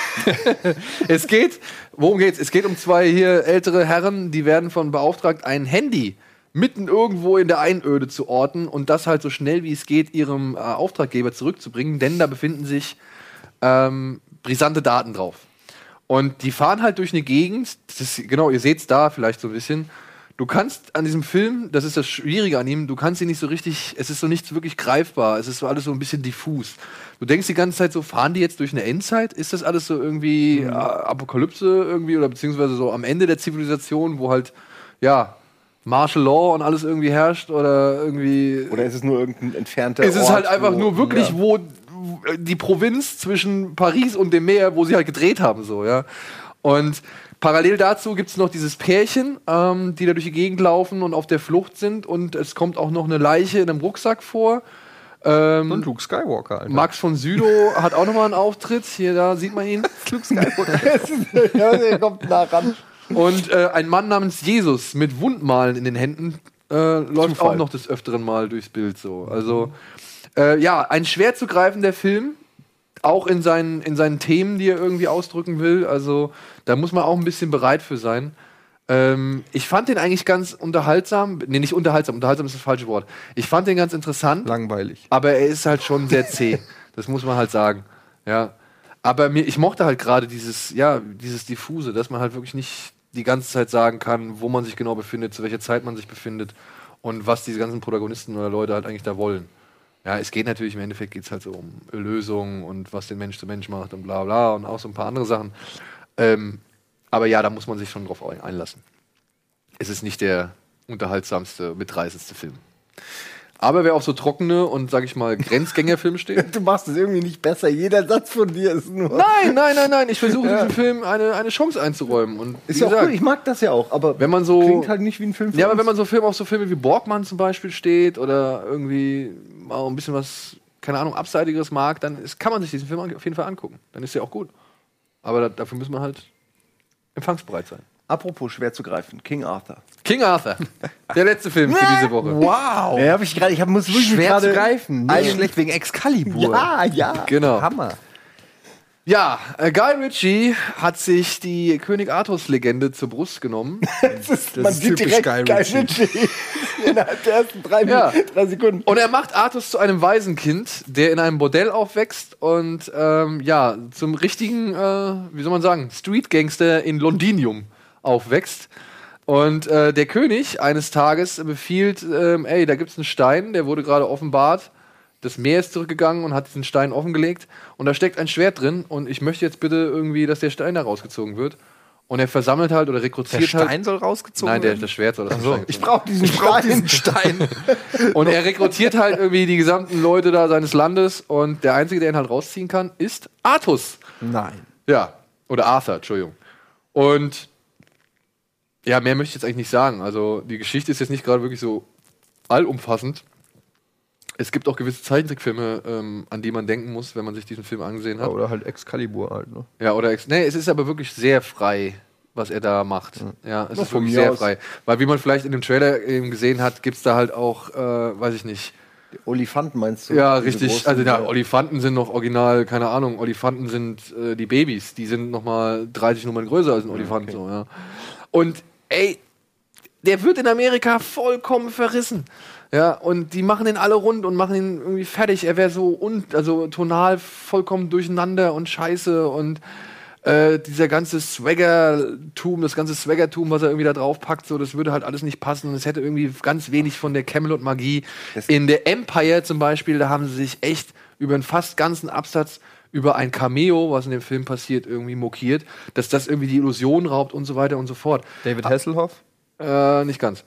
Es geht, worum geht's? Es geht um zwei hier ältere Herren, die werden von beauftragt, ein Handy mitten irgendwo in der Einöde zu orten und das halt so schnell wie es geht ihrem äh, Auftraggeber zurückzubringen, denn da befinden sich ähm, brisante Daten drauf. Und die fahren halt durch eine Gegend, das ist, genau, ihr seht's da vielleicht so ein bisschen. Du kannst an diesem Film, das ist das Schwierige an ihm, du kannst ihn nicht so richtig, es ist so nichts wirklich greifbar, es ist so alles so ein bisschen diffus. Du denkst die ganze Zeit so, fahren die jetzt durch eine Endzeit? Ist das alles so irgendwie äh, Apokalypse irgendwie oder beziehungsweise so am Ende der Zivilisation, wo halt, ja, Martial Law und alles irgendwie herrscht oder irgendwie... Oder ist es nur irgendein entfernter Es ist Ort, halt einfach wo- nur wirklich, ja. wo die Provinz zwischen Paris und dem Meer, wo sie halt gedreht haben, so, ja. Und parallel dazu gibt es noch dieses Pärchen, ähm, die da durch die Gegend laufen und auf der Flucht sind und es kommt auch noch eine Leiche in einem Rucksack vor. Ähm, Und Luke Skywalker, Alter. Max von Sydow hat auch nochmal einen Auftritt. Hier, da sieht man ihn. Luke Skywalker. Ja, der kommt nah ran. Und äh, ein Mann namens Jesus mit Wundmalen in den Händen äh, läuft Zufall. auch noch des Öfteren mal durchs Bild. So. Also, äh, ja, ein schwer zu greifender Film. Auch in seinen, in seinen Themen, die er irgendwie ausdrücken will. Also, da muss man auch ein bisschen bereit für sein. Ähm, ich fand den eigentlich ganz unterhaltsam. Nee, nicht unterhaltsam. Unterhaltsam ist das falsche Wort. Ich fand den ganz interessant. Langweilig. Aber er ist halt schon sehr zäh. Das muss man halt sagen. Ja. Aber mir, ich mochte halt gerade dieses, ja, dieses Diffuse, dass man halt wirklich nicht die ganze Zeit sagen kann, wo man sich genau befindet, zu welcher Zeit man sich befindet und was diese ganzen Protagonisten oder Leute halt eigentlich da wollen. Ja, es geht natürlich, im Endeffekt geht es halt so um Erlösung und was den Mensch zu Mensch macht und bla bla und auch so ein paar andere Sachen. Ähm, aber ja, da muss man sich schon drauf einlassen. Es ist nicht der unterhaltsamste, mitreißendste Film. Aber wer auf so trockene und, sag ich mal, Grenzgängerfilme steht. Du machst es irgendwie nicht besser. Jeder Satz von dir ist nur. Nein, nein, nein, nein. Ich versuche Ja. diesem Film eine, eine Chance einzuräumen. Und Ist wie ja auch gesagt, cool, ich mag das ja auch, aber wenn man so, klingt halt nicht wie ein Film für Ja, aber uns. wenn man so Filme auf so Filme wie Borgmann zum Beispiel steht oder irgendwie mal ein bisschen was, keine Ahnung, Abseitigeres mag, dann ist, kann man sich diesen Film auf jeden Fall angucken. Dann ist er auch gut. Aber da, dafür muss man halt empfangsbereit sein. Apropos schwer zu greifen, King Arthur. King Arthur. Der letzte Film für diese Woche. Wow. Ja, hab ich gerade, ich hab, muss wirklich Schwer gerade zu greifen. Nicht ein- schlecht wegen Excalibur. Ja, ja. Genau. Hammer. Ja, äh, Guy Ritchie hat sich die König Artus-Legende zur Brust genommen. Das ist, man ist sieht typisch direkt Guy Guy Ritchie. Ritchie. Innerhalb der ersten drei, Ja. drei Sekunden. Und er macht Artus zu einem Waisenkind, der in einem Bordell aufwächst und ähm, ja, zum richtigen, äh, wie soll man sagen, Street-Gangster in Londinium aufwächst. Und äh, der König eines Tages befiehlt, ähm, ey, da gibt's einen Stein, der wurde gerade offenbart. Das Meer ist zurückgegangen und hat diesen Stein offengelegt. Und da steckt ein Schwert drin. Und ich möchte jetzt bitte irgendwie, dass der Stein da rausgezogen wird. Und er versammelt halt oder rekrutiert Der Stein halt. soll rausgezogen Nein, der, werden? das Schwert soll das so. Stein Ich brauche diesen Stein. Stein. Und er rekrutiert halt irgendwie die gesamten Leute da seines Landes. Und der Einzige, der ihn halt rausziehen kann, ist Artus. Nein. Ja, oder Arthur, Entschuldigung. Und ja, mehr möchte ich jetzt eigentlich nicht sagen. Also die Geschichte ist jetzt nicht gerade wirklich so allumfassend. Es gibt auch gewisse Zeichentrickfilme, ähm, an die man denken muss, wenn man sich diesen Film angesehen hat. Ja, oder halt Excalibur halt, ne? Ja, oder ex nee, es ist aber wirklich sehr frei, was er da macht. Ja, es Na, ist von wirklich mir sehr aus. frei. Weil wie man vielleicht in dem Trailer eben gesehen hat, gibt's da halt auch, äh, weiß ich nicht. Olifanten meinst du? Ja, Diese richtig. großen, Also ja, äh, Olifanten sind noch original, keine Ahnung. Olifanten sind äh, die Babys. Die sind noch mal dreißig Nummern größer als ein Olifant. okay. So, ja. Und ey, der wird in Amerika vollkommen verrissen. Ja, und die machen ihn alle rund und machen ihn irgendwie fertig. Er wäre so un also tonal vollkommen durcheinander und scheiße und äh, dieser ganze Swagger-Tum, das ganze Swagger-Tum, was er irgendwie da drauf packt, so, das würde halt alles nicht passen. Es hätte irgendwie ganz wenig von der Camelot-Magie. In der Empire zum Beispiel, da haben sie sich echt über einen fast ganzen Absatz über ein Cameo, was in dem Film passiert, irgendwie mokiert, dass das irgendwie die Illusion raubt und so weiter und so fort. David Hasselhoff? Äh, nicht ganz.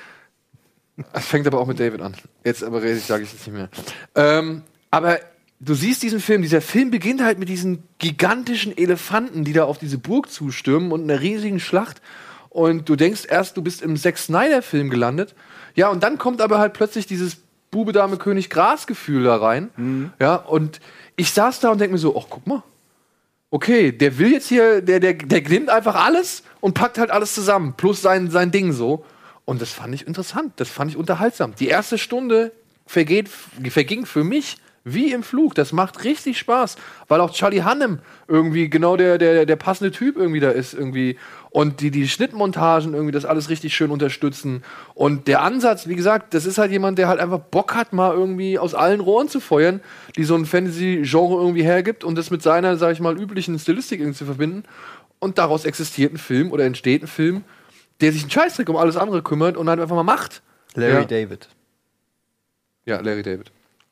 Es fängt aber auch mit David an. Jetzt aber rede ich, sage ich jetzt nicht mehr. Ähm, aber du siehst diesen Film, dieser Film beginnt halt mit diesen gigantischen Elefanten, die da auf diese Burg zustürmen und einer riesigen Schlacht. Und du denkst erst, du bist im Zack Snyder-Film gelandet. Ja, und dann kommt aber halt plötzlich dieses Bube, Dame, König, Gras-Gefühl da rein. Mhm. Ja, und ich saß da und denk mir so, ach, guck mal. Okay, der will jetzt hier, der, der, der nimmt einfach alles und packt halt alles zusammen. Plus sein, sein Ding so. Und das fand ich interessant, das fand ich unterhaltsam. Die erste Stunde vergeht, verging für mich wie im Flug. Das macht richtig Spaß, weil auch Charlie Hunnam irgendwie genau der, der, der passende Typ irgendwie da ist irgendwie. Und die, die Schnittmontagen irgendwie das alles richtig schön unterstützen. Und der Ansatz, wie gesagt, das ist halt jemand, der halt einfach Bock hat, mal irgendwie aus allen Rohren zu feuern, die so ein Fantasy-Genre irgendwie hergibt und das mit seiner, sag ich mal, üblichen Stilistik irgendwie zu verbinden. Und daraus existiert ein Film oder entsteht ein Film, der sich einen Scheißdreck um alles andere kümmert und halt einfach mal macht. Larry Ja. David. Ja, Larry David.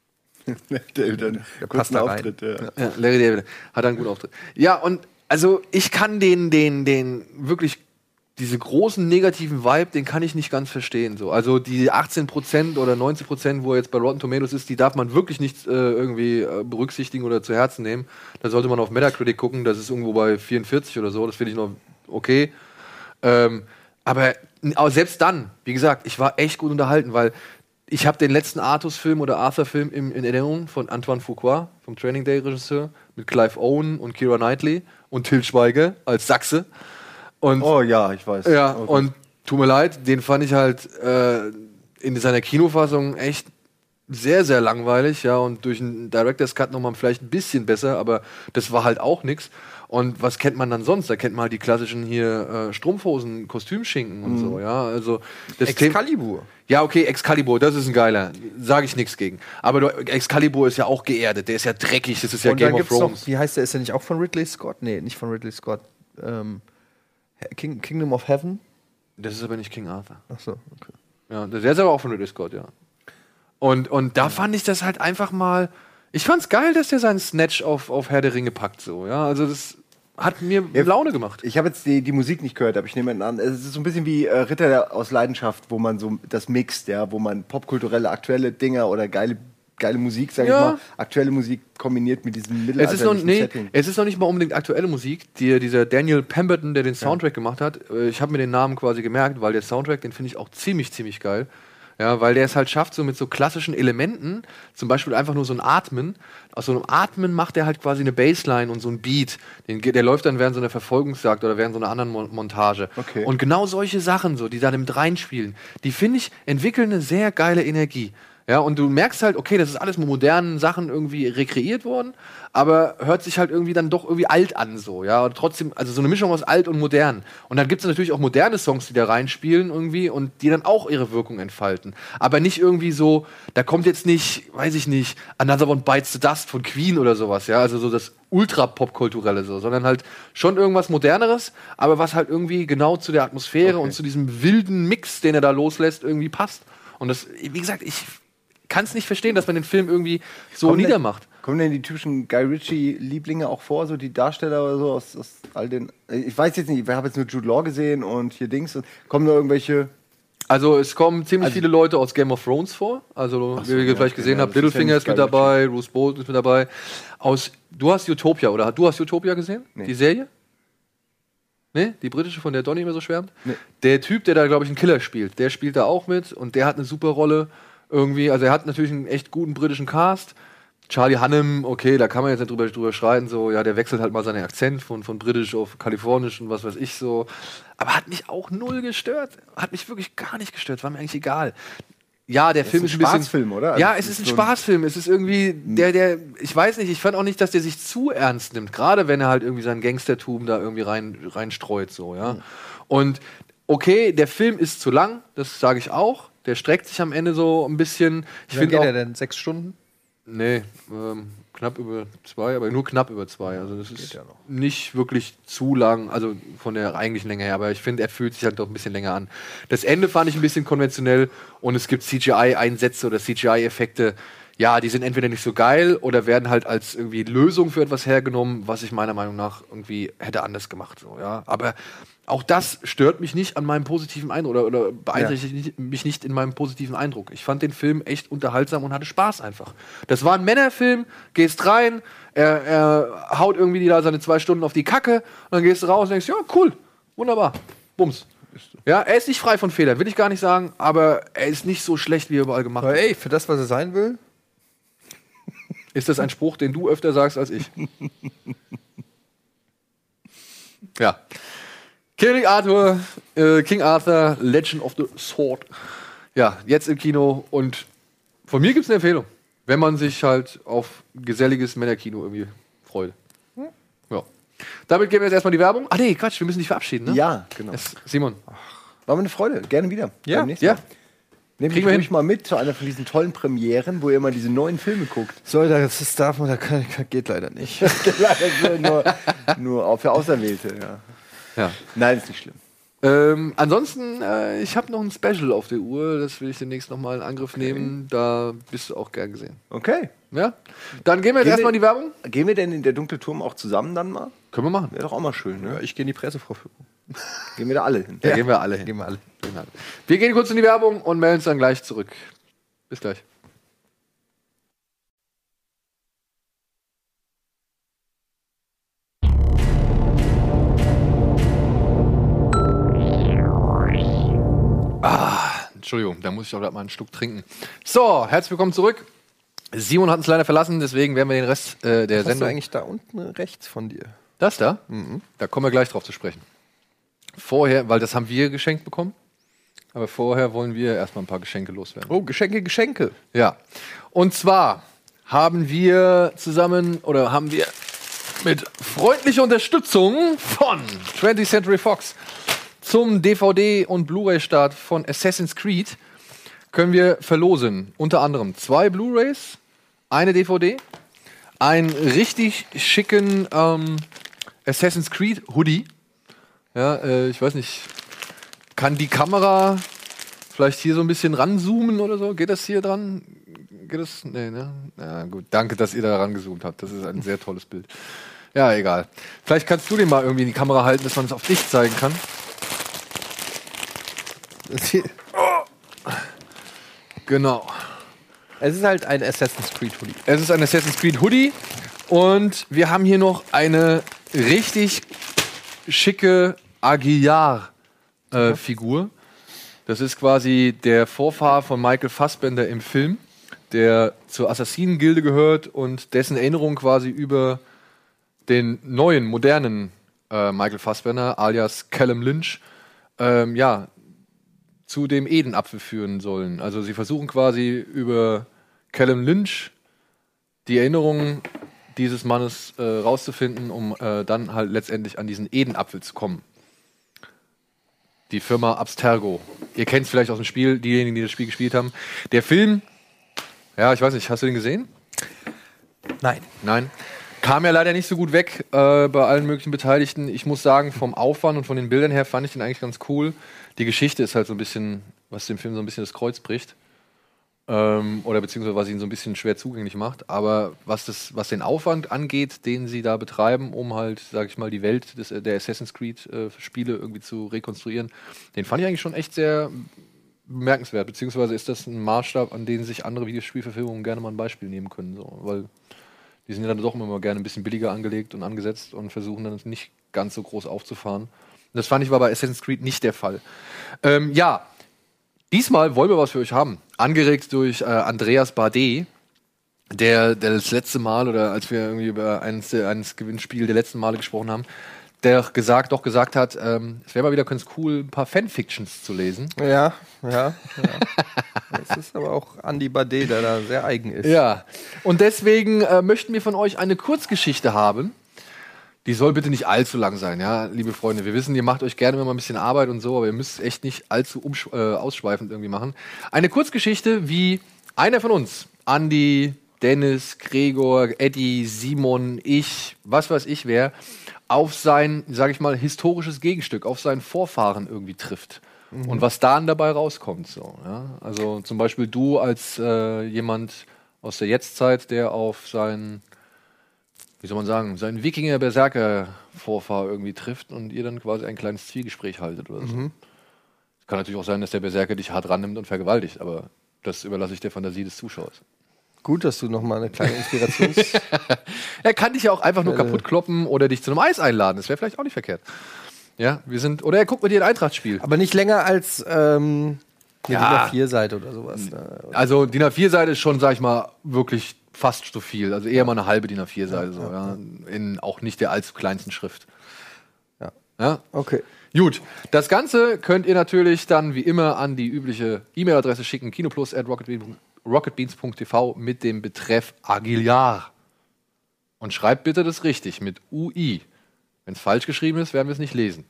David, einen Der kurzen passt da rein. Auftritt, ja. Ja, Larry David hat einen guten Auftritt. Ja, und also ich kann den, den, den wirklich diese großen negativen Vibe, den kann ich nicht ganz verstehen. So. Also die achtzehn Prozent oder neunzehn Prozent, wo er jetzt bei Rotten Tomatoes ist, die darf man wirklich nicht äh, irgendwie äh, berücksichtigen oder zu Herzen nehmen. Da sollte man auf Metacritic gucken, das ist irgendwo bei vierundvierzig oder so, das finde ich noch okay. Ähm, aber aber selbst dann, wie gesagt, ich war echt gut unterhalten, weil ich habe den letzten Artus-Film oder Arthur-Film in, in Erinnerung von Antoine Fuqua, vom Training Day-Regisseur, mit Clive Owen und Keira Knightley und Til Schweiger als Sachse. Und, Oh ja, ich weiß. ja, Okay. und tut mir leid, den fand ich halt äh, in seiner Kinofassung echt sehr, sehr langweilig, ja, und durch einen Director's Cut nochmal vielleicht ein bisschen besser, aber das war halt auch nix. Und was kennt man dann sonst? Da kennt man halt die klassischen hier äh, Strumpfhosen, Kostümschinken und so, ja. Also das Thema- Excalibur. ja, okay, Excalibur, das ist ein geiler. Sage ich nichts gegen. Aber du, Excalibur ist ja auch geerdet, der ist ja dreckig, das ist ja Und Game dann of gibt's Thrones. noch, wie heißt der, ist der nicht auch von Ridley Scott? Nee, nicht von Ridley Scott. Ähm, King, Kingdom of Heaven? Das ist aber nicht King Arthur. Ach so, okay. Ja, der ist aber auch von Ridley Scott, ja. Und, und da fand ich das halt einfach mal. Ich fand's geil, dass der seinen Snatch auf, auf Herr der Ringe packt, so, ja. Also, das hat mir ja, Laune gemacht. Ich habe jetzt die, die Musik nicht gehört, aber ich nehme an, es ist so ein bisschen wie äh, Ritter aus Leidenschaft, wo man so das mixt, ja, wo man popkulturelle, aktuelle Dinger oder geile, geile Musik, sag ja. ich mal, aktuelle Musik kombiniert mit diesem es ist noch, mittelalterlichen nee, Setting. Es ist noch nicht mal unbedingt aktuelle Musik. Die, dieser Daniel Pemberton, der den Soundtrack ja. gemacht hat, äh, ich habe mir den Namen quasi gemerkt, weil der Soundtrack, den finde ich auch ziemlich, ziemlich geil. Ja, weil der es halt schafft, so mit so klassischen Elementen, zum Beispiel einfach nur so ein Atmen. Aus so einem Atmen macht er halt quasi eine Bassline und so ein Beat. Den, der läuft dann während so einer Verfolgungsjagd oder während so einer anderen Mon- Montage. Okay. Und genau solche Sachen, so, die da mit reinspielen, die finde ich, entwickeln eine sehr geile Energie. Ja, und du merkst halt, okay, das ist alles mit modernen Sachen irgendwie rekreiert worden, aber hört sich halt irgendwie dann doch irgendwie alt an, so, ja, und trotzdem, also so eine Mischung aus alt und modern. Und dann gibt es natürlich auch moderne Songs, die da reinspielen irgendwie und die dann auch ihre Wirkung entfalten. Aber nicht irgendwie so, da kommt jetzt nicht, weiß ich nicht, Another One Bites the Dust von Queen oder sowas, ja, also so das ultra-popkulturelle so, sondern halt schon irgendwas Moderneres, aber was halt irgendwie genau zu der Atmosphäre okay. und zu diesem wilden Mix, den er da loslässt, irgendwie passt. Und das, wie gesagt, ich kann es nicht verstehen, dass man den Film irgendwie so kommen niedermacht. Denn, kommen denn die typischen Guy Ritchie-Lieblinge auch vor, so die Darsteller oder so aus, aus all den. Ich weiß jetzt nicht, ich habe jetzt nur Jude Law gesehen und hier Dings. Kommen da irgendwelche. Also es kommen ziemlich also, viele Leute aus Game of Thrones vor. Also so, wie ihr ja, vielleicht okay, gesehen ja, habt, Littlefinger ist mit dabei, Bruce Bolton ist mit dabei. Aus, du hast Utopia, oder? Du hast Utopia gesehen? Nee. Die Serie? Ne? Die britische, von der Donny immer so schwärmt? Nee. Der Typ, der da, glaube ich, einen Killer spielt, der spielt da auch mit und der hat eine super Rolle. Irgendwie, also er hat natürlich einen echt guten britischen Cast. Charlie Hunnam, okay, da kann man jetzt nicht drüber, drüber schreien, so, ja, der wechselt halt mal seinen Akzent von, von britisch auf kalifornisch und was weiß ich so. Aber hat mich auch null gestört. Hat mich wirklich gar nicht gestört, war mir eigentlich egal. Ja, der das Film ist ist ein ein bisschen. Spaßfilm, oder? Ja, also es ist ein so Spaßfilm. Es ist irgendwie, der, der, ich weiß nicht, ich fand auch nicht, dass der sich zu ernst nimmt. Gerade wenn er halt irgendwie sein Gangstertum da irgendwie rein, reinstreut, so, ja. Mhm. Und okay, der Film ist zu lang, das sage ich auch. Der streckt sich am Ende so ein bisschen. Ich Wie lange geht auch, der denn? Sechs Stunden? Nee, ähm, knapp über zwei, aber nur knapp über zwei. Also das ist ja noch. nicht wirklich zu lang, also von der eigentlichen Länge her, aber ich finde, er fühlt sich halt doch ein bisschen länger an. Das Ende fand ich ein bisschen konventionell und es gibt C G I-Einsätze oder C G I-Effekte. Ja, die sind entweder nicht so geil oder werden halt als irgendwie Lösung für etwas hergenommen, was ich meiner Meinung nach irgendwie hätte anders gemacht. So, ja. Aber auch das stört mich nicht an meinem positiven Eindruck oder, oder beeinträchtigt ja. mich nicht in meinem positiven Eindruck. Ich fand den Film echt unterhaltsam und hatte Spaß einfach. Das war ein Männerfilm, gehst rein, er, er haut irgendwie da seine zwei Stunden auf die Kacke und dann gehst du raus und denkst, ja, cool, wunderbar, bums. Ja, er ist nicht frei von Fehlern, will ich gar nicht sagen, aber er ist nicht so schlecht, wie er überall gemacht aber wird. Ey, für das, was er sein will? Ist das ein Spruch, den du öfter sagst als ich? Ja. King Arthur, äh, King Arthur, Legend of the Sword. Ja, jetzt im Kino und von mir gibt es eine Empfehlung, wenn man sich halt auf geselliges Männerkino irgendwie freut. Hm? Ja. Damit geben wir jetzt erstmal die Werbung. Ah nee, Quatsch, wir müssen dich verabschieden, ne? Ja, genau. Es, Simon. War mir eine Freude, gerne wieder. Ja, ja. Nehmt mich ruhig mal mit zu einer von diesen tollen Premieren, wo ihr mal diese neuen Filme guckt. Soll das, das darf man, das kann, geht leider nicht. leider nur, nur für Auserwählte, ja. Ja. Nein, ist nicht schlimm. Ähm, ansonsten, äh, ich habe noch ein Special auf der Uhr, das will ich demnächst nochmal in Angriff okay. nehmen. Da bist du auch gern gesehen. Okay. Ja? Dann gehen wir jetzt erstmal in die Werbung. Gehen wir denn in der Dunkle Turm auch zusammen dann mal? Können wir machen. Wäre doch auch mal schön, ne? Ja, ich gehe in die Pressevorführung. Gehen wir da alle hin? Da ja. gehen wir alle hin. Gehen wir alle. Wir gehen kurz in die Werbung und melden uns dann gleich zurück. Bis gleich. Ah, Entschuldigung, da muss ich auch gerade mal einen Schluck trinken. So, herzlich willkommen zurück. Simon hat uns leider verlassen, deswegen werden wir den Rest äh, der Was Sendung... hast du eigentlich da unten rechts von dir? Das da? Mhm. Da kommen wir gleich drauf zu sprechen. Vorher, weil das haben wir geschenkt bekommen, aber vorher wollen wir erstmal ein paar Geschenke loswerden. Oh, Geschenke, Geschenke. Ja. Und zwar haben wir zusammen, oder haben wir mit freundlicher Unterstützung von twentieth Century Fox zum D V D- und Blu-ray-Start von Assassin's Creed können wir verlosen. Unter anderem zwei Blu-rays, eine D V D, einen richtig schicken ähm, Assassin's Creed Hoodie. Ja, äh, ich weiß nicht. Kann die Kamera vielleicht hier so ein bisschen ranzoomen oder so? Geht das hier dran? Geht das? Nee, ne? Ja, gut. Danke, dass ihr da rangezoomt habt. Das ist ein sehr tolles Bild. Ja, egal. Vielleicht kannst du den mal irgendwie in die Kamera halten, dass man es auf dich zeigen kann. Genau. Es ist halt ein Assassin's Creed Hoodie. Es ist ein Assassin's Creed Hoodie. Und wir haben hier noch eine richtig schicke Aguilar-Figur. Äh, das ist quasi der Vorfahr von Michael Fassbender im Film, der zur Assassinen-Gilde gehört und dessen Erinnerung quasi über den neuen, modernen äh, Michael Fassbender, alias Callum Lynch, ähm, ja, zu dem Edenapfel führen sollen. Also sie versuchen quasi über Callum Lynch die Erinnerungen dieses Mannes äh, rauszufinden, um äh, dann halt letztendlich an diesen Edenapfel zu kommen. Die Firma Abstergo. Ihr kennt es vielleicht aus dem Spiel, diejenigen, die das Spiel gespielt haben. Der Film, ja, ich weiß nicht, hast du den gesehen? Nein. Nein. Kam ja leider nicht so gut weg äh, bei allen möglichen Beteiligten. Ich muss sagen, vom Aufwand und von den Bildern her fand ich den eigentlich ganz cool. Die Geschichte ist halt so ein bisschen, was dem Film so ein bisschen das Kreuz bricht. Ähm, oder beziehungsweise was ihn so ein bisschen schwer zugänglich macht. Aber was, das, was den Aufwand angeht, den sie da betreiben, um halt, sag ich mal, die Welt des, der Assassin's Creed-Spiele äh, irgendwie zu rekonstruieren, den fand ich eigentlich schon echt sehr bemerkenswert. Beziehungsweise ist das ein Maßstab, an den sich andere Videospielverfilmungen gerne mal ein Beispiel nehmen können. So. Weil die sind ja dann doch immer gerne ein bisschen billiger angelegt und angesetzt und versuchen dann nicht ganz so groß aufzufahren. Und das fand ich war bei Assassin's Creed nicht der Fall. Ähm, ja, diesmal wollen wir was für euch haben. Angeregt durch äh, Andreas Bardet, der, der das letzte Mal, oder als wir irgendwie über eines, eines Gewinnspiel der letzten Male gesprochen haben, der gesagt, doch gesagt hat, ähm, es wäre mal wieder ganz cool, ein paar Fanfictions zu lesen. Ja, ja, ja. Das ist aber auch Andy Bardet, der da sehr eigen ist. Ja, und deswegen äh, möchten wir von euch eine Kurzgeschichte haben. Die soll bitte nicht allzu lang sein, ja, liebe Freunde. Wir wissen, ihr macht euch gerne immer mal ein bisschen Arbeit und so, aber ihr müsst es echt nicht allzu umsch- äh, ausschweifend irgendwie machen. Eine Kurzgeschichte, wie einer von uns, Andi, Dennis, Gregor, Eddie, Simon, ich, was weiß ich wer, auf sein, sag ich mal, historisches Gegenstück, auf seinen Vorfahren irgendwie trifft. Mhm. Und was dann dabei rauskommt. So, ja? Also zum Beispiel du als äh, jemand aus der Jetztzeit, der auf seinen, wie soll man sagen, seinen Wikinger-Berserker-Vorfahr irgendwie trifft und ihr dann quasi ein kleines Zwiegespräch haltet oder so. Mhm. Es kann natürlich auch sein, dass der Berserker dich hart rannimmt und vergewaltigt, aber das überlasse ich der Fantasie des Zuschauers. Gut, dass du noch mal eine kleine Inspirations... Er kann dich ja auch einfach nur kaputt kloppen oder dich zu einem Eis einladen. Das wäre vielleicht auch nicht verkehrt. Ja, wir sind... Oder er guckt mit dir ein Eintracht-Spiel. Aber nicht länger als ähm, eine Ja. D I N A vier Seite oder sowas. Ne? Also D I N A vier Seite ist schon, sag ich mal, wirklich fast so viel. Also eher mal eine halbe D I N A vier Seite. So, ja. In auch nicht der allzu kleinsten Schrift. Ja. Ja? Okay. Gut, das Ganze könnt ihr natürlich dann wie immer an die übliche E-Mail-Adresse schicken, kinoplus at rocketbeans punkt t v mit dem Betreff Aguilar. Und schreibt bitte das richtig mit U I. Wenn es falsch geschrieben ist, werden wir es nicht lesen.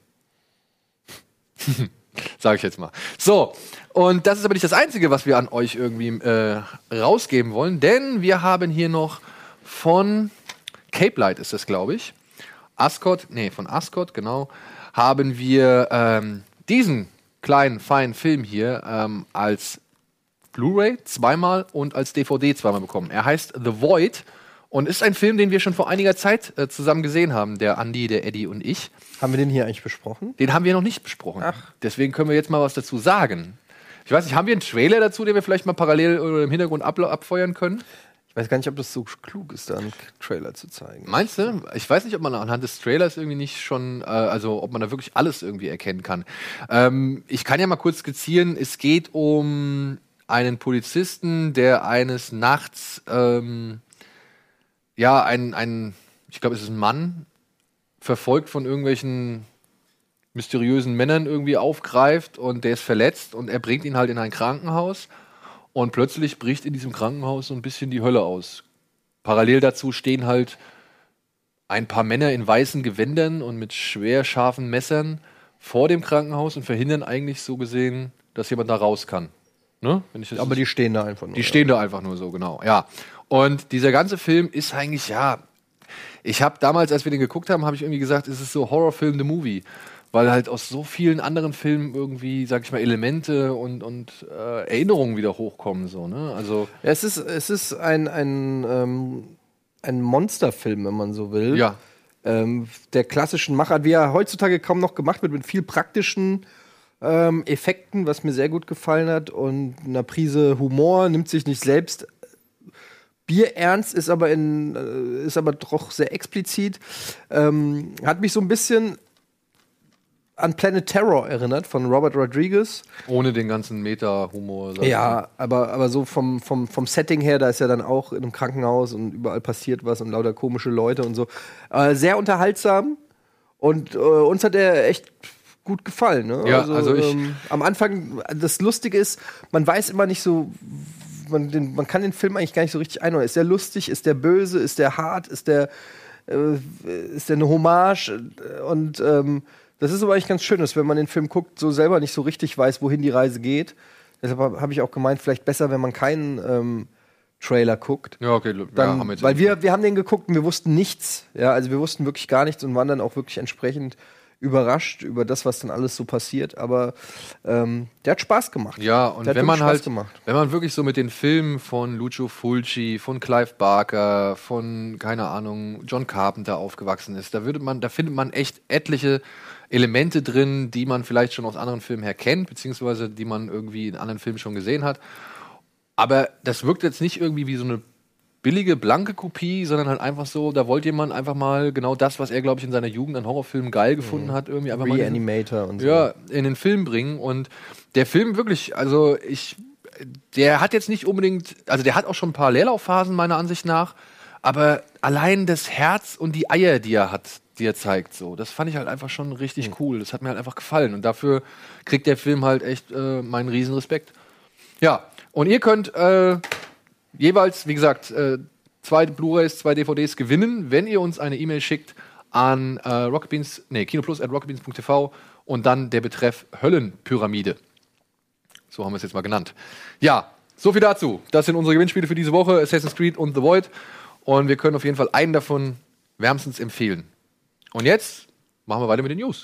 Sage ich jetzt mal. So, und das ist aber nicht das Einzige, was wir an euch irgendwie äh, rausgeben wollen, denn wir haben hier noch von Cape Light ist das, glaube ich. Ascot, nee, von Ascot, genau, haben wir ähm, diesen kleinen, feinen Film hier ähm, als Blu-ray zweimal und als D V D zweimal bekommen. Er heißt The Void und ist ein Film, den wir schon vor einiger Zeit äh, zusammen gesehen haben, der Andi, der Eddie und ich. Haben wir den hier eigentlich besprochen? Den haben wir noch nicht besprochen. Ach. Deswegen können wir jetzt mal was dazu sagen. Ich weiß nicht, haben wir einen Trailer dazu, den wir vielleicht mal parallel oder im Hintergrund ab abfeuern können? Ich weiß gar nicht, ob das so klug ist, da einen Trailer zu zeigen. Meinst du? Ich weiß nicht, ob man anhand des Trailers irgendwie nicht schon, äh, also ob man da wirklich alles irgendwie erkennen kann. Ähm, ich kann ja mal kurz skizzieren, es geht um einen Polizisten, der eines Nachts, ähm, ja, ein, ein ich glaube, es ist ein Mann, verfolgt von irgendwelchen mysteriösen Männern irgendwie aufgreift und der ist verletzt und er bringt ihn halt in ein Krankenhaus und plötzlich bricht in diesem Krankenhaus so ein bisschen die Hölle aus. Parallel dazu stehen halt ein paar Männer in weißen Gewändern und mit schwer scharfen Messern vor dem Krankenhaus und verhindern eigentlich so gesehen, dass jemand da raus kann. Ne? Wenn ich das Aber die stehen da einfach nur. Die stehen da einfach nur so, genau. Ja. Und dieser ganze Film ist eigentlich, ja, ich habe damals, als wir den geguckt haben, habe ich irgendwie gesagt, es ist so Horrorfilm the Movie. weil halt aus so vielen anderen Filmen irgendwie, sag ich mal, Elemente und, und äh, Erinnerungen wieder hochkommen. So, ne? Also ja, es ist, es ist ein, ein, ähm, ein Monsterfilm, wenn man so will. Ja. Ähm, der klassischen Machart, wie er heutzutage kaum noch gemacht wird, mit viel praktischen ähm, Effekten, was mir sehr gut gefallen hat, und einer Prise Humor, nimmt sich nicht selbst bierernst, ist aber, in, äh, ist aber doch sehr explizit. Ähm, hat mich so ein bisschen an Planet Terror erinnert von Robert Rodriguez. Ohne den ganzen Meta-Humor. Ja, aber, aber so vom, vom, vom Setting her, da ist ja dann auch in einem Krankenhaus und überall passiert was und lauter komische Leute und so. Äh, sehr unterhaltsam und äh, uns hat er echt gut gefallen. Ne? Ja, also, also ich ähm, am Anfang, das Lustige ist, man weiß immer nicht so, man, den, man kann den Film eigentlich gar nicht so richtig einordnen. Ist der lustig, ist der böse, ist der hart, ist der, äh, ist der eine Hommage? Und ähm, das ist aber eigentlich ganz schön, dass wenn man den Film guckt, so selber nicht so richtig weiß, wohin die Reise geht. Deshalb habe ich auch gemeint, vielleicht besser, wenn man keinen ähm, Trailer guckt. Ja, okay. Dann, ja, haben wir jetzt weil wir, wir haben den geguckt und wir wussten nichts. Ja, also wir wussten wirklich gar nichts und waren dann auch wirklich entsprechend überrascht über das, was dann alles so passiert. Aber ähm, der hat Spaß gemacht. Ja, und der hat wenn man Spaß halt, gemacht. wenn man wirklich so mit den Filmen von Lucio Fulci, von Clive Barker, von, keine Ahnung, John Carpenter aufgewachsen ist, da würde man, da findet man echt etliche Elemente drin, die man vielleicht schon aus anderen Filmen her kennt, beziehungsweise die man irgendwie in anderen Filmen schon gesehen hat. Aber das wirkt jetzt nicht irgendwie wie so eine billige, blanke Kopie, sondern halt einfach so, da wollte jemand einfach mal genau das, was er, glaube ich, in seiner Jugend an Horrorfilmen geil gefunden Mhm. hat, irgendwie einfach Reanimator mal und so. Ja, in den Film bringen. Und der Film wirklich, also ich, der hat jetzt nicht unbedingt, also der hat auch schon ein paar Leerlaufphasen meiner Ansicht nach, aber allein das Herz und die Eier, die er hat, die er zeigt, so, das fand ich halt einfach schon richtig Mhm. cool. Das hat mir halt einfach gefallen. Und dafür kriegt der Film halt echt äh, meinen riesen Respekt. Ja, und ihr könnt äh, jeweils, wie gesagt, äh, zwei Blu-rays, zwei D V Ds gewinnen, wenn ihr uns eine E-Mail schickt an äh, rocketbeans, nee, kinoplus at rocketbeans punkt t v und dann der Betreff Höllenpyramide. So haben wir es jetzt mal genannt. Ja, so viel dazu. Das sind unsere Gewinnspiele für diese Woche, Assassin's Creed und The Void. Und wir können auf jeden Fall einen davon wärmstens empfehlen. Und jetzt machen wir weiter mit den News.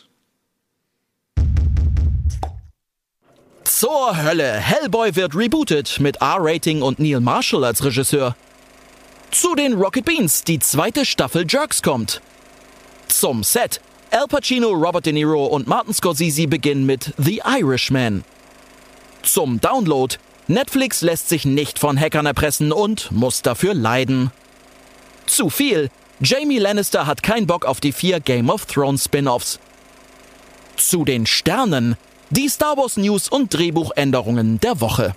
Zur Hölle. Hellboy wird rebootet mit R-Rating und Neil Marshall als Regisseur. Zu den Rocket Beans. Die zweite Staffel Jerks kommt. Zum Set. Al Pacino, Robert De Niro und Martin Scorsese beginnen mit The Irishman. Zum Download. Netflix lässt sich nicht von Hackern erpressen und muss dafür leiden. Zu viel. Jamie Lannister hat keinen Bock auf die vier Game of Thrones Spin-Offs. Zu den Sternen. Die Star Wars News und Drehbuchänderungen der Woche.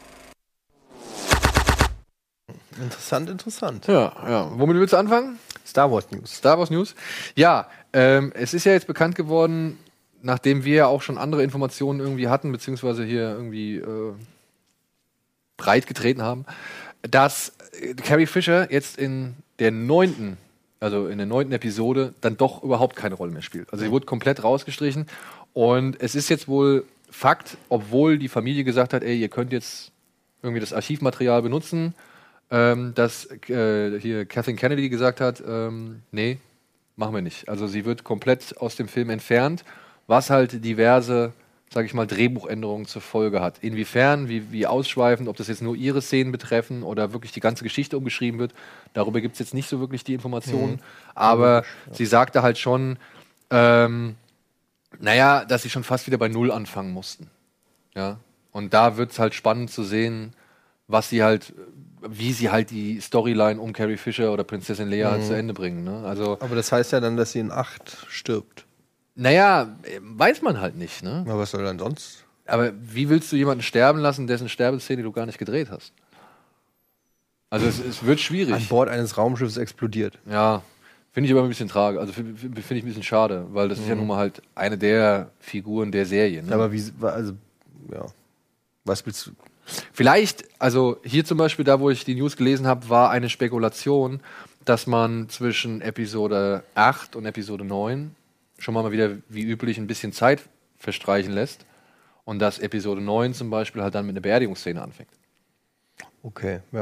Interessant, interessant. Ja, ja. Womit willst du anfangen? Star Wars News. Star Wars News. Ja, ähm, es ist ja jetzt bekannt geworden, nachdem wir ja auch schon andere Informationen irgendwie hatten, beziehungsweise hier irgendwie äh, breit getreten haben, dass äh, Carrie Fisher jetzt in der neunten, also in der neunten Episode, dann doch überhaupt keine Rolle mehr spielt. Also sie wurde komplett rausgestrichen. Und es ist jetzt wohl Fakt, obwohl die Familie gesagt hat, ey, ihr könnt jetzt irgendwie das Archivmaterial benutzen, ähm, dass äh, hier Kathleen Kennedy gesagt hat, ähm, nee, machen wir nicht. Also sie wird komplett aus dem Film entfernt, was halt diverse, sage ich mal, Drehbuchänderungen zur Folge hat. Inwiefern, wie, wie ausschweifend, ob das jetzt nur ihre Szenen betreffen oder wirklich die ganze Geschichte umgeschrieben wird, darüber gibt es jetzt nicht so wirklich die Informationen. Mhm. Aber ja, sie sagte halt schon, ähm, naja, dass sie schon fast wieder bei Null anfangen mussten. Ja. Und da wird es halt spannend zu sehen, was sie halt, wie sie halt die Storyline um Carrie Fisher oder Prinzessin Leia Mhm. halt zu Ende bringen. Ne? Also, aber das heißt ja dann, dass sie in acht stirbt. Naja, weiß man halt nicht. Ne? Na, was soll denn sonst? Aber wie willst du jemanden sterben lassen, dessen Sterbeszene du gar nicht gedreht hast? Also es, es wird schwierig. An Bord eines Raumschiffs explodiert. Ja. Finde ich aber ein bisschen tragisch. Also finde find ich ein bisschen schade, weil das mhm. ist ja nun mal halt eine der Figuren der Serie. Ne? Aber wie, also, ja. Was willst du? Vielleicht, also hier zum Beispiel, da wo ich die News gelesen habe, war eine Spekulation, dass man zwischen Episode acht und Episode neun schon mal wieder, wie üblich, ein bisschen Zeit verstreichen lässt. Und dass Episode neun zum Beispiel halt dann mit einer Beerdigungsszene anfängt. Okay, ja.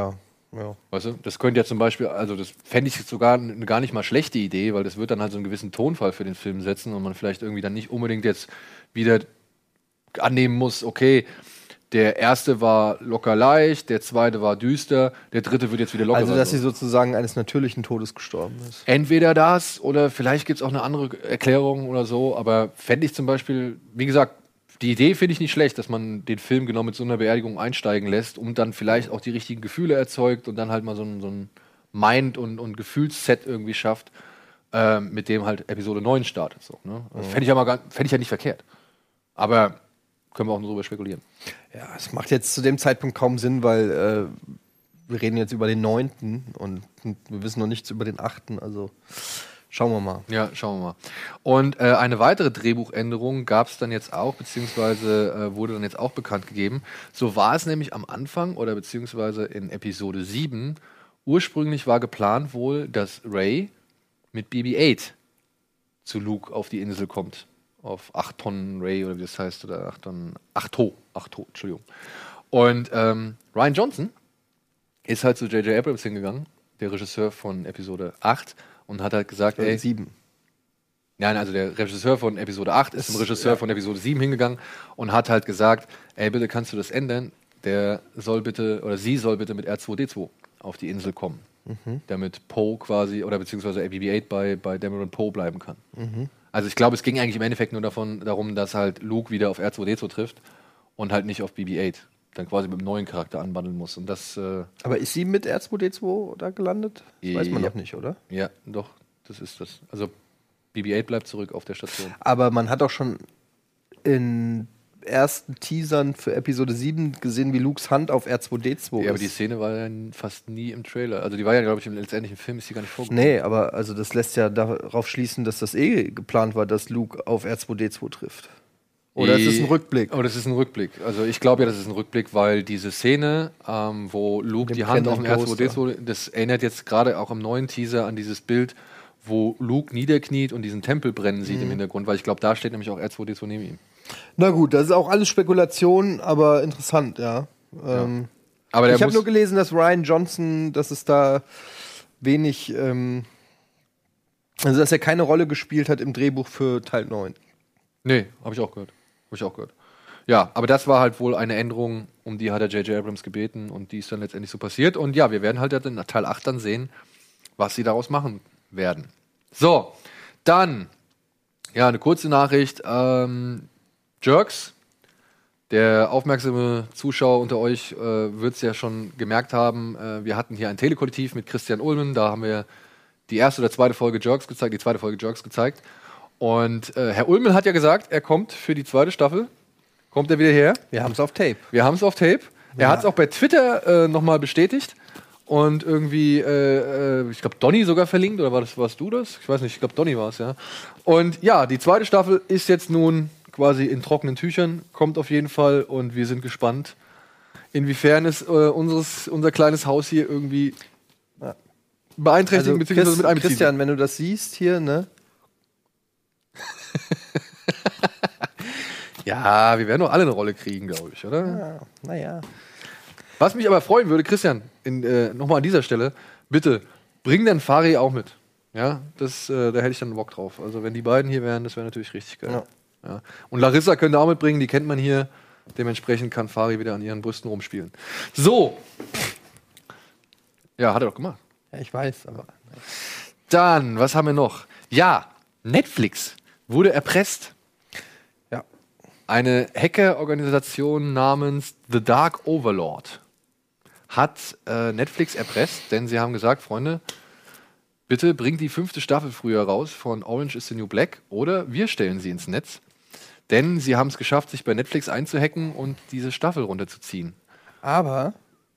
Ja. Weißt du? Das könnte ja zum Beispiel, also das fände ich sogar eine gar nicht mal schlechte Idee, weil das wird dann halt so einen gewissen Tonfall für den Film setzen und man vielleicht irgendwie dann nicht unbedingt jetzt wieder annehmen muss, okay, der erste war locker leicht, der zweite war düster, der dritte wird jetzt wieder locker. Also, dass sie sozusagen eines natürlichen Todes gestorben ist. Entweder das oder vielleicht gibt es auch eine andere Erklärung oder so, aber fände ich zum Beispiel, wie gesagt, die Idee finde ich nicht schlecht, dass man den Film genau mit so einer Beerdigung einsteigen lässt und dann vielleicht auch die richtigen Gefühle erzeugt und dann halt mal so ein, so ein Mind- und, und Gefühlsset irgendwie schafft, äh, mit dem halt Episode neun startet. So, ne? Das fände ich, ja mal gar- fänd ich ja nicht verkehrt. Aber können wir auch nur darüber spekulieren. Ja, es macht jetzt zu dem Zeitpunkt kaum Sinn, weil äh, wir reden jetzt über den neunten und, und wir wissen noch nichts über den achten. Also schauen wir mal. Ja, schauen wir mal. Und äh, eine weitere Drehbuchänderung gab es dann jetzt auch, beziehungsweise äh, wurde dann jetzt auch bekannt gegeben. So war es nämlich am Anfang oder beziehungsweise in Episode sieben. Ursprünglich war geplant wohl, dass Rey mit B B acht zu Luke auf die Insel kommt. Auf acht Tonnen Ray oder wie das heißt, oder acht Tonnen, acht To, acht To, Entschuldigung. Und ähm, Rian Johnson ist halt zu J J Abrams hingegangen, der Regisseur von Episode acht, und hat halt gesagt, ey, sieben. Nein, also der Regisseur von Episode acht ist zum Regisseur ja. von Episode sieben hingegangen und hat halt gesagt, ey, bitte kannst du das ändern, der soll bitte, oder sie soll bitte mit R zwei D zwei auf die Insel kommen, Mhm. damit Poe quasi, oder beziehungsweise B B acht bei, bei Dameron Poe bleiben kann. Mhm. Also ich glaube, es ging eigentlich im Endeffekt nur davon, darum, dass halt Luke wieder auf R zwei D zwei trifft und halt nicht auf B B acht. Dann quasi mit einem neuen Charakter anbandeln muss. Und das, äh Aber ist sie mit R zwei D zwei da gelandet? Das weiß man ja. noch nicht, oder? Ja, doch, das ist das. Also B B acht bleibt zurück auf der Station. Aber man hat auch schon in ersten Teasern für Episode sieben gesehen, wie Lukes Hand auf R zwei D zwei ist. Ja, aber die Szene war ja fast nie im Trailer. Also die war ja, glaube ich, im letztendlichen Film ist die gar nicht vorgekommen. Nee, aber also das lässt ja darauf schließen, dass das eh geplant war, dass Luke auf R zwei D zwei trifft. Oder ist es ein Rückblick? Oh, das ist ein Rückblick. Also ich glaube ja, das ist ein Rückblick, weil diese Szene, ähm, wo Luke die Hand auf dem R zwei D zwei, das erinnert jetzt gerade auch im neuen Teaser an dieses Bild, wo Luke niederkniet und diesen Tempel brennen sieht Mhm. im Hintergrund, weil ich glaube, da steht nämlich auch R zwei D zwei neben ihm. Na gut, das ist auch alles Spekulation, aber interessant, ja. Ähm, Aber der ich habe muss- nur gelesen, dass Rian Johnson, dass es da wenig, ähm, also dass er keine Rolle gespielt hat im Drehbuch für Teil neun. Nee, habe ich auch gehört. Habe ich auch gehört. Ja, aber das war halt wohl eine Änderung, um die hat er J J Abrams gebeten und die ist dann letztendlich so passiert. Und ja, wir werden halt in Teil acht dann sehen, was sie daraus machen werden. So, dann, ja, eine kurze Nachricht. Ähm, Jerks, der aufmerksame Zuschauer unter euch äh, wird es ja schon gemerkt haben, äh, wir hatten hier ein Telekollektiv mit Christian Ullmann, da haben wir die erste oder zweite Folge Jerks gezeigt, die zweite Folge Jerks gezeigt. Und äh, Herr Ullmann hat ja gesagt, er kommt für die zweite Staffel. Kommt er wieder her? Wir haben es auf Tape. Wir haben es auf Tape. Er Ja. hat es auch bei Twitter äh, nochmal bestätigt. Und irgendwie, äh, äh, ich glaube, Donny sogar verlinkt, oder war das, warst du das? Ich weiß nicht, ich glaube, Donny war es, ja. Und ja, die zweite Staffel ist jetzt nun quasi in trockenen Tüchern, kommt auf jeden Fall und wir sind gespannt, inwiefern es äh, unseres, unser kleines Haus hier irgendwie Ja. beeinträchtigen Also, bzw. Chris, mit einbeziehen. Christian, wenn du das siehst hier, ne? Ja, wir werden doch alle eine Rolle kriegen, glaube ich, oder? Ja, naja. Was mich aber freuen würde, Christian, in, äh, nochmal an dieser Stelle, bitte bring den Fari auch mit. Ja, das, äh, da hätte ich dann Bock drauf. Also wenn die beiden hier wären, das wäre natürlich richtig geil. Ja. Ja. Und Larissa könnte auch mitbringen, die kennt man hier. Dementsprechend kann Fari wieder an ihren Brüsten rumspielen. So. Ja, hat er doch gemacht. Ja, ich weiß, aber. Dann, was haben wir noch? Ja, Netflix wurde erpresst. Ja. Eine Hackerorganisation namens The Dark Overlord hat äh, Netflix erpresst, denn sie haben gesagt, Freunde, bitte bringt die fünfte Staffel früher raus von Orange is the New Black oder wir stellen sie ins Netz. Denn sie haben es geschafft, sich bei Netflix einzuhacken und diese Staffel runterzuziehen. Aber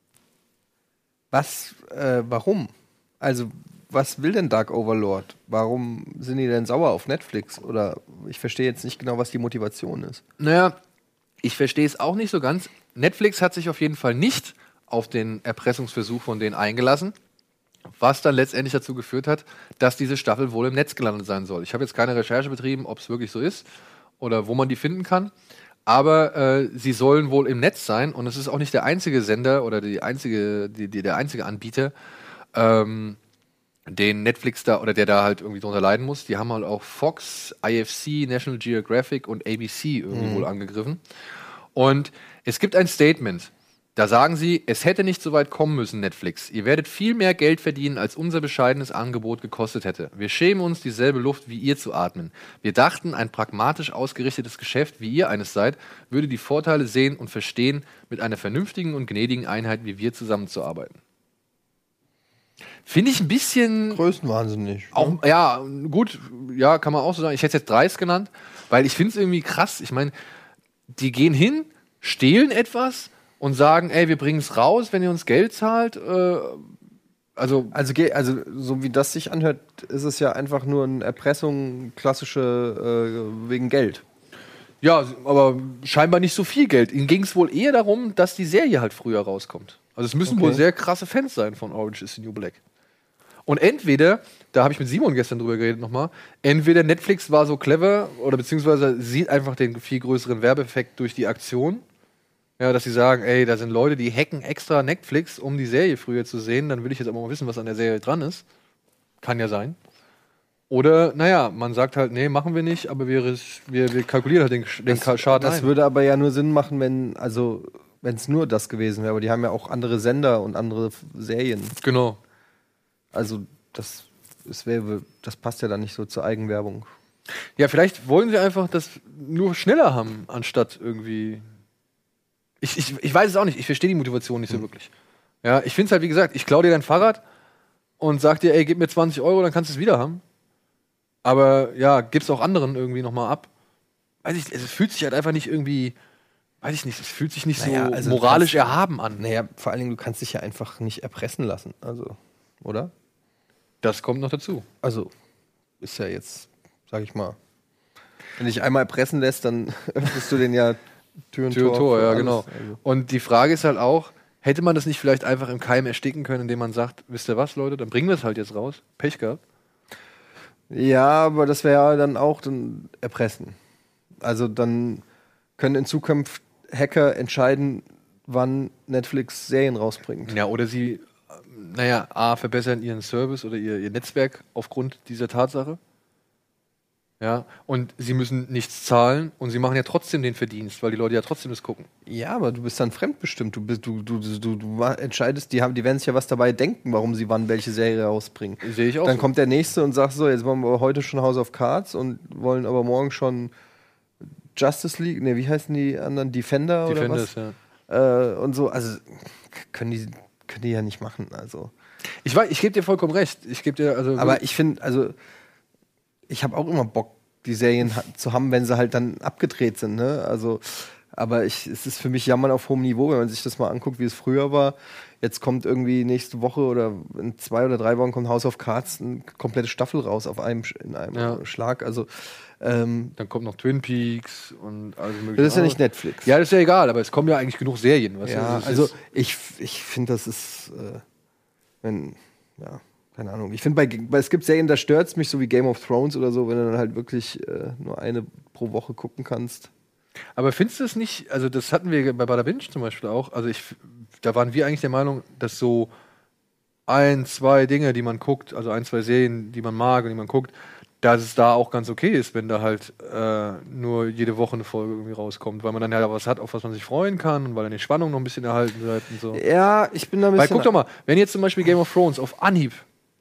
was, äh, warum? Also, was will denn Dark Overlord? Warum sind die denn sauer auf Netflix? Oder ich verstehe jetzt nicht genau, was die Motivation ist. Naja, ich verstehe es auch nicht so ganz. Netflix hat sich auf jeden Fall nicht auf den Erpressungsversuch von denen eingelassen, was dann letztendlich dazu geführt hat, dass diese Staffel wohl im Netz gelandet sein soll. Ich habe jetzt keine Recherche betrieben, ob es wirklich so ist oder wo man die finden kann. aber äh, sie sollen wohl im Netz sein und es ist auch nicht der einzige Sender oder die einzige, die, die, der einzige Anbieter, ähm, den Netflix da oder der da halt irgendwie drunter leiden muss. Die haben halt auch Fox, I F C, National Geographic und A B C irgendwie Mhm. wohl angegriffen. Und es gibt ein Statement. Da sagen sie, es hätte nicht so weit kommen müssen, Netflix. Ihr werdet viel mehr Geld verdienen, als unser bescheidenes Angebot gekostet hätte. Wir schämen uns, dieselbe Luft wie ihr zu atmen. Wir dachten, ein pragmatisch ausgerichtetes Geschäft, wie ihr eines seid, würde die Vorteile sehen und verstehen, mit einer vernünftigen und gnädigen Einheit wie wir zusammenzuarbeiten. Finde ich ein bisschen... Größenwahnsinnig. Auch, ja, gut, ja, kann man auch so sagen. Ich hätte es jetzt dreist genannt, weil ich finde es irgendwie krass. Ich meine, die gehen hin, stehlen etwas und sagen, ey, wir bringen es raus, wenn ihr uns Geld zahlt. Äh, also, Also, ge- also, so wie das sich anhört, ist es ja einfach nur eine Erpressung, klassische äh, wegen Geld. ja, aber scheinbar nicht so viel Geld. Ihnen ging es wohl eher darum, dass die Serie halt früher rauskommt. Also es müssen Okay. wohl sehr krasse Fans sein von Orange is the New Black. Und entweder, da habe ich mit Simon gestern drüber geredet nochmal, entweder Netflix war so clever oder beziehungsweise sieht einfach den viel größeren Werbeeffekt durch die Aktion. Ja, dass sie sagen, ey, da sind Leute, die hacken extra Netflix, um die Serie früher zu sehen. Dann will ich jetzt aber mal wissen, was an der Serie dran ist. Kann ja sein. Oder, naja, man sagt halt, nee, machen wir nicht, aber wir, wir, wir kalkulieren halt den, den Das, Schaden das ein. würde aber ja nur Sinn machen, wenn also wenn es nur das gewesen wäre. Aber die haben ja auch andere Sender und andere F- Serien. Genau. Also das, das, wäre, das passt ja dann nicht so zur Eigenwerbung. Ja, vielleicht wollen sie einfach das nur schneller haben, anstatt irgendwie. Ich, ich, ich weiß es auch nicht, ich verstehe die Motivation nicht so wirklich. Ja, ich finde es halt, wie gesagt, ich klaue dir dein Fahrrad und sag dir, ey, gib mir zwanzig Euro, dann kannst du es wieder haben. Aber ja, gib's auch anderen irgendwie nochmal ab. Weiß ich, es fühlt sich halt einfach nicht irgendwie, weiß ich nicht, es fühlt sich nicht Naja, so also du moralisch kannst- erhaben an. Naja, vor allen Dingen, du kannst dich ja einfach nicht erpressen lassen. Also, oder? Das kommt noch dazu. Also, ist ja jetzt, sag ich mal, wenn dich einmal erpressen lässt, dann öffnest du den ja Tür und Tür und Tor. Tor, für ja, alles. genau. Also. Und die Frage ist halt auch, hätte man das nicht vielleicht einfach im Keim ersticken können, indem man sagt, wisst ihr was, Leute, dann bringen wir es halt jetzt raus. Pech gehabt. Ja, aber das wäre dann auch dann Erpressen. Also dann können in Zukunft Hacker entscheiden, wann Netflix Serien rausbringt. Ja, oder sie, äh, naja, A, verbessern ihren Service oder ihr, ihr Netzwerk aufgrund dieser Tatsache. Ja, und sie müssen nichts zahlen und sie machen ja trotzdem den Verdienst, weil die Leute ja trotzdem das gucken. Ja, aber du bist dann fremdbestimmt. Du, bist, du, du, du, du wa- entscheidest, die, haben, die werden sich ja was dabei denken, warum sie wann welche Serie rausbringen. Sehe ich auch Dann so. kommt der Nächste und sagt so, jetzt machen wir heute schon House of Cards und wollen aber morgen schon Justice League, ne, wie heißen die anderen? Defender, Defenders, oder was? Ja. Äh, und so, also können die, können die ja nicht machen, also. Ich weiß, ich gebe dir vollkommen recht. Ich gebe dir, also. Aber ich finde, also ich habe auch immer Bock, die Serien ha zu haben, wenn sie halt dann abgedreht sind, ne? Also, aber ich, es ist für mich Jammern auf hohem Niveau, wenn man sich das mal anguckt, wie es früher war. Jetzt kommt irgendwie nächste Woche oder in zwei oder drei Wochen kommt House of Cards eine komplette Staffel raus auf einem Sch- in einem Ja. Schlag. Also ähm, dann kommt noch Twin Peaks und alles mögliche. das ist ja nicht Netflix. Ja, das ist ja egal, aber es kommen ja eigentlich genug Serien. Weißt Ja, du? Es also ist- ich, ich finde, das ist, äh, wenn, ja, keine Ahnung. Ich finde, bei, bei, es gibt Serien, da stört es mich, so wie Game of Thrones oder so, wenn du dann halt wirklich äh, nur eine pro Woche gucken kannst. Aber findest du es nicht, also das hatten wir bei Bada Binge zum Beispiel auch, also ich, da waren wir eigentlich der Meinung, dass so ein, zwei Dinge, die man guckt, also ein, zwei Serien, die man mag und die man guckt, dass es da auch ganz okay ist, wenn da halt äh, nur jede Woche eine Folge irgendwie rauskommt, weil man dann ja was hat, auf was man sich freuen kann und weil dann die Spannung noch ein bisschen erhalten bleibt und so. Ja, ich bin da ein Weil bisschen. guck doch mal, wenn jetzt zum Beispiel Game of Thrones auf Anhieb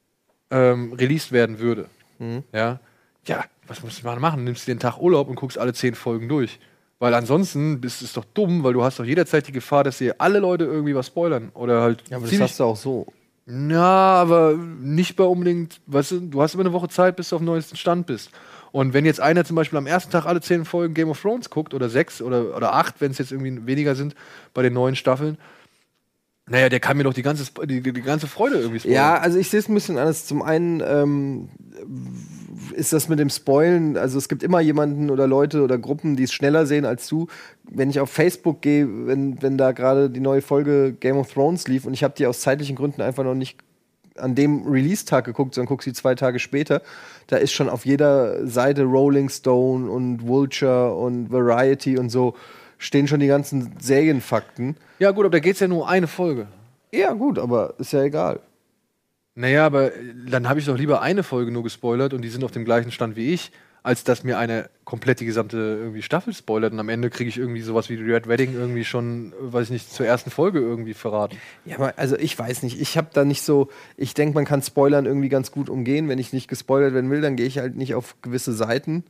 ähm, released werden würde, Mhm. ja, ja, was musst du mal machen? Nimmst dir den Tag Urlaub und guckst alle zehn Folgen durch. Weil ansonsten bist es doch dumm, weil du hast doch jederzeit die Gefahr, dass dir alle Leute irgendwie was spoilern. Oder halt Ja, aber das ziemlich- hast du auch so. Ja, aber nicht bei unbedingt, weißt du, du hast immer eine Woche Zeit, bis du auf dem neuesten Stand bist. Und wenn jetzt einer zum Beispiel am ersten Tag alle zehn Folgen Game of Thrones guckt, oder sechs oder, oder acht, wenn es jetzt irgendwie weniger sind bei den neuen Staffeln, naja, der kann mir doch die ganze, die, die ganze Freude irgendwie spoilern. Ja, also ich sehe es ein bisschen anders. Zum einen ähm, ist das mit dem Spoilen, also es gibt immer jemanden oder Leute oder Gruppen, die es schneller sehen als du. Wenn ich auf Facebook gehe, wenn, wenn da gerade die neue Folge Game of Thrones lief und ich habe die aus zeitlichen Gründen einfach noch nicht an dem Release-Tag geguckt, sondern guck sie zwei Tage später. Da ist schon auf jeder Seite Rolling Stone und Vulture und Variety und so stehen schon die ganzen Serienfakten. Ja gut, aber da geht's ja nur eine Folge. Ja gut, aber ist ja egal. Naja, aber dann habe ich doch lieber eine Folge nur gespoilert und die sind auf dem gleichen Stand wie ich, als dass mir eine komplett die gesamte irgendwie Staffel spoilert und am Ende kriege ich irgendwie sowas wie Red Wedding irgendwie schon, weiß ich nicht, zur ersten Folge irgendwie verraten. Ja, aber also ich weiß nicht, ich habe da nicht so, ich denke, man kann Spoilern irgendwie ganz gut umgehen. Wenn ich nicht gespoilert werden will, dann gehe ich halt nicht auf gewisse Seiten.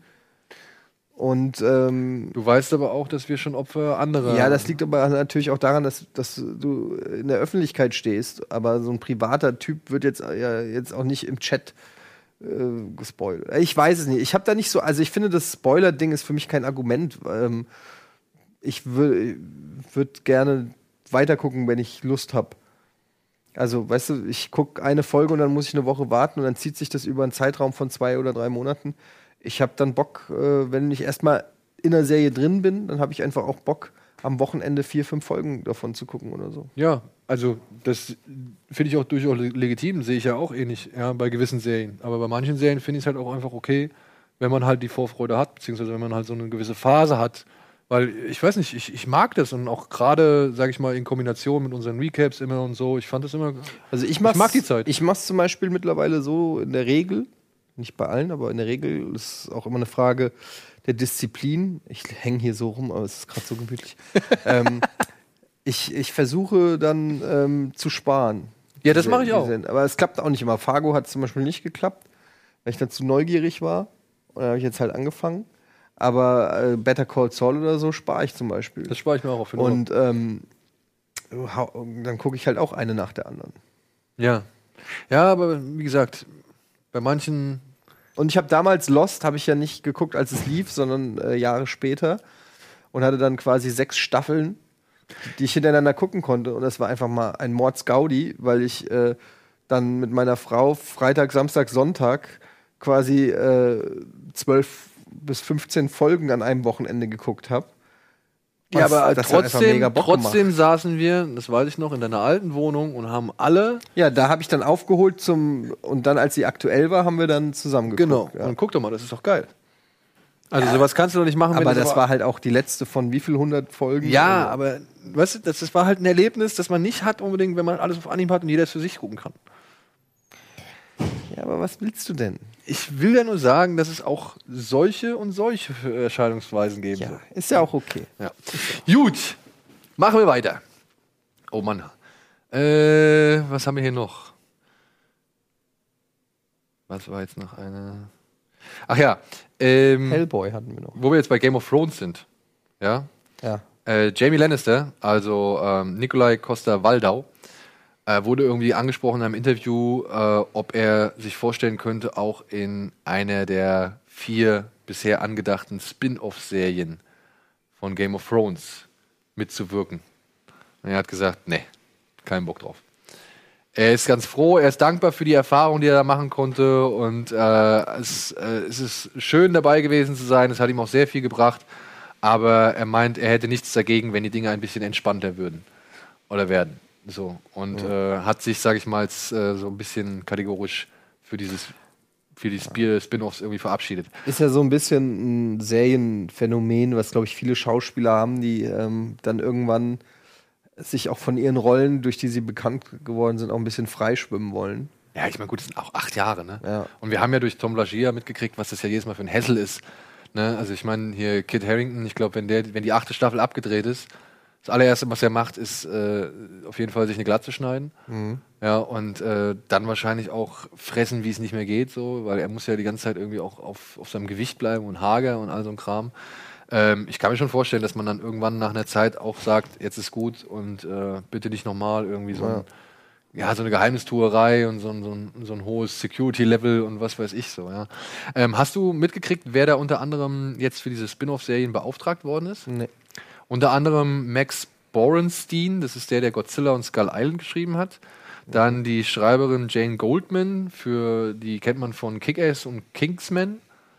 Und ähm, du weißt aber auch, dass wir schon Opfer anderer. Ja, das liegt aber natürlich auch daran, dass, dass du in der Öffentlichkeit stehst. Aber so ein privater Typ wird jetzt ja jetzt auch nicht im Chat äh, gespoilert. Ich weiß es nicht. Ich habe da nicht so. Also ich finde, das Spoiler-Ding ist für mich kein Argument. Ähm, ich würde würd gerne weitergucken, wenn ich Lust habe. Also, weißt du, ich gucke eine Folge und dann muss ich eine Woche warten und dann zieht sich das über einen Zeitraum von zwei oder drei Monaten. Ich habe dann Bock, äh, wenn ich erstmal in der Serie drin bin, dann habe ich einfach auch Bock, am Wochenende vier, fünf Folgen davon zu gucken oder so. Ja, also das finde ich auch durchaus legitim, sehe ich ja auch ähnlich, ja, bei gewissen Serien. Aber bei manchen Serien finde ich es halt auch einfach okay, wenn man halt die Vorfreude hat, beziehungsweise wenn man halt so eine gewisse Phase hat. Weil, ich weiß nicht, ich, ich mag das und auch gerade, sage ich mal, in Kombination mit unseren Recaps immer und so, ich fand das immer, also ich, ich mag die Zeit. Ich mach's zum Beispiel mittlerweile so in der Regel, nicht bei allen, aber in der Regel ist es auch immer eine Frage der Disziplin. Ich hänge hier so rum, aber es ist gerade so gemütlich. ähm, ich, ich versuche dann ähm, zu sparen. Ja, das mache ich auch. Aber es klappt auch nicht immer. Fargo hat zum Beispiel nicht geklappt, weil ich dann zu neugierig war. Und dann habe ich jetzt halt angefangen. Aber äh, Better Call Saul oder so spare ich zum Beispiel. Das spare ich mir auch auf jeden Fall. Und ähm, dann gucke ich halt auch eine nach der anderen. Ja. Ja, aber wie gesagt, bei manchen. Und ich habe damals Lost, habe ich ja nicht geguckt, als es lief, sondern äh, Jahre später. Und hatte dann quasi sechs Staffeln, die ich hintereinander gucken konnte. Und das war einfach mal ein Mordsgaudi, weil ich äh, dann mit meiner Frau Freitag, Samstag, Sonntag quasi äh, zwölf bis fünfzehn Folgen an einem Wochenende geguckt habe. Ja, aber trotzdem, trotzdem saßen wir, das weiß ich noch, in deiner alten Wohnung und haben alle. Ja, da habe ich dann aufgeholt zum und dann, als sie aktuell war, haben wir dann zusammen geguckt. Genau. Ja. Und guck doch mal, das ist doch geil. Also ja, sowas kannst du doch nicht machen. Aber wenn das, das war halt auch die letzte von wie viel hundert Folgen? Ja, oder? Aber weißt du, das, das war halt ein Erlebnis, das man nicht hat unbedingt, wenn man alles auf Anhieb hat und jeder es für sich gucken kann. Ja, aber was willst du denn? Ich will ja nur sagen, dass es auch solche und solche Erscheinungsweisen geben ja, soll. Ist ja auch okay. Ja. Gut, machen wir weiter. Oh Mann. Äh, was haben wir hier noch? Was war jetzt noch eine? Ach ja. Ähm, Hellboy hatten wir noch. Wo wir jetzt bei Game of Thrones sind. Ja. Ja. Äh, Jamie Lannister, also ähm, Nikolai Coster-Waldau, äh, wurde irgendwie angesprochen in einem Interview, äh, ob er sich vorstellen könnte, auch in einer der vier bisher angedachten Spin-off-Serien von Game of Thrones mitzuwirken. Und er hat gesagt, nee, keinen Bock drauf. Er ist ganz froh, er ist dankbar für die Erfahrung, die er da machen konnte und äh, es, äh, es ist schön dabei gewesen zu sein, es hat ihm auch sehr viel gebracht, aber er meint, er hätte nichts dagegen, wenn die Dinge ein bisschen entspannter würden oder werden. So. Und ja. äh, hat sich, sag ich mal, jetzt, äh, so ein bisschen kategorisch für dieses für die Sp- Spin-Offs irgendwie verabschiedet. Ist ja so ein bisschen ein Serienphänomen, was, glaube ich, viele Schauspieler haben, die ähm, dann irgendwann sich auch von ihren Rollen, durch die sie bekannt geworden sind, auch ein bisschen freischwimmen wollen. Ja, ich meine, gut, das sind auch acht Jahre, ne? Ja. Und wir haben ja durch Tom Lagia mitgekriegt, was das ja jedes Mal für ein Hassel ist. Ne? Also ich meine, hier Kit Harington, ich glaube, wenn der, wenn die achte Staffel abgedreht ist, das allererste, was er macht, ist äh, auf jeden Fall sich eine Glatze schneiden. Mhm. Ja, und äh, dann wahrscheinlich auch fressen, wie es nicht mehr geht, so, weil er muss ja die ganze Zeit irgendwie auch auf, auf seinem Gewicht bleiben und hager und all so ein Kram. Ähm, ich kann mir schon vorstellen, dass man dann irgendwann nach einer Zeit auch sagt, jetzt ist gut und äh, bitte nicht nochmal irgendwie so, ein, ja, so eine Geheimnistuerei und so ein, so ein, so ein hohes Security-Level und was weiß ich so. Ja. Ähm, hast du mitgekriegt, wer da unter anderem jetzt für diese Spin-off-Serien beauftragt worden ist? Nee. Unter anderem Max Borenstein, das ist der, der Godzilla und Skull Island geschrieben hat. Dann die Schreiberin Jane Goldman, für die kennt man von Kick-Ass und Kingsman.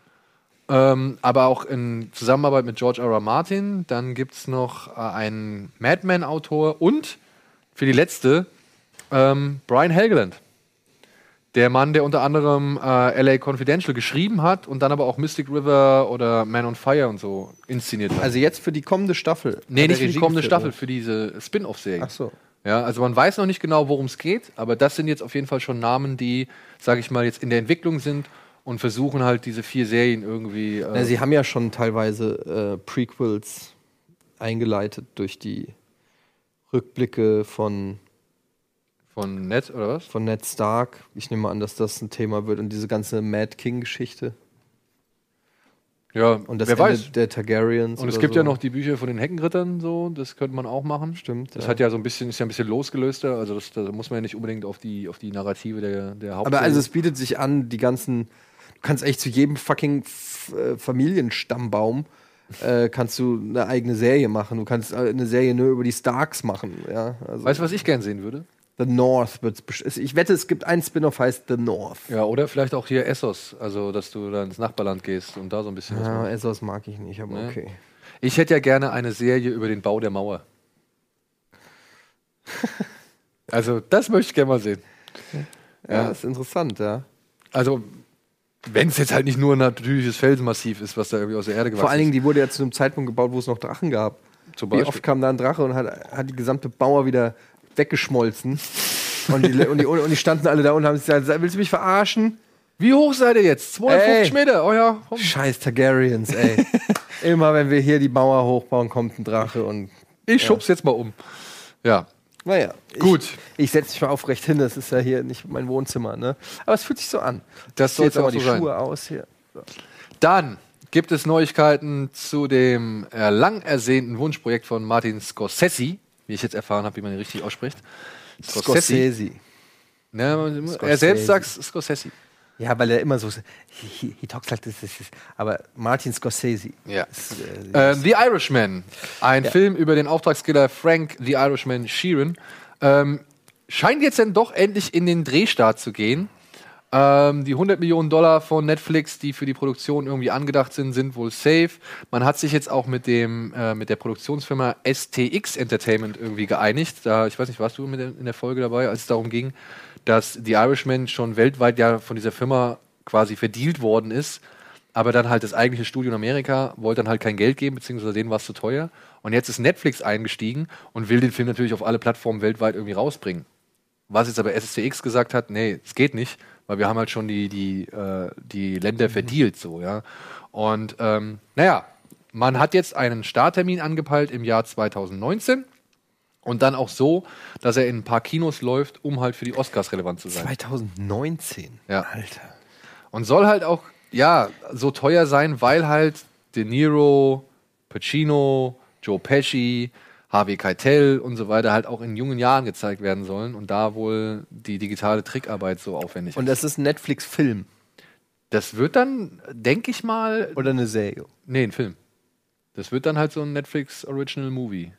Ähm, aber auch in Zusammenarbeit mit George R. R. Martin. Dann gibt es noch äh, einen Madman-Autor und für die letzte ähm, Brian Helgeland. Der Mann, der unter anderem äh, L A Confidential geschrieben hat und dann aber auch Mystic River oder Man on Fire und so inszeniert hat. Also jetzt für die kommende Staffel? Nee, nicht für die Regie kommende geführt, Staffel, oder? für diese Spin-off-Serie. Ach so. Ja, also man weiß noch nicht genau, worum es geht, aber das sind jetzt auf jeden Fall schon Namen, die, sage ich mal, jetzt in der Entwicklung sind und versuchen halt diese vier Serien irgendwie. Äh Na, sie haben ja schon teilweise äh, Prequels eingeleitet durch die Rückblicke von von Ned oder was? Von Ned Stark. Ich nehme an, dass das ein Thema wird und diese ganze Mad King-Geschichte. Ja, und das wer Ende weiß. der Targaryens. Und es oder gibt so. ja noch die Bücher von den Heckenrittern, so, das könnte man auch machen. Stimmt. Das ja. hat ja so ein bisschen, ist ja ein bisschen losgelöster, also das, da muss man ja nicht unbedingt auf die, auf die Narrative der, der Haupt. Aber also es bietet sich an, die ganzen, du kannst echt zu jedem fucking F äh, Familienstammbaum äh, kannst du eine eigene Serie machen. Du kannst äh, eine Serie nur über die Starks machen. Ja? Also weißt du, was ich gern sehen würde? The North wird's besch- ich wette, es gibt einen Spin-off, heißt The North. Ja, oder vielleicht auch hier Essos, also dass du dann ins Nachbarland gehst und da so ein bisschen was Ja, machst. Essos mag ich nicht, aber Ne? okay. Ich hätte ja gerne eine Serie über den Bau der Mauer. Also, das möchte ich gerne mal sehen. Ja, Ja. das ist interessant, ja. Also, wenn es jetzt halt nicht nur ein natürliches Felsenmassiv ist, was da irgendwie aus der Erde gewachsen Vor allen Dingen, ist. die wurde ja zu einem Zeitpunkt gebaut, wo es noch Drachen gab. Zum Wie Beispiel. oft kam da ein Drache und hat, hat die gesamte Mauer wieder weggeschmolzen. und, die, und, die, und die standen alle da und haben sich gesagt, willst du mich verarschen? Wie hoch seid ihr jetzt? zweihundertfünfzig Ey. Meter, oh ja. Komm. Scheiß Targaryens, ey. Immer wenn wir hier die Mauer hochbauen, kommt ein Drache und. Ich schub's jetzt mal um. Ja. Naja. Gut. Ich, ich setze mich mal aufrecht hin, das ist ja hier nicht mein Wohnzimmer, ne? Aber es fühlt sich so an. Das Ich zieh soll jetzt aber auch die so sein. Schuhe aus hier. So. Dann gibt es Neuigkeiten zu dem äh, lang ersehnten Wunschprojekt von Martin Scorsese, wie ich jetzt erfahren habe, wie man ihn richtig ausspricht. Scorsese. Ne, Scorsese. Er selbst sagt Scorsese. Ja, weil er immer so. He, he talks like this, this, this. Aber Martin Scorsese. Ja. Ist, äh, Äh, The Irishman, ein Ja. Film über den Auftragskiller Frank The Irishman Sheeran, ähm, scheint jetzt dann doch endlich in den Drehstart zu gehen. Ähm, die hundert Millionen Dollar von Netflix, die für die Produktion irgendwie angedacht sind, sind wohl safe. Man hat sich jetzt auch mit dem äh, mit der Produktionsfirma S T X Entertainment irgendwie geeinigt. Da, ich weiß nicht, warst du mit der, in der Folge dabei, als es darum ging, dass The Irishman schon weltweit ja von dieser Firma quasi verdealt worden ist, aber dann halt das eigentliche Studio in Amerika wollte dann halt kein Geld geben, beziehungsweise denen war es zu teuer. Und jetzt ist Netflix eingestiegen und will den Film natürlich auf alle Plattformen weltweit irgendwie rausbringen. Was jetzt aber S T X gesagt hat, nee, es geht nicht, weil wir haben halt schon die, die, äh, die Länder verdealt, so, ja. Und, ähm, naja, man hat jetzt einen Starttermin angepeilt im Jahr zwanzig neunzehn und dann auch so, dass er in ein paar Kinos läuft, um halt für die Oscars relevant zu sein. zwanzig neunzehn. Ja. Alter. Und soll halt auch, ja, so teuer sein, weil halt De Niro, Pacino, Joe Pesci, Harvey Keitel und so weiter halt auch in jungen Jahren gezeigt werden sollen und da wohl die digitale Trickarbeit so aufwendig Und ist. das ist ein Netflix-Film. Das wird dann, denke ich mal, Oder eine Serie. nee, ein Film. Das wird dann halt so ein Netflix Original Movie.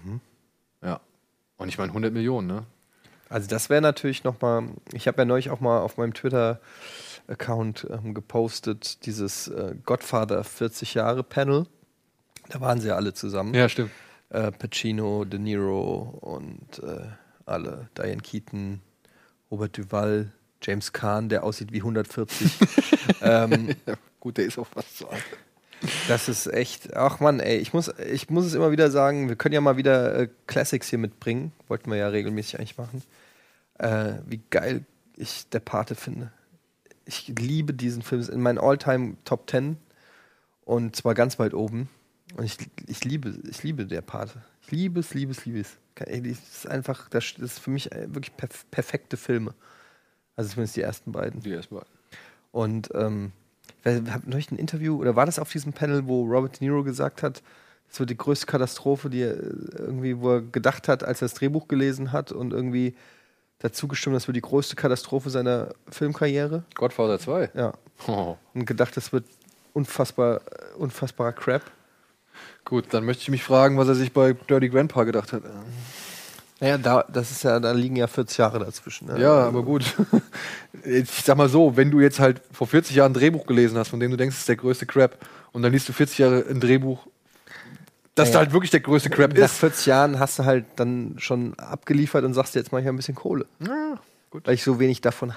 Ja. Und ich meine hundert Millionen, ne? Also das wäre natürlich noch mal. Ich habe ja neulich auch mal auf meinem Twitter-Account ähm, gepostet, dieses äh, Godfather vierzig Jahre Panel. Da waren sie ja alle zusammen. Ja, stimmt. Äh, Pacino, De Niro und äh, alle. Diane Keaton, Robert Duvall, James Caan, der aussieht wie hundertvierzig. ähm, Gut, der ist auch fast so alt. Das ist echt. Ach Mann, ey, ich muss, ich muss es immer wieder sagen, wir können ja mal wieder äh, Classics hier mitbringen. Wollten wir ja regelmäßig eigentlich machen. Äh, wie geil ich der Pate finde. Ich liebe diesen Film. Es ist in meinen All-Time Top Ten und zwar ganz weit oben. Und ich, ich liebe, ich liebe der Pate. Ich liebe es, liebe es, liebe es. Ey, das ist einfach, das ist für mich wirklich perf perfekte Filme. Also zumindest die ersten beiden. Die ersten beiden. Und ähm, ich habe neulich ein Interview, oder war das auf diesem Panel, wo Robert De Niro gesagt hat, das wird die größte Katastrophe, die er irgendwie, wo er gedacht hat, als er das Drehbuch gelesen hat und irgendwie dazu gestimmt, das wird die größte Katastrophe seiner Filmkarriere. Godfather zwei? Ja. Oh. Und gedacht, das wird unfassbar, unfassbarer Crap. Gut, dann möchte ich mich fragen, was er sich bei Dirty Grandpa gedacht hat. Naja, da, das ist ja, da liegen ja vierzig Jahre dazwischen. Ne? Ja, aber gut. Ich sag mal so, wenn du jetzt halt vor vierzig Jahren ein Drehbuch gelesen hast, von dem du denkst, es ist der größte Crap, und dann liest du vierzig Jahre ein Drehbuch, das Ja. da halt wirklich der größte Crap Nach ist. vierzig Jahren hast du halt dann schon abgeliefert und sagst dir, jetzt mache ich ein bisschen Kohle. Ja, gut. Weil ich so wenig davon hab.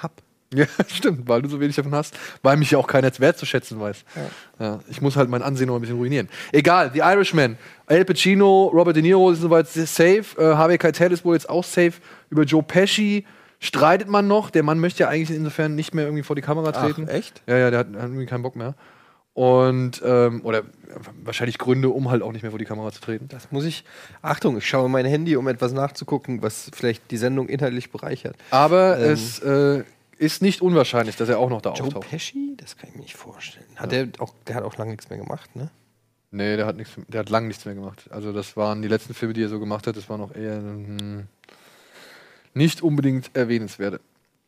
Ja, stimmt, weil du so wenig davon hast, weil mich ja auch keiner wert zu schätzen weiß. Ja. Ja, ich muss halt mein Ansehen noch ein bisschen ruinieren. Egal, The Irishman, Al Pacino, Robert De Niro sind soweit safe, äh, Harvey Keitel ist wohl jetzt auch safe. Über Joe Pesci streitet man noch. Der Mann möchte ja eigentlich insofern nicht mehr irgendwie vor die Kamera treten. Ach, echt? Ja, ja, der hat, hat irgendwie keinen Bock mehr. Und, ähm, oder wahrscheinlich Gründe, um halt auch nicht mehr vor die Kamera zu treten. Das muss ich. Achtung, ich schaue mein Handy, um etwas nachzugucken, was vielleicht die Sendung inhaltlich bereichert. Aber ähm, es äh, ist nicht unwahrscheinlich, dass er auch noch da Joe auftaucht. Joe Pesci? Das kann ich mir nicht vorstellen. Hat Ja. der auch, der hat auch lange nichts mehr gemacht, ne? Nee, der hat nichts, der hat lang nichts mehr gemacht. Also das waren die letzten Filme, die er so gemacht hat, das waren auch eher hm, nicht unbedingt erwähnenswerte.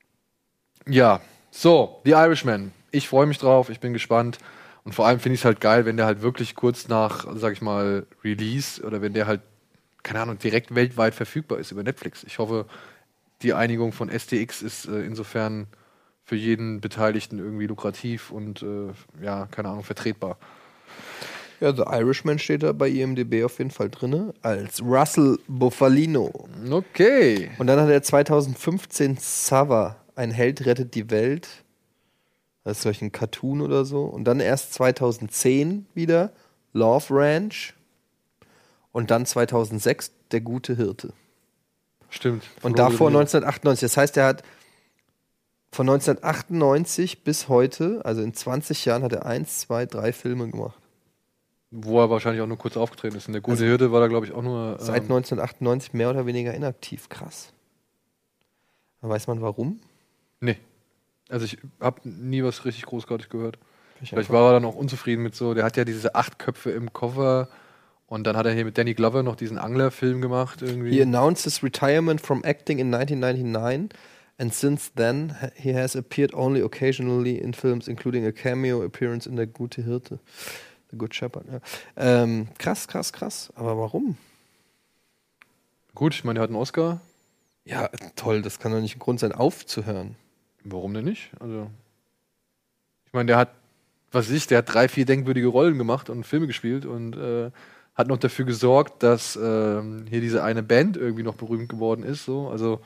Ja, so, The Irishman. Ich freue mich drauf, ich bin gespannt. Und vor allem finde ich es halt geil, wenn der halt wirklich kurz nach, sag ich mal, Release oder wenn der halt, keine Ahnung, direkt weltweit verfügbar ist über Netflix. Ich hoffe, die Einigung von S T X ist äh, insofern für jeden Beteiligten irgendwie lukrativ und, äh, ja, keine Ahnung, vertretbar. Ja, The Irishman steht da bei I M D B auf jeden Fall drin, als Russell Bufalino. Okay. Und dann hat er zweitausendfünfzehn Sava, ein Held rettet die Welt. Das ist solch ein Cartoon oder so. Und dann erst zweitausendzehn wieder Love Ranch. Und dann zweitausendsechs Der gute Hirte. Stimmt. Und davor neunzehnhundertachtundneunzig. Das heißt, er hat von neunzehnhundertachtundneunzig bis heute, also in zwanzig Jahren, hat er eins, zwei, drei Filme gemacht. Wo er wahrscheinlich auch nur kurz aufgetreten ist. In der gute Also, Hirte war da, glaube ich, auch nur. Ähm, Seit neunzehnhundertachtundneunzig mehr oder weniger inaktiv. Krass. Weiß man warum? Nee. Also ich habe nie was richtig großartig gehört. Ich Vielleicht einfach- war er dann auch unzufrieden mit so, der hat ja diese acht Köpfe im Koffer und dann hat er hier mit Danny Glover noch diesen Angler-Film gemacht irgendwie. He announced his retirement from acting in nineteen ninety-nine and since then he has appeared only occasionally in films, including a cameo appearance in Der gute Hirte. The Good Shepherd, ja. Ähm, krass, krass, krass. Aber warum? Gut, ich meine, der hat einen Oscar. Ja, toll, das kann doch nicht ein Grund sein, aufzuhören. Warum denn nicht? Also, ich meine, der hat, was weiß ich, der hat drei, vier denkwürdige Rollen gemacht und Filme gespielt und äh, hat noch dafür gesorgt, dass ähm, hier diese eine Band irgendwie noch berühmt geworden ist. So. Also,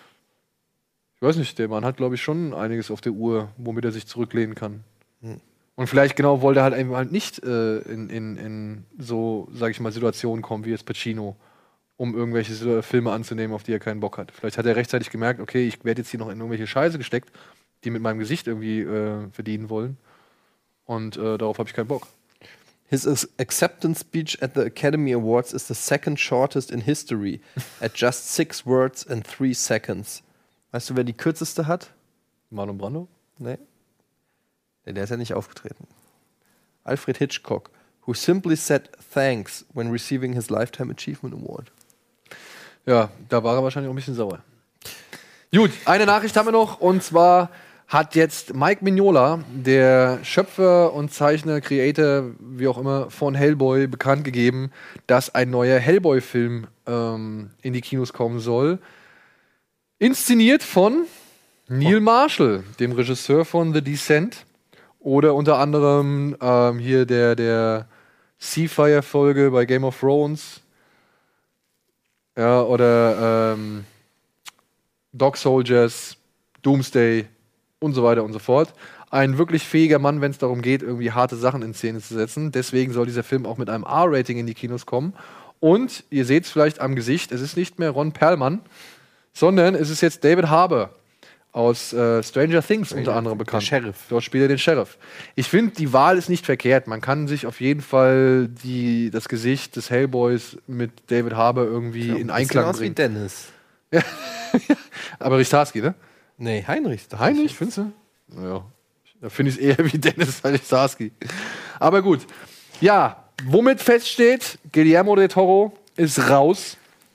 ich weiß nicht, der Mann hat, glaube ich, schon einiges auf der Uhr, womit er sich zurücklehnen kann. Hm. Und vielleicht genau wollte er halt eben halt nicht äh, in, in, in so, sag ich mal, Situationen kommen wie jetzt Pacino, um irgendwelche Situ- Filme anzunehmen, auf die er keinen Bock hat. Vielleicht hat er rechtzeitig gemerkt, okay, ich werde jetzt hier noch in irgendwelche Scheiße gesteckt, die mit meinem Gesicht irgendwie äh, verdienen wollen. Und äh, darauf habe ich keinen Bock. His acceptance speech at the Academy Awards is the second shortest in history, at just six words and three seconds. Weißt du, wer die kürzeste hat? Marlon Brando? Nee. Nee, der ist ja nicht aufgetreten. Alfred Hitchcock, who simply said thanks when receiving his Lifetime Achievement Award. Ja, da war er wahrscheinlich auch ein bisschen sauer. Gut, eine Nachricht haben wir noch, und zwar hat jetzt Mike Mignola, der Schöpfer und Zeichner, Creator, wie auch immer, von Hellboy bekannt gegeben, dass ein neuer Hellboy-Film ähm, in die Kinos kommen soll. Inszeniert von Neil Marshall, dem Regisseur von The Descent. Oder unter anderem ähm, hier der, der Seafire-Folge bei Game of Thrones. Ja, oder ähm, Dog Soldiers, Doomsday und so weiter und so fort. Ein wirklich fähiger Mann, wenn es darum geht, irgendwie harte Sachen in Szene zu setzen. Deswegen soll dieser Film auch mit einem R-Rating in die Kinos kommen. Und ihr seht es vielleicht am Gesicht, es ist nicht mehr Ron Perlman, sondern es ist jetzt David Harbour aus äh, Stranger Things unter anderem bekannt. Der Sheriff. Dort spielt er den Sheriff. Ich finde, die Wahl ist nicht verkehrt. Man kann sich auf jeden Fall die, das Gesicht des Hellboys mit David Harbour irgendwie Ja, in ein Einklang bisschen aus bringen. wie Dennis. Aber Richtarski, ne? Nee, Heinrich. Heinrich, findest du? Naja, da finde ich es eher wie Dennis als Richtarski. Aber gut. Ja, womit feststeht, Guillermo del Toro ist raus.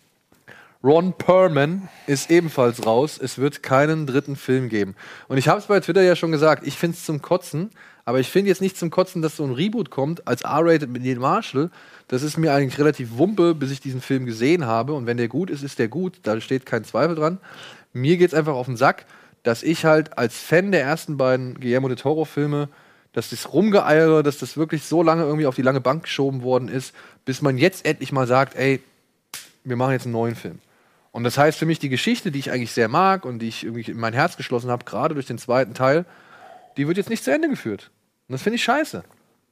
Ron Perlman ist ebenfalls raus. Es wird keinen dritten Film geben. Und ich habe es bei Twitter ja schon gesagt, ich finde es zum Kotzen. Aber ich finde jetzt nicht zum Kotzen, dass so ein Reboot kommt als R-Rated mit Neil Marshall. Das ist mir eigentlich relativ wumpe, bis ich diesen Film gesehen habe. Und wenn der gut ist, ist der gut. Da steht kein Zweifel dran. Mir geht's einfach auf den Sack, dass ich halt als Fan der ersten beiden Guillermo del Toro-Filme, dass das Rumgeeiere, dass das wirklich so lange irgendwie auf die lange Bank geschoben worden ist, bis man jetzt endlich mal sagt, ey, wir machen jetzt einen neuen Film. Und das heißt für mich, die Geschichte, die ich eigentlich sehr mag und die ich irgendwie in mein Herz geschlossen habe, gerade durch den zweiten Teil, die wird jetzt nicht zu Ende geführt. Und das finde ich scheiße.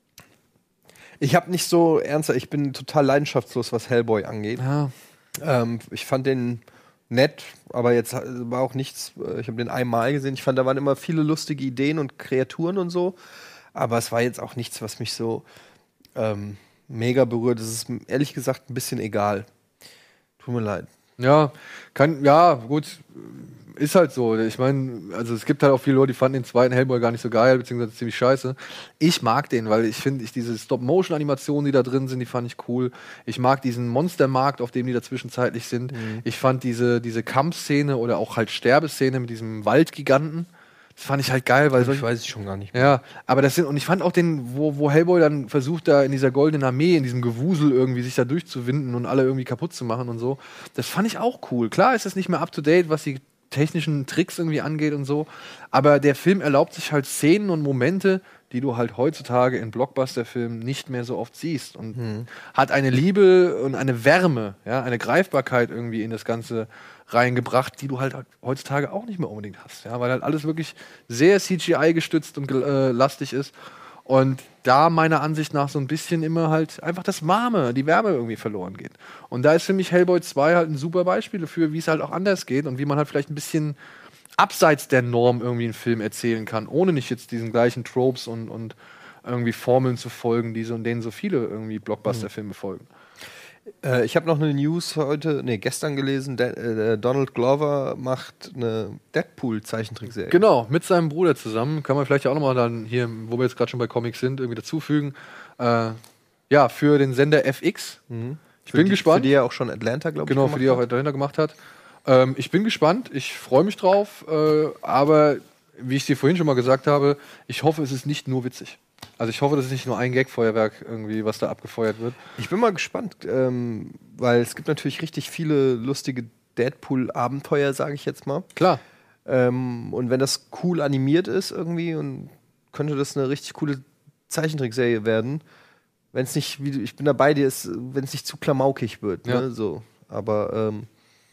Ich habe nicht so ernsthaft, ich bin total leidenschaftslos, was Hellboy angeht. Ja. Ähm, ich fand den nett, aber jetzt war auch nichts, ich habe den einmal gesehen. Ich fand, da waren immer viele lustige Ideen und Kreaturen und so. Aber es war jetzt auch nichts, was mich so ähm, mega berührt. Es ist ehrlich gesagt ein bisschen egal. Tut mir leid. Ja, kann, ja, gut, ist halt so. Ich meine, also es gibt halt auch viele Leute, die fanden den zweiten Hellboy gar nicht so geil, beziehungsweise ziemlich scheiße. Ich mag den, weil ich finde, ich diese Stop-Motion-Animationen, die da drin sind, die fand ich cool. Ich mag diesen Monstermarkt, auf dem die da zwischenzeitlich sind. Mhm. Ich fand diese, diese Kampfszene oder auch halt Sterbeszene mit diesem Waldgiganten. Das fand ich halt geil, weil ich weiß es schon gar nicht mehr. Ja, aber das sind, und ich fand auch den, wo, wo Hellboy dann versucht, da in dieser goldenen Armee, in diesem Gewusel irgendwie sich da durchzuwinden und alle irgendwie kaputt zu machen und so. Das fand ich auch cool. Klar ist das nicht mehr up to date, was die technischen Tricks irgendwie angeht und so. Aber der Film erlaubt sich halt Szenen und Momente, die du halt heutzutage in Blockbuster-Filmen nicht mehr so oft siehst. Und hm. hat eine Liebe und eine Wärme, ja, eine Greifbarkeit irgendwie in das Ganze reingebracht, die du halt heutzutage auch nicht mehr unbedingt hast. Ja, weil halt alles wirklich sehr C G I-gestützt und äh, lastig ist. Und da meiner Ansicht nach so ein bisschen immer halt einfach das Warme, die Wärme irgendwie verloren geht. Und da ist für mich Hellboy zwei halt ein super Beispiel dafür, wie es halt auch anders geht und wie man halt vielleicht ein bisschen abseits der Norm irgendwie einen Film erzählen kann, ohne nicht jetzt diesen gleichen Tropes und, und irgendwie Formeln zu folgen, die so, denen so viele irgendwie Blockbuster-Filme folgen. Äh, ich habe noch eine News heute, nee, gestern gelesen, De- äh, Donald Glover macht eine Deadpool-Zeichentrickserie. Genau, mit seinem Bruder zusammen. Kann man vielleicht auch nochmal dann hier, wo wir jetzt gerade schon bei Comics sind, irgendwie dazufügen. Äh, ja, für den Sender F X. Mhm. Ich bin die, gespannt. Für die er auch schon Atlanta, glaube ich, Genau, für die er auch Atlanta gemacht hat. Ähm, ich bin gespannt, ich freue mich drauf, äh, aber wie ich dir vorhin schon mal gesagt habe, ich hoffe, es ist nicht nur witzig. Also ich hoffe, das ist nicht nur ein Gag-Feuerwerk irgendwie, was da abgefeuert wird. Ich bin mal gespannt, ähm, weil es gibt natürlich richtig viele lustige Deadpool-Abenteuer, sage ich jetzt mal. Klar. Ähm, und wenn das cool animiert ist irgendwie, und könnte das eine richtig coole Zeichentrickserie werden, wenn es nicht, wie du, ich bin dabei dir, wenn es nicht zu klamaukig wird. Ja. Ne, so. Aber ähm,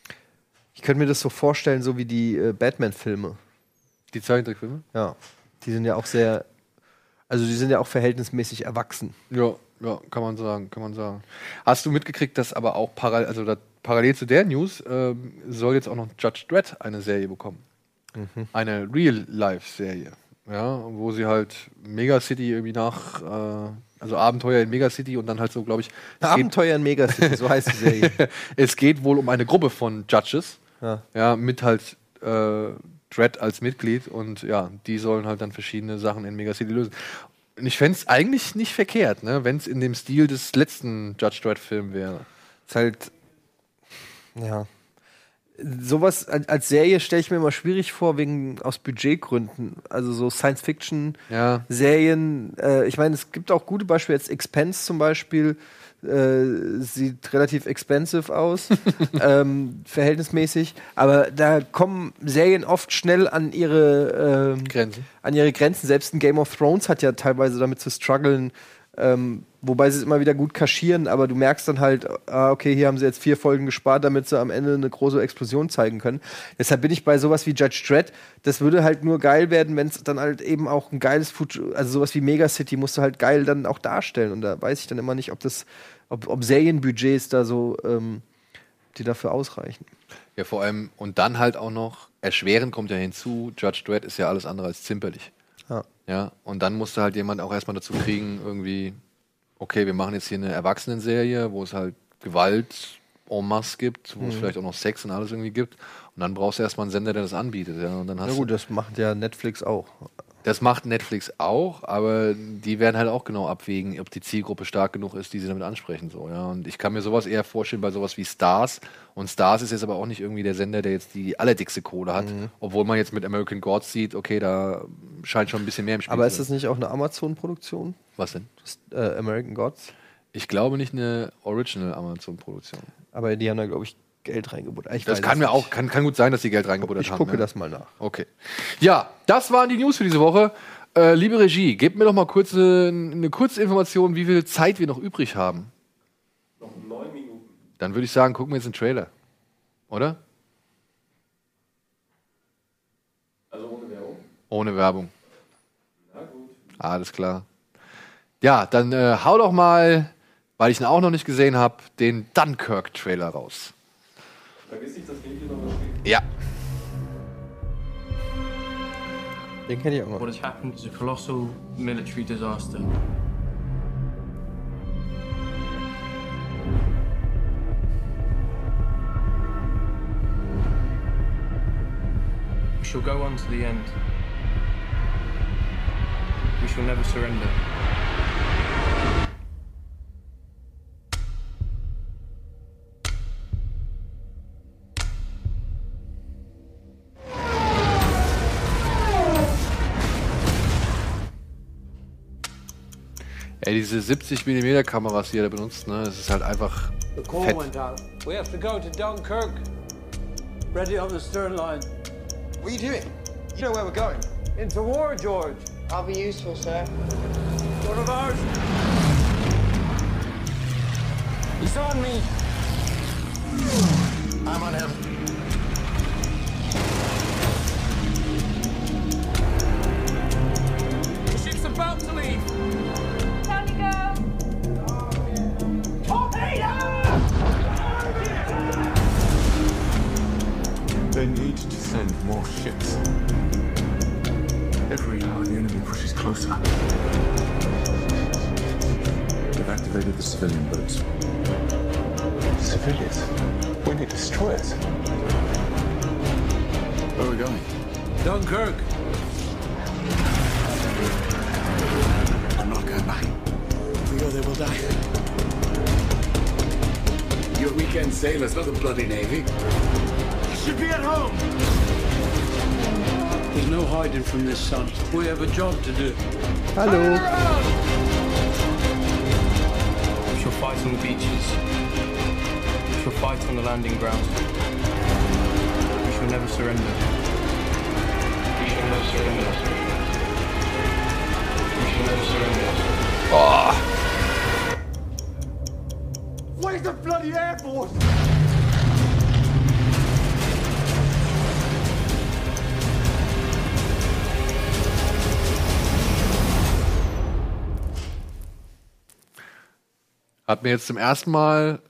ich könnte mir das so vorstellen, so wie die äh, Batman-Filme. Die Zeichentrickfilme? Ja. Die sind ja auch sehr, also die sind ja auch verhältnismäßig erwachsen. Ja, ja, kann man sagen, kann man sagen. Hast du mitgekriegt, dass aber auch parallel, also da, parallel zu der News ähm, soll jetzt auch noch Judge Dredd eine Serie bekommen. Mhm. Eine Real-Life-Serie. Ja, wo sie halt Megacity irgendwie nach, äh, also Abenteuer in Megacity und dann halt so, glaube ich. Abenteuer in Megacity, so heißt die Serie. Es geht wohl um eine Gruppe von Judges, ja, ja mit halt äh, Dredd als Mitglied und ja, die sollen halt dann verschiedene Sachen in Megacity lösen. Und ich fände es eigentlich nicht verkehrt, ne, wenn es in dem Stil des letzten Judge Dredd-Film wäre. Ist halt, ja. Sowas als Serie stelle ich mir immer schwierig vor, wegen aus Budgetgründen. Also so Science-Fiction-Serien. Ja. Äh, ich meine, es gibt auch gute Beispiele. Jetzt Expense zum Beispiel äh, sieht relativ expensive aus, ähm, verhältnismäßig. Aber da kommen Serien oft schnell an ihre ähm, Grenzen. An ihre Grenzen. Selbst ein Game of Thrones hat ja teilweise damit zu strugglen. Ähm, wobei sie es immer wieder gut kaschieren, aber du merkst dann halt, ah, okay, hier haben sie jetzt vier Folgen gespart, damit sie am Ende eine große Explosion zeigen können. Deshalb bin ich bei sowas wie Judge Dredd, das würde halt nur geil werden, wenn es dann halt eben auch ein geiles Futur, also sowas wie Megacity musst du halt geil dann auch darstellen. Und da weiß ich dann immer nicht, ob das, ob, ob Serienbudgets da so, ähm, die dafür ausreichen. Ja, vor allem, und dann halt auch noch, erschwerend kommt ja hinzu, Judge Dredd ist ja alles andere als zimperlich. Ja. Ja, und dann musste halt jemand auch erstmal dazu kriegen, irgendwie, okay, wir machen jetzt hier eine Erwachsenenserie, wo es halt Gewalt en masse gibt, wo mhm. es vielleicht auch noch Sex und alles irgendwie gibt. Und dann brauchst du erstmal einen Sender, der das anbietet. Ja, und dann hast ja gut, das macht ja Netflix auch. Das macht Netflix auch, aber die werden halt auch genau abwägen, ob die Zielgruppe stark genug ist, die sie damit ansprechen. So, ja. Und ich kann mir sowas eher vorstellen bei sowas wie Stars. Und Stars ist jetzt aber auch nicht irgendwie der Sender, der jetzt die allerdickste Kohle hat. Mhm. Obwohl man jetzt mit American Gods sieht, okay, da scheint schon ein bisschen mehr im Spiel aber zu ist das nicht auch eine Amazon-Produktion? Was denn? Das, äh, American Gods? Ich glaube nicht eine Original Amazon-Produktion. Aber die haben da, glaube ich, Geld reingebuttert. Ich das kann mir auch, kann, kann gut sein, dass die Geld reingebuttert ich haben. Ich gucke ja. das mal nach. Okay. Ja, das waren die News für diese Woche. Äh, liebe Regie, gebt mir doch mal kurz eine, eine kurze Information, wie viel Zeit wir noch übrig haben. Noch neun Minuten. Dann würde ich sagen, gucken wir jetzt den Trailer. Oder? Also ohne Werbung? Ohne Werbung. Na gut. Alles klar. Ja, dann äh, hau doch mal, weil ich ihn auch noch nicht gesehen habe, den Dunkirk-Trailer raus. Vergiss nicht, das Video noch mal spielen. Ja. Den kenne ich auch noch. What has happened is a colossal military disaster. We shall go on to the end. We shall never surrender. Ey, diese siebzig Millimeter Kameras, die er da benutzt, ne, das ist halt einfach The call fett. went out. We have to go to Dunkirk. Ready on the stern line. What are you doing? You know where we're going. Into war, George. I'll be useful, sir. One of ours. He's on me. I'm on him. The ship's about to leave. Time to go. Torpedo! They need to send more ships. Every hour the enemy pushes closer. They've activated the civilian boats. Civilians? We need destroyers. Where are we going? Dunkirk. I'm not going back. If we go there, we'll die. You're weekend sailors, not the bloody Navy. You should be at home. There's no hiding from this, son. We have a job to do. Hallo. We shall fight on the beaches. We shall fight on the landing grounds. We shall never surrender. We shall never surrender. We shall never surrender. Oh. Where's the bloody Air Force? Hat mir jetzt zum ersten Mal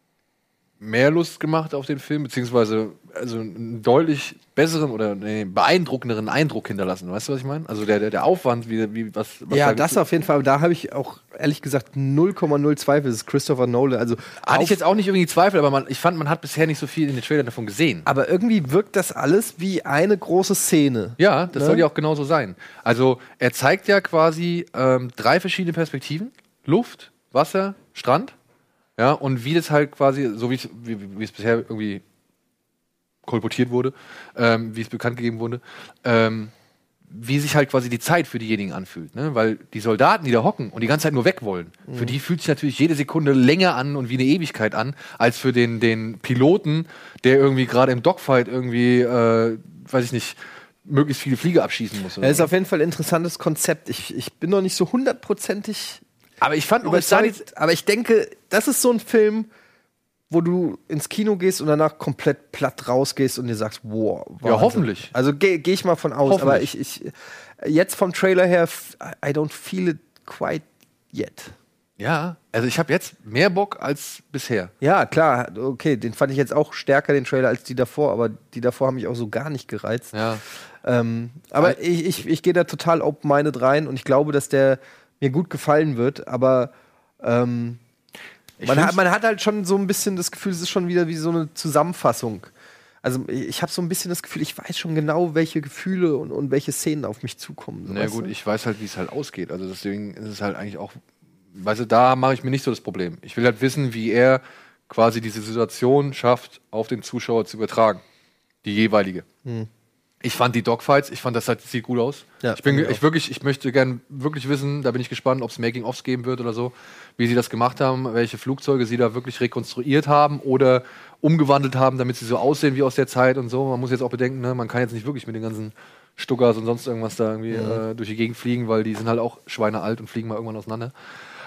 mehr Lust gemacht auf den Film, beziehungsweise also einen deutlich besseren oder nee, beeindruckenderen Eindruck hinterlassen. Weißt du, was ich meine? Also der, der, der Aufwand, wie, wie was, was Ja, da das auf jeden Fall. Da habe ich auch ehrlich gesagt null Komma null Zweifel. Das ist Christopher Nolan. Also hatte ich jetzt auch nicht irgendwie Zweifel, aber man, ich fand, man hat bisher nicht so viel in den Trailern davon gesehen. Aber irgendwie wirkt das alles wie eine große Szene. Ja, das Ne? soll ja auch genauso sein. Also er zeigt ja quasi ähm, drei verschiedene Perspektiven. Luft, Wasser, Strand. Ja, und wie das halt quasi, so wie es wie, wie es bisher irgendwie kolportiert wurde, ähm, wie es bekannt gegeben wurde, ähm, wie sich halt quasi die Zeit für diejenigen anfühlt. Ne? Weil die Soldaten, die da hocken und die ganze Zeit nur weg wollen, mhm. für die fühlt sich natürlich jede Sekunde länger an und wie eine Ewigkeit an, als für den, den Piloten, der irgendwie gerade im Dogfight irgendwie, äh, weiß ich nicht, möglichst viele Flieger abschießen muss. Oder Das ist so. auf jeden Fall ein interessantes Konzept. Ich, ich bin noch nicht so hundertprozentig Aber ich fand überzeugt, aber ich denke, das ist so ein Film, wo du ins Kino gehst und danach komplett platt rausgehst und dir sagst, wow. Wahnsinn. Ja, hoffentlich. Also gehe geh ich mal von aus. Aber ich, ich, jetzt vom Trailer her, I don't feel it quite yet. Ja, also ich habe jetzt mehr Bock als bisher. Ja, klar, okay, den fand ich jetzt auch stärker, den Trailer, als die davor, aber die davor haben mich auch so gar nicht gereizt. Ja. Ähm, aber aber ich, ich, ich gehe da total open-minded rein und ich glaube, dass der mir gut gefallen wird, aber ähm, man, hat, man hat halt schon so ein bisschen das Gefühl, es ist schon wieder wie so eine Zusammenfassung. Also ich habe so ein bisschen das Gefühl, ich weiß schon genau, welche Gefühle und, und welche Szenen auf mich zukommen. So, Na gut, ich weiß halt, wie es halt ausgeht. Also deswegen ist es halt eigentlich auch, weißt du, da mache ich mir nicht so das Problem. Ich will halt wissen, wie er quasi diese Situation schafft, auf den Zuschauer zu übertragen. Die jeweilige. Hm. Ich fand die Dogfights, ich fand das halt, sieht gut aus. Ja, ich bin ich ich wirklich, ich möchte gern wirklich wissen, da bin ich gespannt, ob es Making-ofs geben wird oder so, wie sie das gemacht haben, welche Flugzeuge sie da wirklich rekonstruiert haben oder umgewandelt haben, damit sie so aussehen wie aus der Zeit und so. Man muss jetzt auch bedenken, ne, man kann jetzt nicht wirklich mit den ganzen Stuckers und sonst irgendwas da irgendwie Mhm. äh, durch die Gegend fliegen, weil die sind halt auch schweinealt und fliegen mal irgendwann auseinander.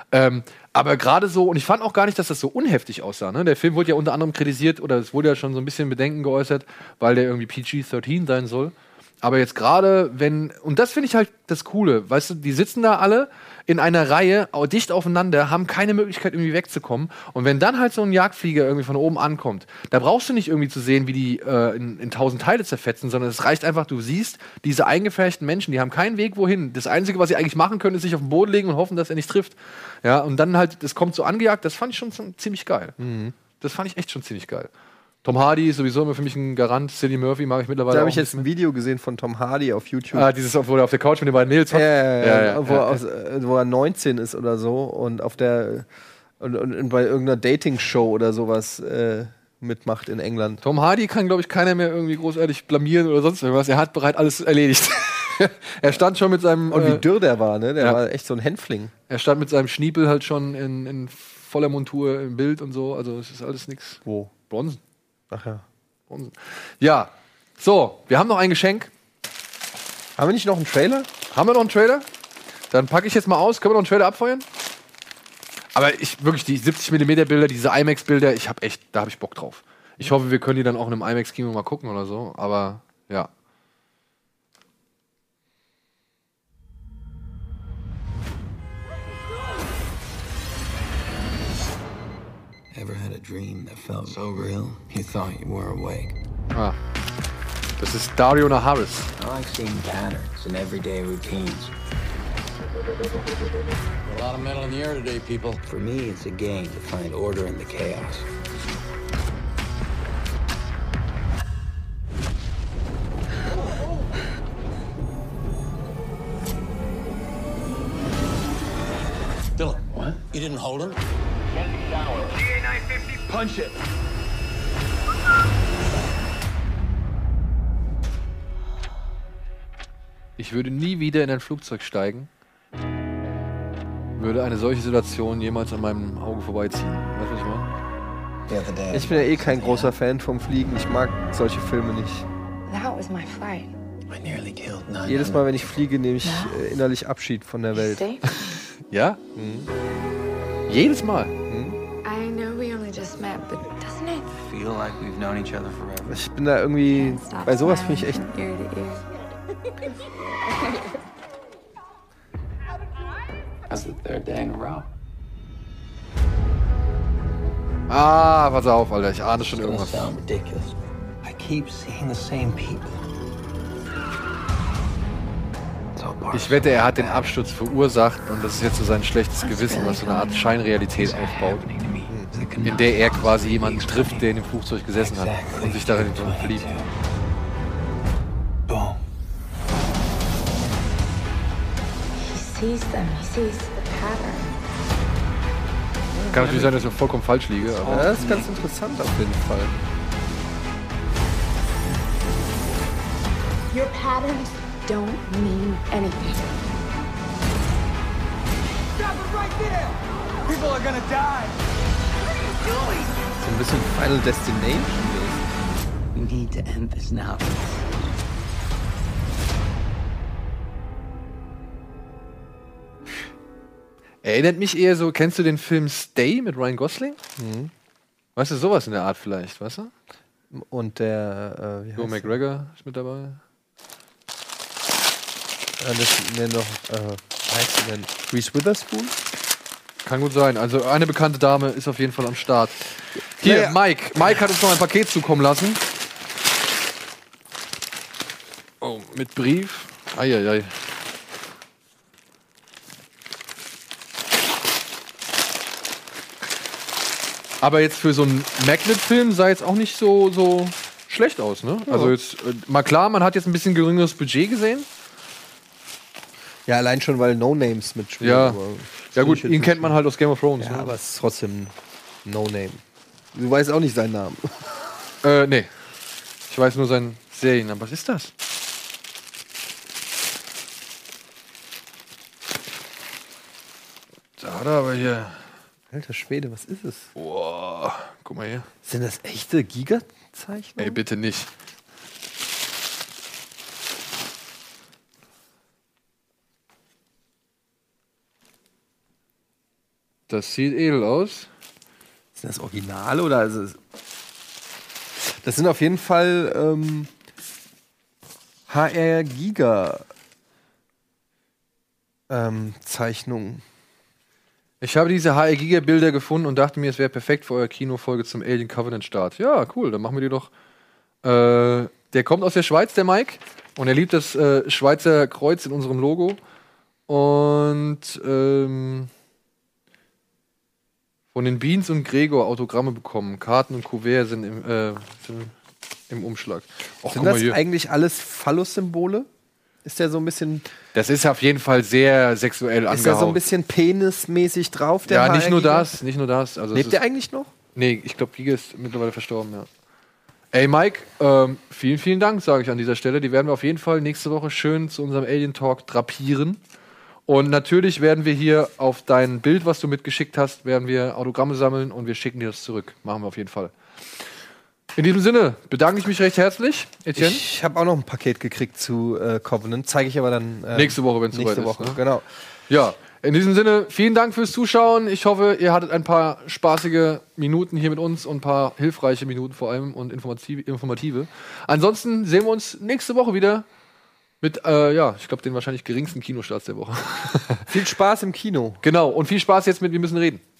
Ähm, aber gerade so, und ich fand auch gar nicht, dass das so unheftig aussah. Ne? Der Film wurde ja unter anderem kritisiert, oder es wurde ja schon so ein bisschen Bedenken geäußert, weil der irgendwie P G dreizehn sein soll. Aber jetzt gerade, wenn, und das finde ich halt das Coole, weißt du, die sitzen da alle in einer Reihe, au- dicht aufeinander, haben keine Möglichkeit, irgendwie wegzukommen. Und wenn dann halt so ein Jagdflieger irgendwie von oben ankommt, da brauchst du nicht irgendwie zu sehen, wie die äh, in, in tausend Teile zerfetzen, sondern es reicht einfach, du siehst diese eingefärchten Menschen, die haben keinen Weg wohin. Das Einzige, was sie eigentlich machen können, ist sich auf den Boden legen und hoffen, dass er nicht trifft. Ja, und dann halt, das kommt so angejagt, das fand ich schon z- ziemlich geil. Das fand ich echt schon ziemlich geil. Tom Hardy ist sowieso immer für mich ein Garant. Cillian Murphy mag ich mittlerweile Da auch habe ich ein jetzt ein Video gesehen von Tom Hardy auf YouTube. Ah, dieses, wo er auf der Couch mit den beiden Mädels Ja, hockt. ja, ja, wo, ja, er aus, äh, wo er neunzehn ist oder so und auf der und, und, und bei irgendeiner Dating-Show oder sowas äh, mitmacht in England. Tom Hardy kann, glaube ich, keiner mehr irgendwie großartig blamieren oder sonst irgendwas. Er hat bereits alles erledigt. Er stand schon mit seinem. Und wie äh, dürr der war, ne? Der ja. war echt so ein Hänfling. Er stand mit seinem Schniepel halt schon in, in voller Montur im Bild und so. Also es ist alles nix. Wo? Bronzen. Ach ja. Bronzen. Ja. So, wir haben noch ein Geschenk. Haben wir nicht noch einen Trailer? Haben wir noch einen Trailer? Dann packe ich jetzt mal aus. Können wir noch einen Trailer abfeuern? Aber ich wirklich, die siebzig Millimeter Bilder, diese IMAX-Bilder, ich habe echt, da habe ich Bock drauf. Ich hoffe, wir können die dann auch in einem IMAX-Kino mal gucken oder so. Aber ja. Ever had a dream that felt so real you thought you were awake? Ah. Das ist Dario Naharis. I like seeing patterns in everyday routines. A lot of metal in the air today, people. For me, it's a game to find order in the chaos. Dylan, what? You didn't hold him? Punch it. Ich würde nie wieder in ein Flugzeug steigen, würde eine solche Situation jemals an meinem Auge vorbeiziehen. Weißt du, was ich meine? Ich bin ja eh kein großer Fan vom Fliegen. Ich mag solche Filme nicht. That was my flight. I nearly killed nine. Jedes Mal, wenn ich fliege, nehme ich äh, innerlich Abschied von der Welt. Stay? Ja? Mhm. Jedes Mal. I know we only just met, but doesn't it Feel like we've known each other forever. Ich bin da irgendwie. stop Bei sowas bin ich echt. smiling from ear to ear? That's the third day in a row. Ah, pass auf, Alter. Ich ahne schon It's gonna irgendwas. sound ridiculous. I keep seeing the same people. It's all part Ich wette, er hat den Absturz verursacht und das ist jetzt so sein schlechtes Gewissen, was so eine Art Scheinrealität aufbaut, in der er quasi jemanden trifft, der in dem Flugzeug gesessen hat und sich darin verliebt. Boom. He sees them. He sees the pattern. Kann natürlich sein, dass ich vollkommen falsch liege, Ja, aber das ist ganz interessant auf jeden Fall. Your patterns don't mean anything. Stop it right there! People are gonna die! So ein bisschen Final Destination mäßig. We need to end this now. erinnert mich eher so, kennst du den Film Stay mit Ryan Gosling? Mhm. Weißt du, sowas in der Art vielleicht, weißt du? Und der, äh, wie Joe heißt McGregor ist mit dabei. Äh, das nennt noch, äh, wie heißt der denn? Reese Witherspoon? Kann gut sein. Also eine bekannte Dame ist auf jeden Fall am Start. Hier, Naja. Mike. Mike hat uns noch ein Paket zukommen lassen. Oh, mit Brief. Eieiei. Aber jetzt für so einen Magnet-Film sah jetzt auch nicht so, so schlecht aus, ne? Ja. Also jetzt, äh, mal klar, man hat jetzt ein bisschen geringeres Budget gesehen. Ja, allein schon, weil No-Names mitspielen. Ja. aber Ja gut, ich jetzt ihn kennt nicht- man halt aus Game of Thrones. Ja, ne? aber es ist trotzdem No-Name. Du weißt auch nicht seinen Namen. Äh, nee. Ich weiß nur seinen Seriennamen. Was ist das? Da hat er aber hier. Alter Schwede, was ist es? Boah, guck mal hier. Sind das echte Giga-Zeichnungen? Ey, bitte nicht. Das sieht edel aus. Ist das Original oder ist es. Das sind auf jeden Fall ähm, H R Giga ähm, Zeichnungen. Ich habe diese H R Giga Bilder gefunden und dachte mir, es wäre perfekt für eure Kinofolge zum Alien Covenant Start. Ja, cool, dann machen wir die doch. Äh, der kommt aus der Schweiz, der Mike. Und er liebt das äh, Schweizer Kreuz in unserem Logo. Und ähm, von den Beans und Gregor Autogramme bekommen. Karten und Kuvert sind im, äh, sind im Umschlag. Och, sind das eigentlich alles Phallus-Symbole? Ist der so ein bisschen. Das ist auf jeden Fall sehr sexuell angehaucht. Ist da so ein bisschen penismäßig drauf, der Ja, H R nicht nur Giga? das, nicht nur das. Also Lebt der eigentlich noch? Nee, ich glaube, Giga ist mittlerweile verstorben, ja. Ey, Mike, ähm, vielen, vielen Dank, sage ich an dieser Stelle. Die werden wir auf jeden Fall nächste Woche schön zu unserem Alien Talk drapieren. Und natürlich werden wir hier auf dein Bild, was du mitgeschickt hast, werden wir Autogramme sammeln und wir schicken dir das zurück. Machen wir auf jeden Fall. In diesem Sinne bedanke ich mich recht herzlich, Etienne. Ich habe auch noch ein Paket gekriegt zu äh, Covenant. Zeige ich aber dann äh, nächste Woche, wenn es soweit nächste ist. Woche, Ne? genau. Ja, in diesem Sinne, vielen Dank fürs Zuschauen. Ich hoffe, ihr hattet ein paar spaßige Minuten hier mit uns und ein paar hilfreiche Minuten vor allem und informative. informative. Ansonsten sehen wir uns nächste Woche wieder mit, äh, ja, ich glaube, den wahrscheinlich geringsten Kinostarts der Woche. Viel Spaß im Kino. Genau, und viel Spaß jetzt mit Wir müssen reden.